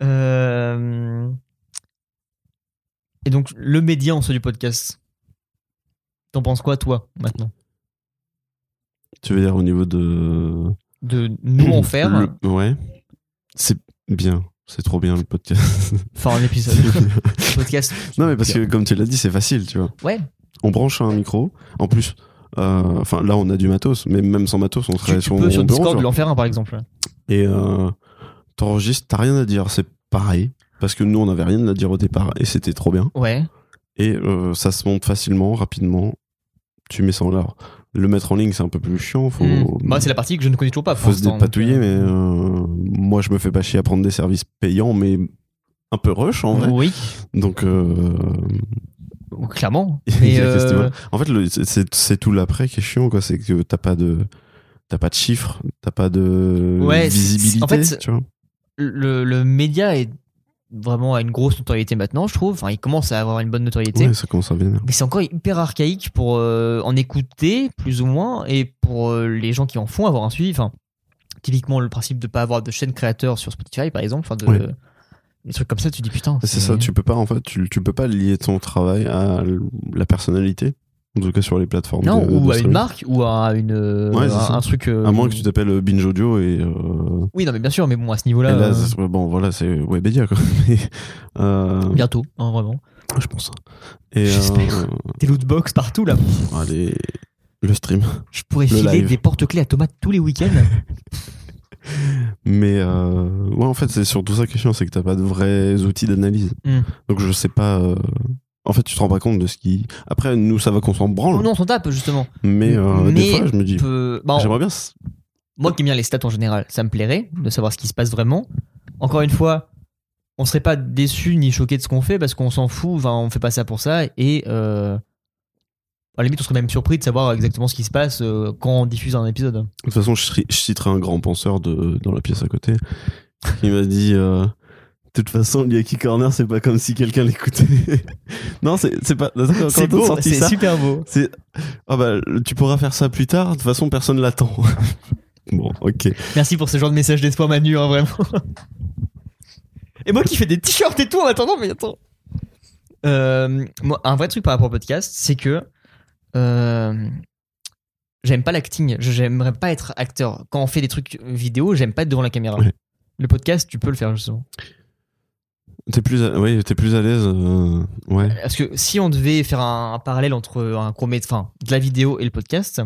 Et donc, le média en soi du podcast. T'en penses quoi, toi, maintenant? Tu veux dire au niveau de. De nous en faire, Ouais. C'est bien. C'est trop bien le podcast. enfin, un épisode. Le podcast. Non, mais parce que, comme tu l'as dit, c'est facile, tu vois. Ouais. On branche un micro. En plus, enfin, là, on a du matos, mais même sans matos, on serait Tu peux sur mon bureau, Discord tu vois. l'en faire un, par exemple. Et t'enregistres, t'as rien à dire. C'est pareil. Parce que nous, on n'avait rien à dire au départ et c'était trop bien. Ouais. Et ça se monte facilement, rapidement. Tu mets ça en l'air. Le mettre en ligne, c'est un peu plus chiant. Faut, Bah, c'est la partie que je ne connais toujours pas. pour faut se l'instant, dépatouiller, donc, mais moi, je me fais pas chier à prendre des services payants, mais un peu rush en vrai. Oui, Donc, clairement. il y Mais a festival. En fait, c'est tout l'après qui est chiant, quoi. C'est que t'as pas de chiffres, t'as pas de Ouais, visibilité, en fait, tu vois. le média est vraiment a une grosse notoriété maintenant, je trouve. Enfin, il commence à avoir une bonne notoriété. Ouais, ça commence à venir. Mais c'est encore hyper archaïque pour en écouter, plus ou moins, et pour les gens qui en font avoir un suivi. Enfin, typiquement, le principe de pas avoir de chaîne créateur sur Spotify, par exemple. Enfin, Ouais. des trucs comme ça, tu dis putain. C'est ça, tu peux pas, en fait, tu peux pas lier ton travail à la personnalité. En tout cas, sur les plateformes. Non, de ou à une streaming. marque, ou à Ouais, c'est ça. un truc. À moins que tu t'appelles Binge Audio et. Oui, non, mais bien sûr, mais bon, à ce niveau-là. et là, bon, voilà, c'est Webedia, quoi. Mais, Bientôt, hein, vraiment. je pense. Et. J'espère. Des lootbox partout, là. Allez, le stream. Je pourrais Le filer live. des porte-clés à tomates tous les week-ends. Mais ouais, en fait, c'est surtout ça qui est chiant, c'est que t'as pas de vrais outils d'analyse. Mm. Donc je sais pas. En fait, tu te rends pas compte de ce qui. Après, nous, ça va qu'on s'en branle. Non, on s'en tape, justement. Mais Mais des fois, je me dis, Bah, j'aimerais bien. moi qui aime bien les stats en général, ça me plairait de savoir ce qui se passe vraiment. Encore une fois, on serait pas déçu ni choqué de ce qu'on fait parce qu'on s'en fout, enfin, on fait pas ça pour ça et à la limite on serait même surpris de savoir exactement ce qui se passe quand on diffuse un épisode. De toute façon, je citerai un grand penseur dans la pièce à côté qui m'a dit de toute façon, l'Yaki Corner, c'est pas comme si quelqu'un l'écoutait. Non, c'est pas. Quand C'est t'as beau, sorti c'est ça, super beau. c'est. Ah bah, tu pourras faire ça plus tard. De toute façon, personne l'attend. Bon, ok. Merci pour ce genre de message d'espoir, Manu, hein, vraiment. Et moi qui fais des t-shirts et tout en attendant, mais attends. Moi, un vrai truc par rapport au podcast, c'est que j'aime pas l'acting. J'aimerais pas être acteur. Quand on fait des trucs vidéo, j'aime pas être devant la caméra. Ouais. Le podcast, tu peux le faire justement. T'es plus à l'aise. Ouais. Parce que si on devait faire un parallèle entre un enfin, de la vidéo et le podcast,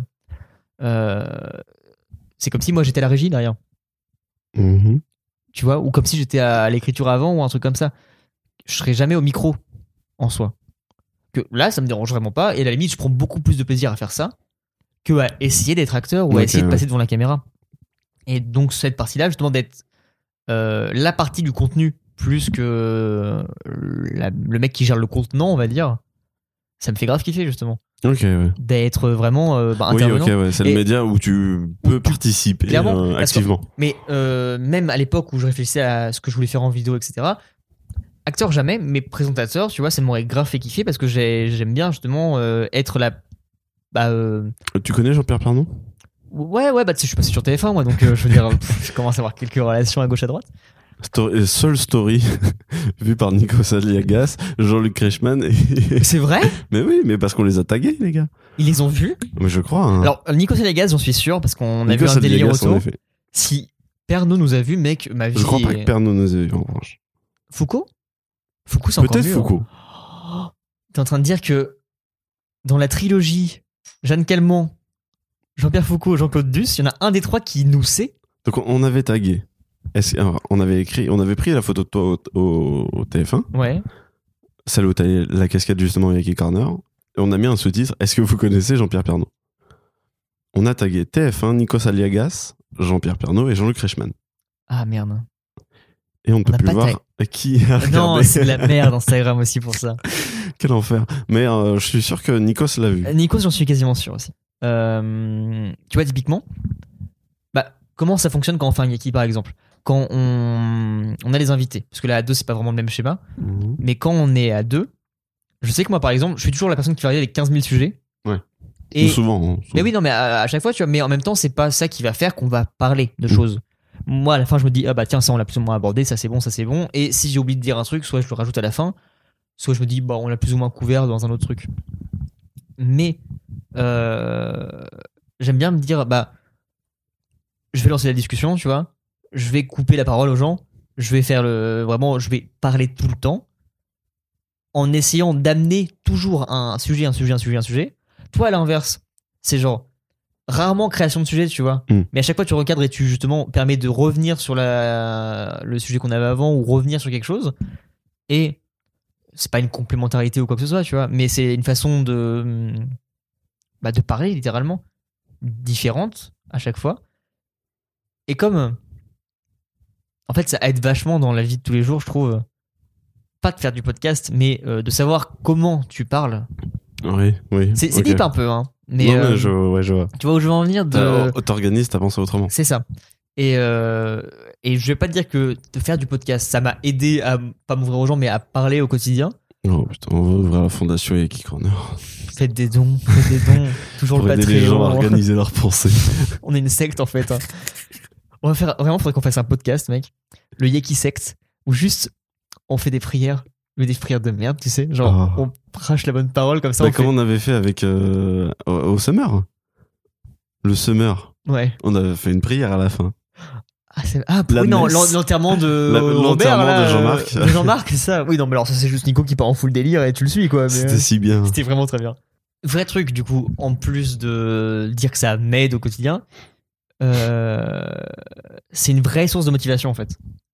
c'est comme si moi j'étais à la régie derrière. Mhm. Tu vois, ou comme si j'étais à l'écriture avant ou un truc comme ça. Je serais jamais au micro en soi. Que là, ça me dérange vraiment pas. Et à la limite, je prends beaucoup plus de plaisir à faire ça que à essayer d'être acteur ou à Ok, essayer de ouais. passer devant la caméra. Et donc, cette partie-là, justement, d'être la partie du contenu plus que le mec qui gère le contenant, on va dire, ça me fait grave kiffer, justement. Ok, ouais. D'être vraiment Oui, intervenant. ok, ouais. C'est le Et- média où tu peux participer Clairement, parce que- activement. Mais même à l'époque où je réfléchissais à ce que je voulais faire en vidéo, etc., acteur jamais, mais présentateur, tu vois, ça m'aurait grave fait kiffer parce que j'aime bien justement être la. Tu connais Jean-Pierre Pernaut? Ouais, bah tu sais, je suis passé sur TF1, moi, donc je veux dire, je commence à avoir quelques relations à gauche à droite. Seule story vue par Nico Saliagas, Jean-Luc Kreischmann et... C'est vrai? Mais oui, mais parce qu'on les a tagués, les gars. Ils les ont vus? Mais je crois. Hein. Alors, Nico Saliagas, j'en suis sûr, parce qu'on a Nico vu un délire Saliagas, en autour. effet. Si Pernod nous a vus, mec, ma vie. Je crois pas que Pernaut nous ait vu, en revanche. Foucault, c'est encore Peut-être mieux, Foucault. Oh, t'es en train de dire que dans la trilogie Jeanne Calment, Jean-Pierre Foucault, Jean-Claude Duss, il y en a un des trois qui nous sait. Donc on avait tagué. On avait pris la photo de toi au TF1, Ouais. celle où t'as la casquette justement avec Yaki Corner, et on a mis un sous-titre. Est-ce que vous connaissez Jean-Pierre Pernaut? On a tagué TF1, Nico Saliagas, Jean-Pierre Pernaut et Jean-Luc Kreischmann. Ah merde. Et on ne peut n'a plus pas voir qui a regardé. Non, c'est de la merde Instagram aussi pour ça. Quel enfer. Mais je suis sûr que Nikos l'a vu. Nikos, j'en suis quasiment sûr aussi. Tu vois, typiquement, comment ça fonctionne quand on fait un Yaki par exemple? Quand on a les invités, parce que là à deux c'est pas vraiment le même schéma, Mhm. mais quand on est à deux, je sais que moi par exemple, je suis toujours la personne qui va arriver avec 15 000 sujets. Ouais. Et Souvent. Hein, mais oui, non, mais à chaque fois, tu vois, mais en même temps, c'est pas ça qui va faire qu'on va parler de Mm. choses. Moi, à la fin, je me dis, ah bah tiens, ça on l'a plus ou moins abordé, ça c'est bon, ça c'est bon. Et si j'ai oublié de dire un truc, soit je le rajoute à la fin, soit je me dis, bah on l'a plus ou moins couvert dans un autre truc. Mais j'aime bien me dire, je vais lancer la discussion, tu vois, je vais couper la parole aux gens, je vais faire vraiment, je vais parler tout le temps en essayant d'amener toujours un sujet. Toi, à l'inverse, c'est genre rarement création de sujet, tu vois. Mm. Mais à chaque fois, tu recadres et tu justement permets de revenir sur le sujet qu'on avait avant ou revenir sur quelque chose. Et c'est pas une complémentarité ou quoi que ce soit, tu vois. Mais c'est une façon de parler littéralement différente à chaque fois. Et comme en fait, ça aide vachement dans la vie de tous les jours, je trouve. Pas de faire du podcast, mais de savoir comment tu parles. Oui. C'est Ok. bip un peu, hein. Mais, Non, mais je vois. tu vois où je veux en venir T'organises, t'as pensé autrement. C'est ça. Et Et je vais pas te dire que de faire du podcast, ça m'a aidé à pas m'ouvrir aux gens, mais à parler au quotidien. Oh putain, on va ouvrir la fondation Yaki Corner. Faites des dons. Toujours Pour le aider les gens à Patreon. organiser leurs pensées. On est une secte en fait. Hein. On va faire vraiment, faudrait qu'on fasse un podcast, mec. Le Yaki Secte, où juste on fait des prières, mais des prières de merde, tu sais. Genre, Oh. on prêche la bonne parole comme ça. Bah, on comme fait- on avait fait avec au Summer. Le Summer. Ouais. On avait fait une prière à la fin. La Oui, non, messe. l'enterrement de L'enterrement Robert, là, de Jean-Marc. de Jean-Marc, c'est ça. Oui, non, mais alors ça, c'est juste Nico qui part en full délire et tu le suis, quoi. Mais, C'était si bien. c'était vraiment très bien. Vrai truc, du coup, en plus de dire que ça m'aide au quotidien, c'est une vraie source de motivation, en fait.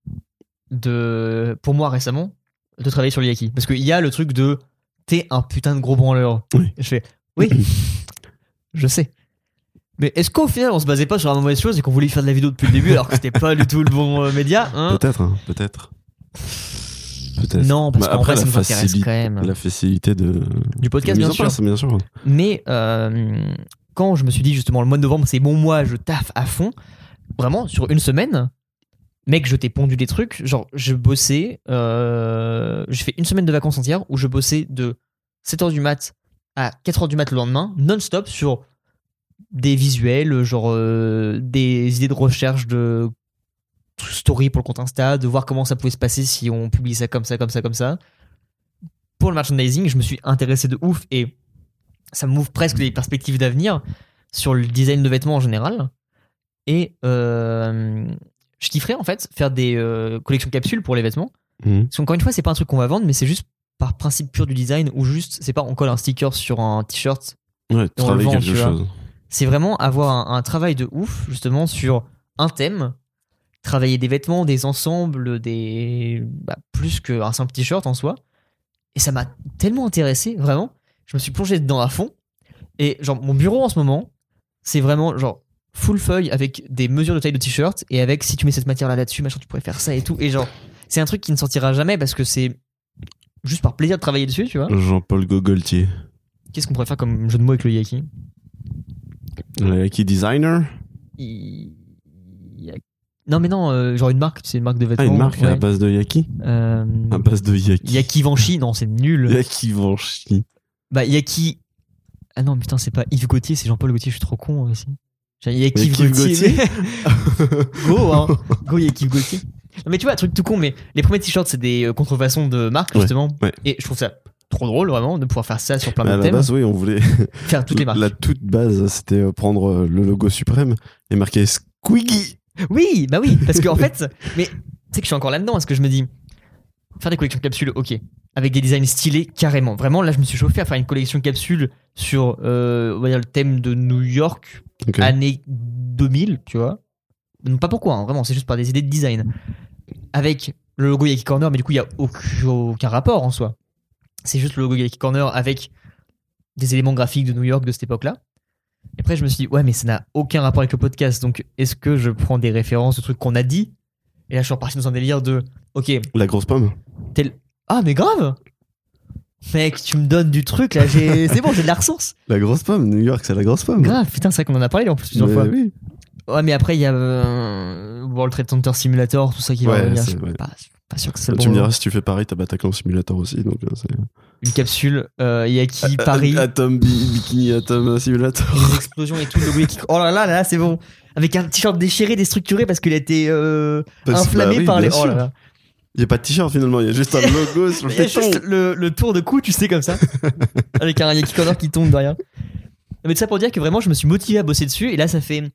Pour moi, récemment, de travailler sur le Yaki. Parce qu'il y a le truc de t'es un putain de gros branleur. Oui. Je fais oui, je sais. Mais est-ce qu'au final, on se basait pas sur la mauvaise chose et qu'on voulait faire de la vidéo depuis le début alors que c'était pas du tout le bon média, hein? Peut-être, hein, peut-être. Peut-être. Non, parce Bah, qu'en après, vrai, ça la nous intéresse facilité- quand même. La facilité de. Du podcast, de mise bien en sûr. place, bien sûr. Mais quand je me suis dit justement le mois de novembre, c'est bon mois, je taffe à fond, vraiment sur une semaine, mec, je t'ai pondu des trucs. Genre, je bossais, j'ai fait une semaine de vacances entières où je bossais de 7h du mat à 4h du mat le lendemain, non-stop sur des visuels, genre des idées de recherche de story pour le compte Insta, de voir comment ça pouvait se passer si on publie ça comme ça, comme ça, comme ça. Pour le merchandising, je me suis intéressé de ouf et ça m'ouvre presque des perspectives d'avenir sur le design de vêtements en général. Et je kifferais en fait faire des collections capsules pour les vêtements. Mhm. Parce qu'encore une fois, c'est pas un truc qu'on va vendre, mais c'est juste par principe pur du design ou juste, c'est pas on colle un sticker sur un t-shirt. Ouais, on le travailler vend, quelque tu vois. chose. C'est vraiment avoir un travail de ouf justement sur un thème, travailler des vêtements, des ensembles, plus qu'un simple t-shirt en soi. Et ça m'a tellement intéressé, vraiment. Je me suis plongé dedans à fond. Et genre, mon bureau en ce moment, c'est vraiment genre full feuille avec des mesures de taille de t-shirt et avec si tu mets cette matière là-dessus, machin, tu pourrais faire ça et tout. Et genre, c'est un truc qui ne sortira jamais parce que c'est juste par plaisir de travailler dessus, tu vois. Jean-Paul Gogoltier. Qu'est-ce qu'on pourrait faire comme jeu de mots avec le Yaki? Le Yaki Designer. Non, mais non, genre une marque, c'est une marque de Ah, vêtements. une marque à ouais. base de Yaki. À base de Yaki. Yaki Vanchi, non, c'est nul. Yaki Vanchi. Bah, Yaki. Ah non, putain, c'est pas Yves Gauthier, c'est Jean-Paul Gauthier, je suis trop con aussi. Yaki Yves Gauthier. Go, hein. Go, Yaki Gauthier. Non, mais tu vois, un truc tout con, mais les premiers t-shirts, c'est des contrefaçons de marques, Ouais, justement. ouais. Et je trouve ça trop drôle, vraiment, de pouvoir faire ça sur plein Mais à de la thèmes. base, oui, on voulait. Faire toutes les marques. La toute base, c'était prendre le logo suprême et marquer Squiggy. Oui, bah oui, parce qu'en fait, mais tu sais que je suis encore là-dedans, parce que je me dis, faire des collections capsules, ok, avec des designs stylés, carrément. Vraiment, là, je me suis chauffé à faire une collection capsule sur, on va dire, le thème de New York, Ok. année 2000, tu vois. Donc, pas pourquoi, hein, vraiment, c'est juste par des idées de design. Avec le logo Yaki Corner, mais du coup, il n'y a aucun rapport en soi. C'est juste le logo Yaki Corner avec des éléments graphiques de New York de cette époque-là. Et après, je me suis dit, ouais, mais ça n'a aucun rapport avec le podcast. Donc, est-ce que je prends des références de trucs qu'on a dit? Et là, je suis reparti dans un délire de, ok, La grosse pomme. ah, mais grave! Mec, tu me donnes du truc là, c'est bon, j'ai de la ressource. La grosse pomme. New York, c'est la grosse pomme. Grave, putain, c'est vrai qu'on en a parlé en plus plusieurs Mais fois. oui. Ouais, mais après, il y a World Trade Center Simulator, tout ça qui va Ouais, revenir. c'est- Je suis ouais. pas sûr que c'est le Tu bon me moment. diras si tu fais pareil, t'as Bataclan Simulator aussi. Donc, c'est... Une capsule, Yaki, Paris, Atom Bikini Atom Simulator. des explosions et tout, le logo Yaki. Oh là là, là, c'est bon. Avec un t-shirt déchiré, déstructuré parce qu'il a été inflammé par les. Oh là là. Il n'y a pas de t-shirt finalement, il y a juste un logo sur le Il y a téton. juste le tour de cou, tu sais, comme ça. Avec un Yaki Corner qui tombe derrière. Mais tout ça pour dire que vraiment, je me suis motivé à bosser dessus. Et là, ça fait.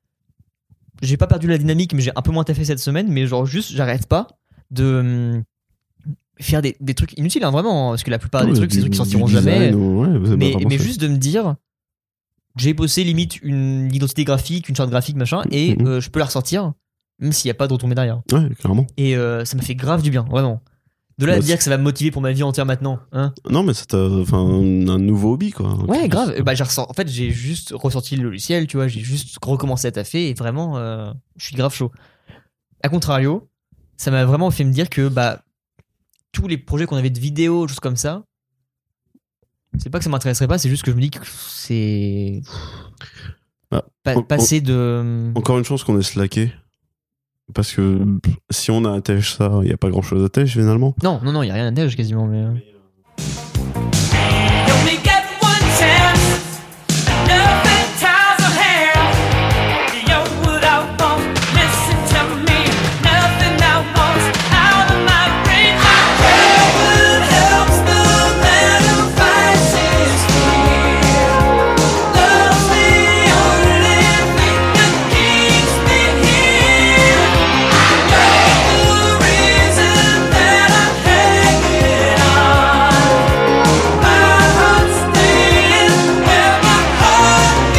J'ai pas perdu la dynamique, mais j'ai un peu moins taffé cette semaine. Mais genre, juste, j'arrête pas de faire des trucs inutiles, hein, vraiment. Parce que la plupart des Ouais, trucs, c'est des trucs qui du sortiront design jamais. ou- ouais, c'est Mais, pas vraiment mais ça. juste de me dire. J'ai bossé limite une identité graphique, une charte graphique, machin. Et Mhm. je peux la ressortir, même s'il n'y a pas de retombée derrière. Ouais, clairement. Et ça m'a fait grave du bien, vraiment. De là à Bah, dire que ça va me motiver pour ma vie entière maintenant, hein. Non, mais c'est un nouveau hobby quoi. Ouais, grave. Bah, en fait, j'ai juste ressorti le logiciel, tu vois, j'ai juste recommencé à taffer et vraiment, je suis grave chaud. A contrario, ça m'a vraiment fait me dire que bah, tous les projets qu'on avait de vidéos, choses comme ça, c'est pas que ça m'intéresserait pas, c'est juste que je me dis que c'est. Bah, Passer de. Encore une chance qu'on est slacké. Parce que si on attèche ça, il n'y a pas grand chose à tèche finalement. Non, il y a rien à neige quasiment. Mais... You only get one chance. Nothing ties a hand. You're what I want. Listen to me. Nothing I want out of my reach. What helps the man who fights his fear. Love's the only thing that keeps me here. You're the reason that I'm hanging on. My heart's staying where my heart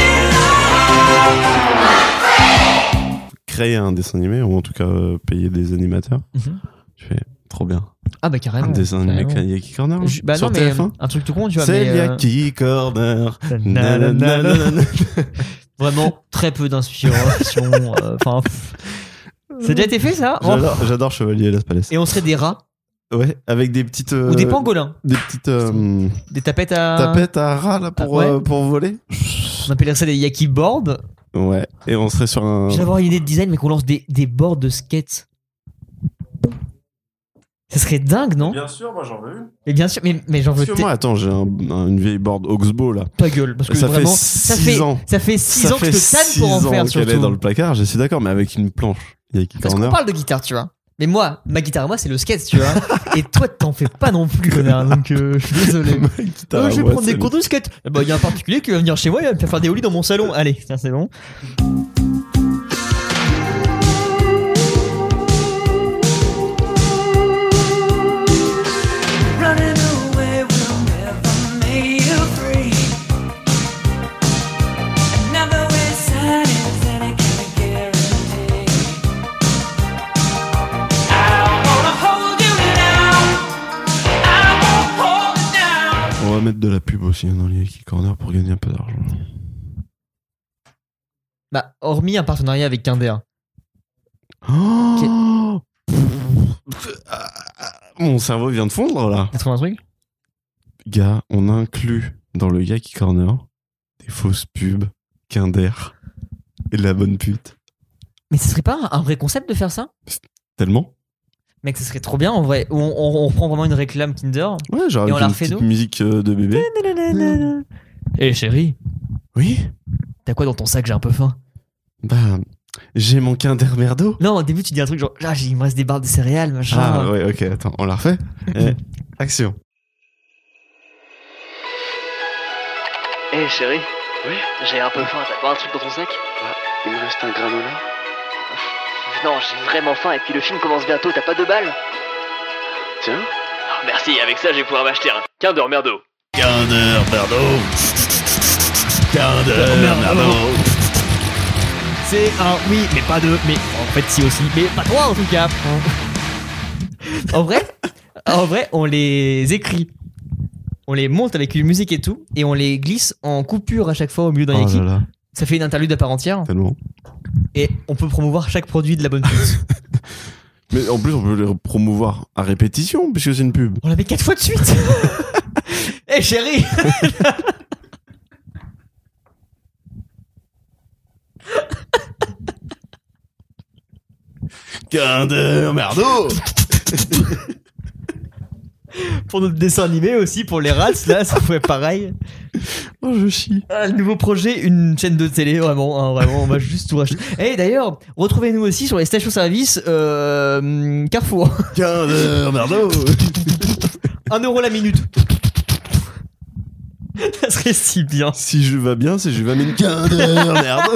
belongs. Créer un dessin animé, ou en tout cas payer des animateurs. Je fais trop bien. Ah bah carrément. Un dessin animé carrément. Yaki Corner Bah sur non, mais TF1. un truc tout con, tu vois. C'est mais, Yaki Corner. Nanana. Vraiment très peu d'inspiration. Enfin, c'est déjà été fait ça. Oh. J'adore Chevalier Las Palais. Et on serait des rats Ouais, avec des petites. ou des pangolins, Des petites des tapettes à. tapettes à rats là pour, Ah, ouais. pour voler. On appellerait ça des yaki boards. Ouais, et on serait sur un. J'ai d'avoir une idée de design, mais qu'on lance des boards de skate. Ça serait dingue, non? Bien sûr, moi j'en veux une. Mais bien sûr, mais j'en veux Parce que moi, attends, j'ai une vieille board Oxbow là. ta gueule. Parce que Ça fait vraiment, 6 ans. Ça fait 6 ans que je te tanne 6 pour en faire, ans qu'elle est surtout. dans le placard, je suis d'accord, mais avec une planche. Yaki Parce qu'on Corner. parle de guitare, tu vois. Mais moi, ma guitare, moi, c'est le skate, tu vois. Et toi, t'en fais pas non plus, connard. Donc, je suis désolé. Guitare, Je vais ouais, prendre des c'est cours de skate. Bah, il y a un particulier qui va venir chez moi, il va me faire des ollies dans mon salon. Allez, ça, c'est bon. Running away will never make you free. Another way side is any kind of guarantee. I wanna hold you now. I won't hold it down. On va mettre de la pub aussi dans les Yaki Corner pour gagner un peu d'argent. Bah, hormis un partenariat avec Kinder. Oh Mon cerveau vient de fondre là. T'as trouvé un truc? Gars, on inclut dans le Yaki Corner des fausses pubs, Kinder et de la bonne pute. Mais ce serait pas un vrai concept de faire ça? Tellement. Mec, ce serait trop bien en vrai. Où on reprend vraiment une réclame Kinder. Ouais, genre Et on avec la une refait, petite nous musique de bébé. Eh chérie, Oui. t'as quoi dans ton sac? J'ai un peu faim. Bah, j'ai mon Kinder merdo. Non, au début, tu dis un truc genre, ah, il me reste des barres de céréales, machin. Ah ouais, ok, attends, on la refait. Action. Eh chérie, oui, j'ai un peu faim. T'as pas un truc dans ton sac? Il me reste un granola. Non, j'ai vraiment faim et puis le film commence bientôt. T'as pas 2 balles? Tiens. Oh, merci, avec ça, je vais pouvoir m'acheter un Kinder Merdo. Kinder merdo. C'est un oui, mais pas 2. Mais en fait, si aussi. Mais pas 3 en tout cas. en vrai, on les écrit. On les monte avec une musique et tout. Et on les glisse en coupure à chaque fois au milieu d'un Oh Yaki. là là, Ça fait une interlude à part entière. tellement. Et on peut promouvoir chaque produit de la bonne pute. Mais en plus, on peut les promouvoir à répétition, puisque c'est une pub. On l'avait 4 fois de suite. Eh chérie. Kinder merdo. Pour notre dessin animé aussi, pour les rats, là, ça ferait pareil. Oh, je chie. Ah, le nouveau projet, une chaîne de télé, vraiment, hein, vraiment, on va juste tout racheter. Et d'ailleurs, retrouvez-nous aussi sur les stations-service Carrefour. Kinder merdo. 1€ la minute. Ça serait si bien. Si je vais bien, c'est je vais mettre Kinder merdo.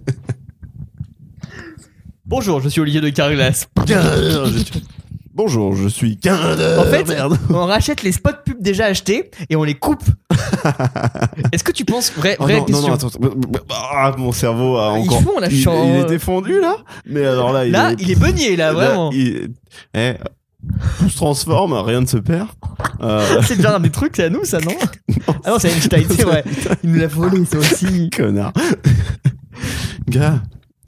Bonjour, je suis Olivier de Carglass. Bonjour, je suis Kinder En fait, merdo. on rachète les spots pubs déjà achetés et on les coupe. Est-ce que tu penses, vraie Oh question. non, attends. Ah, mon cerveau a Ils encore. font la chance. Il était fondu là. Mais alors là, Il est beugné là, vraiment. Tout se transforme, rien ne se perd. C'est déjà un des trucs, c'est à nous ça, non? Ah non, c'est Einstein, c'est vrai. Il nous l'a volé, c'est aussi. Connard. Gars.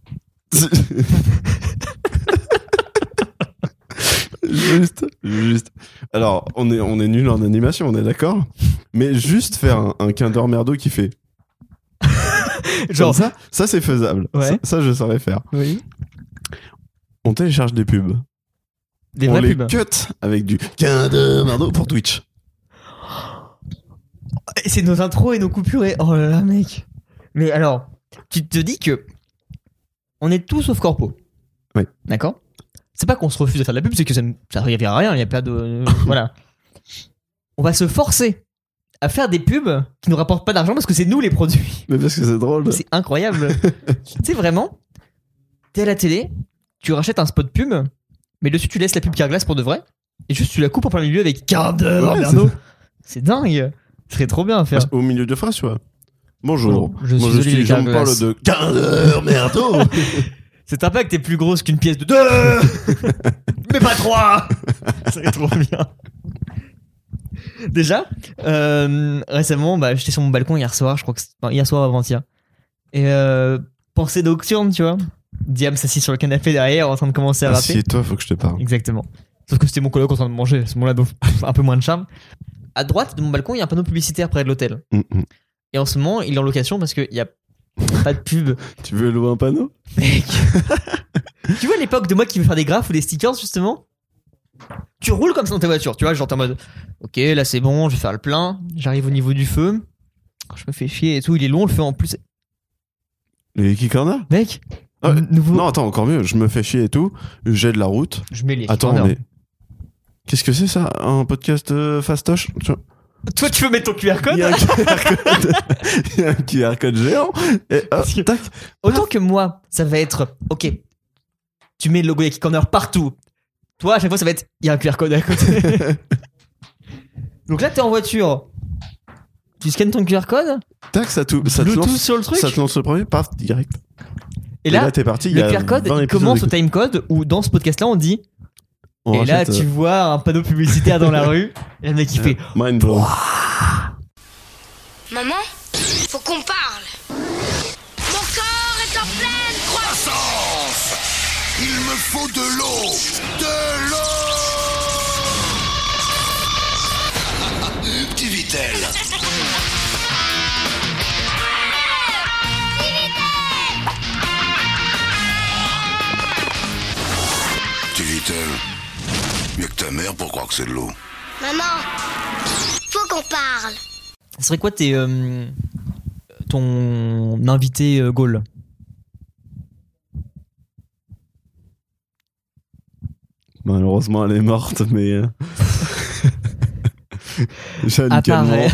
Juste. Alors, on est nul en animation, on est d'accord. Mais juste faire un Kinder merdo qui fait. Genre Comme ça c'est faisable. Ouais. Ça, je saurais faire. Oui. on télécharge des pubs. Des on vraies les pubs. cut avec du Kinder Bueno pour Twitch. Et c'est nos intros et nos coupures et oh là là mec. Mais alors, tu te dis que on est tous sauf corpo. Oui. D'accord. C'est pas qu'on se refuse de faire de la pub, c'est que ça y avait rien, il y a pas de voilà. On va se forcer à faire des pubs qui nous rapportent pas d'argent parce que c'est nous les produits. Mais parce que c'est drôle. C'est incroyable. Tu sais vraiment, t'es à la télé, tu rachètes un spot pub, mais dessus tu laisses la pub Carglass pour de vrai et juste tu la coupes en plein milieu avec Kinder Ouais, Bueno. C'est dingue. Ce serait trop bien à faire. Au milieu de phrase, tu vois. Bonjour. Je Moi, suis Olivier je me parle Carglass. de Kinder Bueno. Cet impact est plus grosse qu'une pièce de 2 mais pas 3. Ça serait trop bien. Déjà, récemment, j'étais sur mon balcon hier soir, je crois que c'était hier soir avant-hier. Et pensée nocturne, tu vois. Diam s'assit sur le canapé derrière en train de commencer à rapper. Assieds-toi, faut que je te parle. Exactement. Sauf que c'était mon coloc en train de manger à ce moment-là, donc un peu moins de charme. À droite de mon balcon, il y a un panneau publicitaire près de l'hôtel. Et en ce moment, il est en location parce qu'il y a pas de pub. Tu veux louer un panneau? Mec. Tu vois l'époque de moi qui veut faire des graphes ou des stickers justement? Tu roules comme ça dans ta voiture, tu vois, genre t'es en mode ok, là c'est bon, je vais faire le plein, j'arrive au niveau du feu, je me fais chier et tout, il est long le feu en plus. Les Key Corner? Mec, Ah ouais. nouveau. Non, attends, encore mieux. Je me fais chier et tout. J'aide la route. Je mets les Attends, corners. mais. Qu'est-ce que c'est ça? Un podcast fastoche? Toi tu veux mettre ton QR code? Il y a un QR code. Il y a un QR code géant. Et Parce que- tac. Autant que moi, ça va être ok, tu mets le logo Yaki Corner partout. Toi, à chaque fois, ça va être il y a un QR code à côté. Donc là, t'es en voiture. Tu scannes ton QR code, Tac, ça te Bluetooth lance. sur le truc. Ça te lance le premier, paf, direct. Et là, t'es parti. le QR code il commence au timecode où dans ce podcast-là, on dit. Et là, tu vois un panneau publicitaire dans la rue. Et là, le mec, il fait. Mind blown. Maman, faut qu'on parle. Mon corps est en pleine croissance. Il me faut de l'eau. De l'eau. Petit Vitel. Petit Vitel. Mieux que ta mère pour croire que c'est de l'eau. Maman, faut qu'on parle. Ce serait quoi ton invité Gaulle? Malheureusement, elle est morte, mais. Jeanne À part, Calment.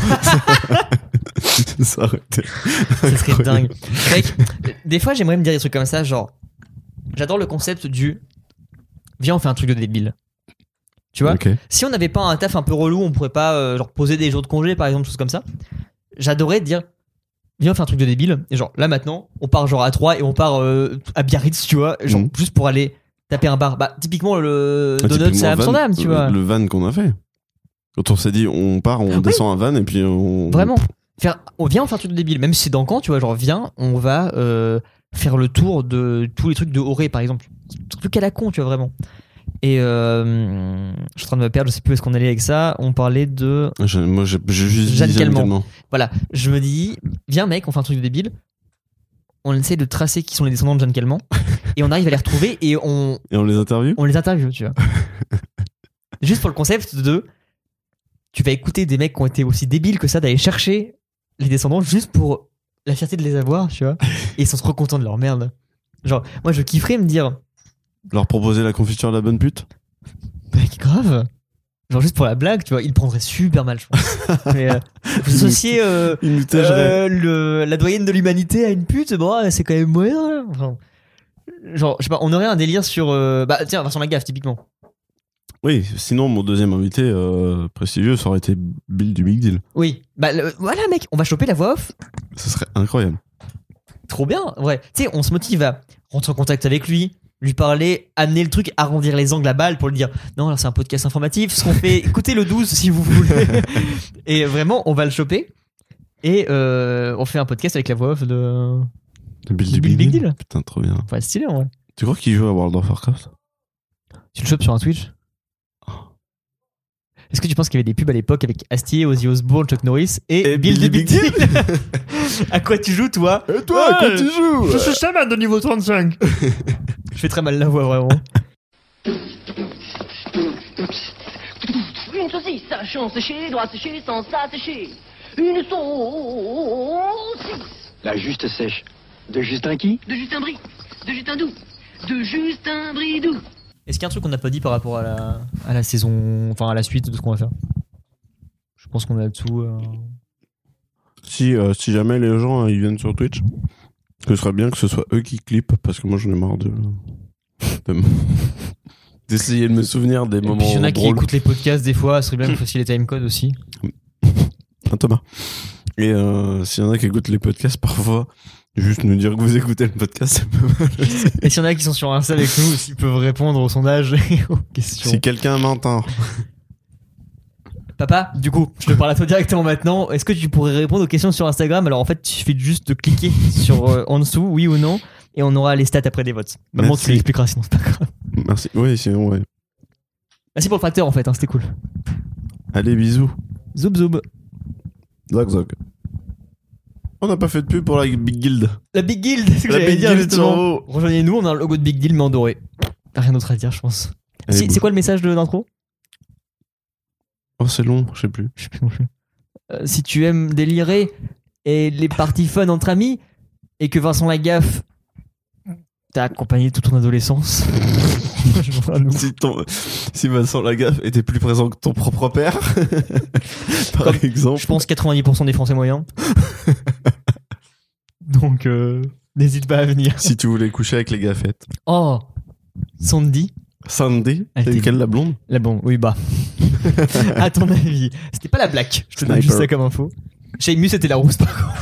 Ça aurait été. Ce serait dingue. Mec, des fois, j'aimerais me dire des trucs comme ça, genre. J'adore le concept du. Viens, on fait un truc de débile. Tu vois, Ok. si on n'avait pas un taf un peu relou, on pourrait pas genre poser des jours de congé, par exemple, choses comme ça. J'adorais dire. Viens, on fait un truc de débile. Et genre, là maintenant, on part genre à 3 et on part à Biarritz, tu vois, genre juste pour aller taper un bar. Bah, typiquement, le Ah, Donuts typiquement, à Amsterdam, van, tu vois. Le van qu'on a fait. Quand on s'est dit, on part, on descend un van et puis on. Vraiment. On vient, on fait un truc de débile. Même si c'est dans Caen, tu vois, genre, viens, on va faire le tour de tous les trucs de Auré, par exemple. Un truc à la con, tu vois, vraiment. Et je suis en train de me perdre, je sais plus où est-ce qu'on allait avec ça. On parlait de. Moi, j'ai juste dit Jeanne Jeanne Calment. Calment. Voilà, je me dis, viens mec, on fait un truc de débile. On essaie de tracer qui sont les descendants de Jeanne Calment. Et on arrive à les retrouver et on Et on les interviewe. les interviewe, tu vois. Juste pour le concept de. Tu vas écouter des mecs qui ont été aussi débiles que ça, d'aller chercher les descendants juste pour la fierté de les avoir, tu vois. Et ils sont trop contents de leur merde. Genre, moi je kifferais me dire, Leur proposer la confiture de la bonne pute. mec, grave. Genre juste pour la blague, tu vois, ils le prendraient super mal, je pense. Mais vous associez Ils nous tâcheraient. la doyenne de l'humanité à une pute, bon, c'est quand même moyen. Hein. Enfin, genre, je sais pas, on aurait un délire sur. Bah, tiens, Vincent Lagaffe, typiquement. Oui, sinon, mon deuxième invité prestigieux, ça aurait été Bill du Big Deal. Oui, bah voilà, mec, on va choper la voix off. Ce serait incroyable. Trop bien, ouais. Tu sais, on se motive à rentrer en contact avec lui, lui parler, amener le truc, arrondir les angles à balle pour lui dire non, alors c'est un podcast informatif, ce qu'on fait, écoutez le 12 si vous voulez. Et vraiment, on va le choper. Et on fait un podcast avec la voix off de. Bill du Big Deal. Putain, trop bien. Enfin, stylé, en vrai. Tu crois qu'il joue à World of Warcraft? Tu le chopes sur un Twitch? Est-ce que tu penses qu'il y avait des pubs à l'époque avec Astier, Ozzy Osbourne, Chuck Norris et Bill the Big Deal? À quoi tu joues, toi? Et toi, à quoi tu joues? Je suis chaman de niveau 35. Je fais très mal la voix, vraiment. Oui, sachant sécher, doit sécher sans s'assécher. Une saucisse. La juste sèche. De Justin qui? De Justin Brie. De Justin Doux. De Justin Bridou. Est-ce qu'il y a un truc qu'on n'a pas dit par rapport à la saison, enfin à la suite de ce qu'on va faire? Je pense qu'on a tout. Si jamais les gens ils viennent sur Twitch, ce serait bien que ce soit eux qui clippent, parce que moi j'en ai marre d'essayer de me souvenir des Et moments puis il y en a qui drôles. écoutent les podcasts des fois, ce serait bien que vous fassiez les timecodes aussi. Ah, Thomas. Et s'il y en a qui écoutent les podcasts, parfois, juste nous dire que vous écoutez le podcast, c'est pas mal. Et s'il y en a qui sont sur Insta avec nous, aussi peuvent répondre au sondage et aux questions. Si quelqu'un m'entend. Papa, du coup, je te parle à toi directement maintenant. Est-ce que tu pourrais répondre aux questions sur Instagram? Alors en fait, il suffit juste de cliquer sur en dessous, oui ou non, et on aura les stats après des votes. Maman, Merci. tu l'expliqueras sinon c'est pas grave. Merci. Oui, sinon, ouais. Merci pour le facteur en fait, hein, c'était cool. Allez, bisous. Zoub zoub. Zog zog. On n'a pas fait de pub pour la Big Guild. La Big Guild, c'est ce que La j'allais Big dire Guild justement. sur haut. Rejoignez-nous, on a un logo de Big Guild mais en doré. Rien d'autre à dire, je pense. Elle est C'est beau. quoi le message d'intro? Oh, c'est long, je sais plus. Je sais plus non plus. Si tu aimes délirer et les parties fun entre amis et que Vincent Lagaffe t'a accompagné toute ton adolescence. Je vois, nous. Si Vincent Lagaffe était plus présent que ton propre père, par Comme- exemple. Je pense 90% des Français moyens. Donc, n'hésite pas à venir. Si tu voulais coucher avec les gaffettes. Oh, Sandy. Sandy, Elle c'est était- lequel, la blonde? La bon, oui, bah. À ton avis, c'était pas la black. Je te donne Sniper. juste ça comme info. Sheamus, c'était la rousse, par contre.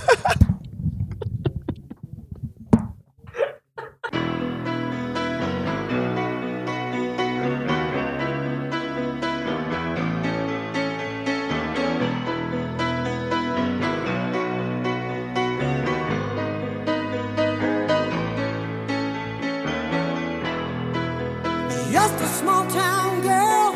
Just a small town girl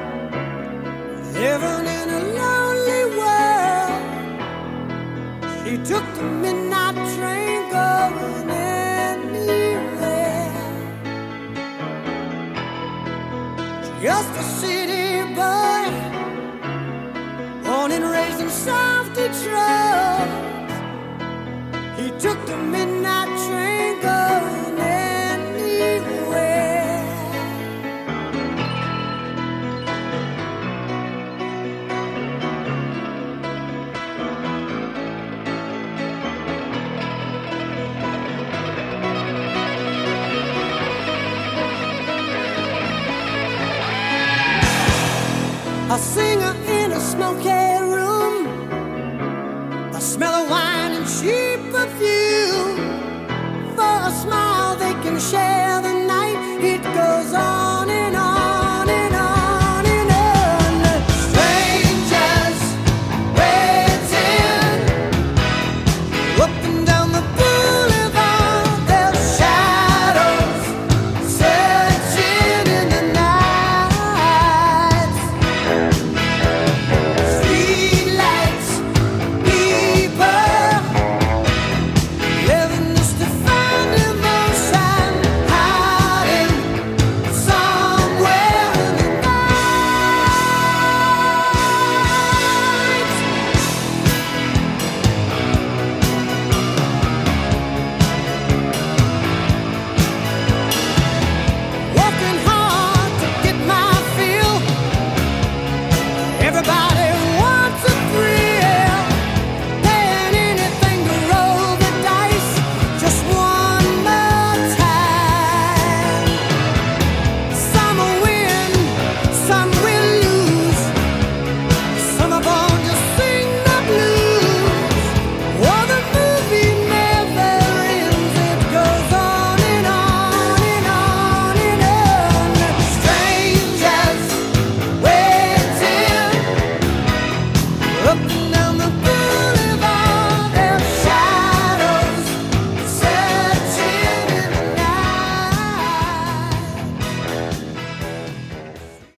living in a lonely world. She took the midnight train going anywhere. Just a city boy, born and raised in South Detroit. He took the midnight train going anywhere. A singer in a smoky room, the smell of wine and cheap perfume. For a smile they can share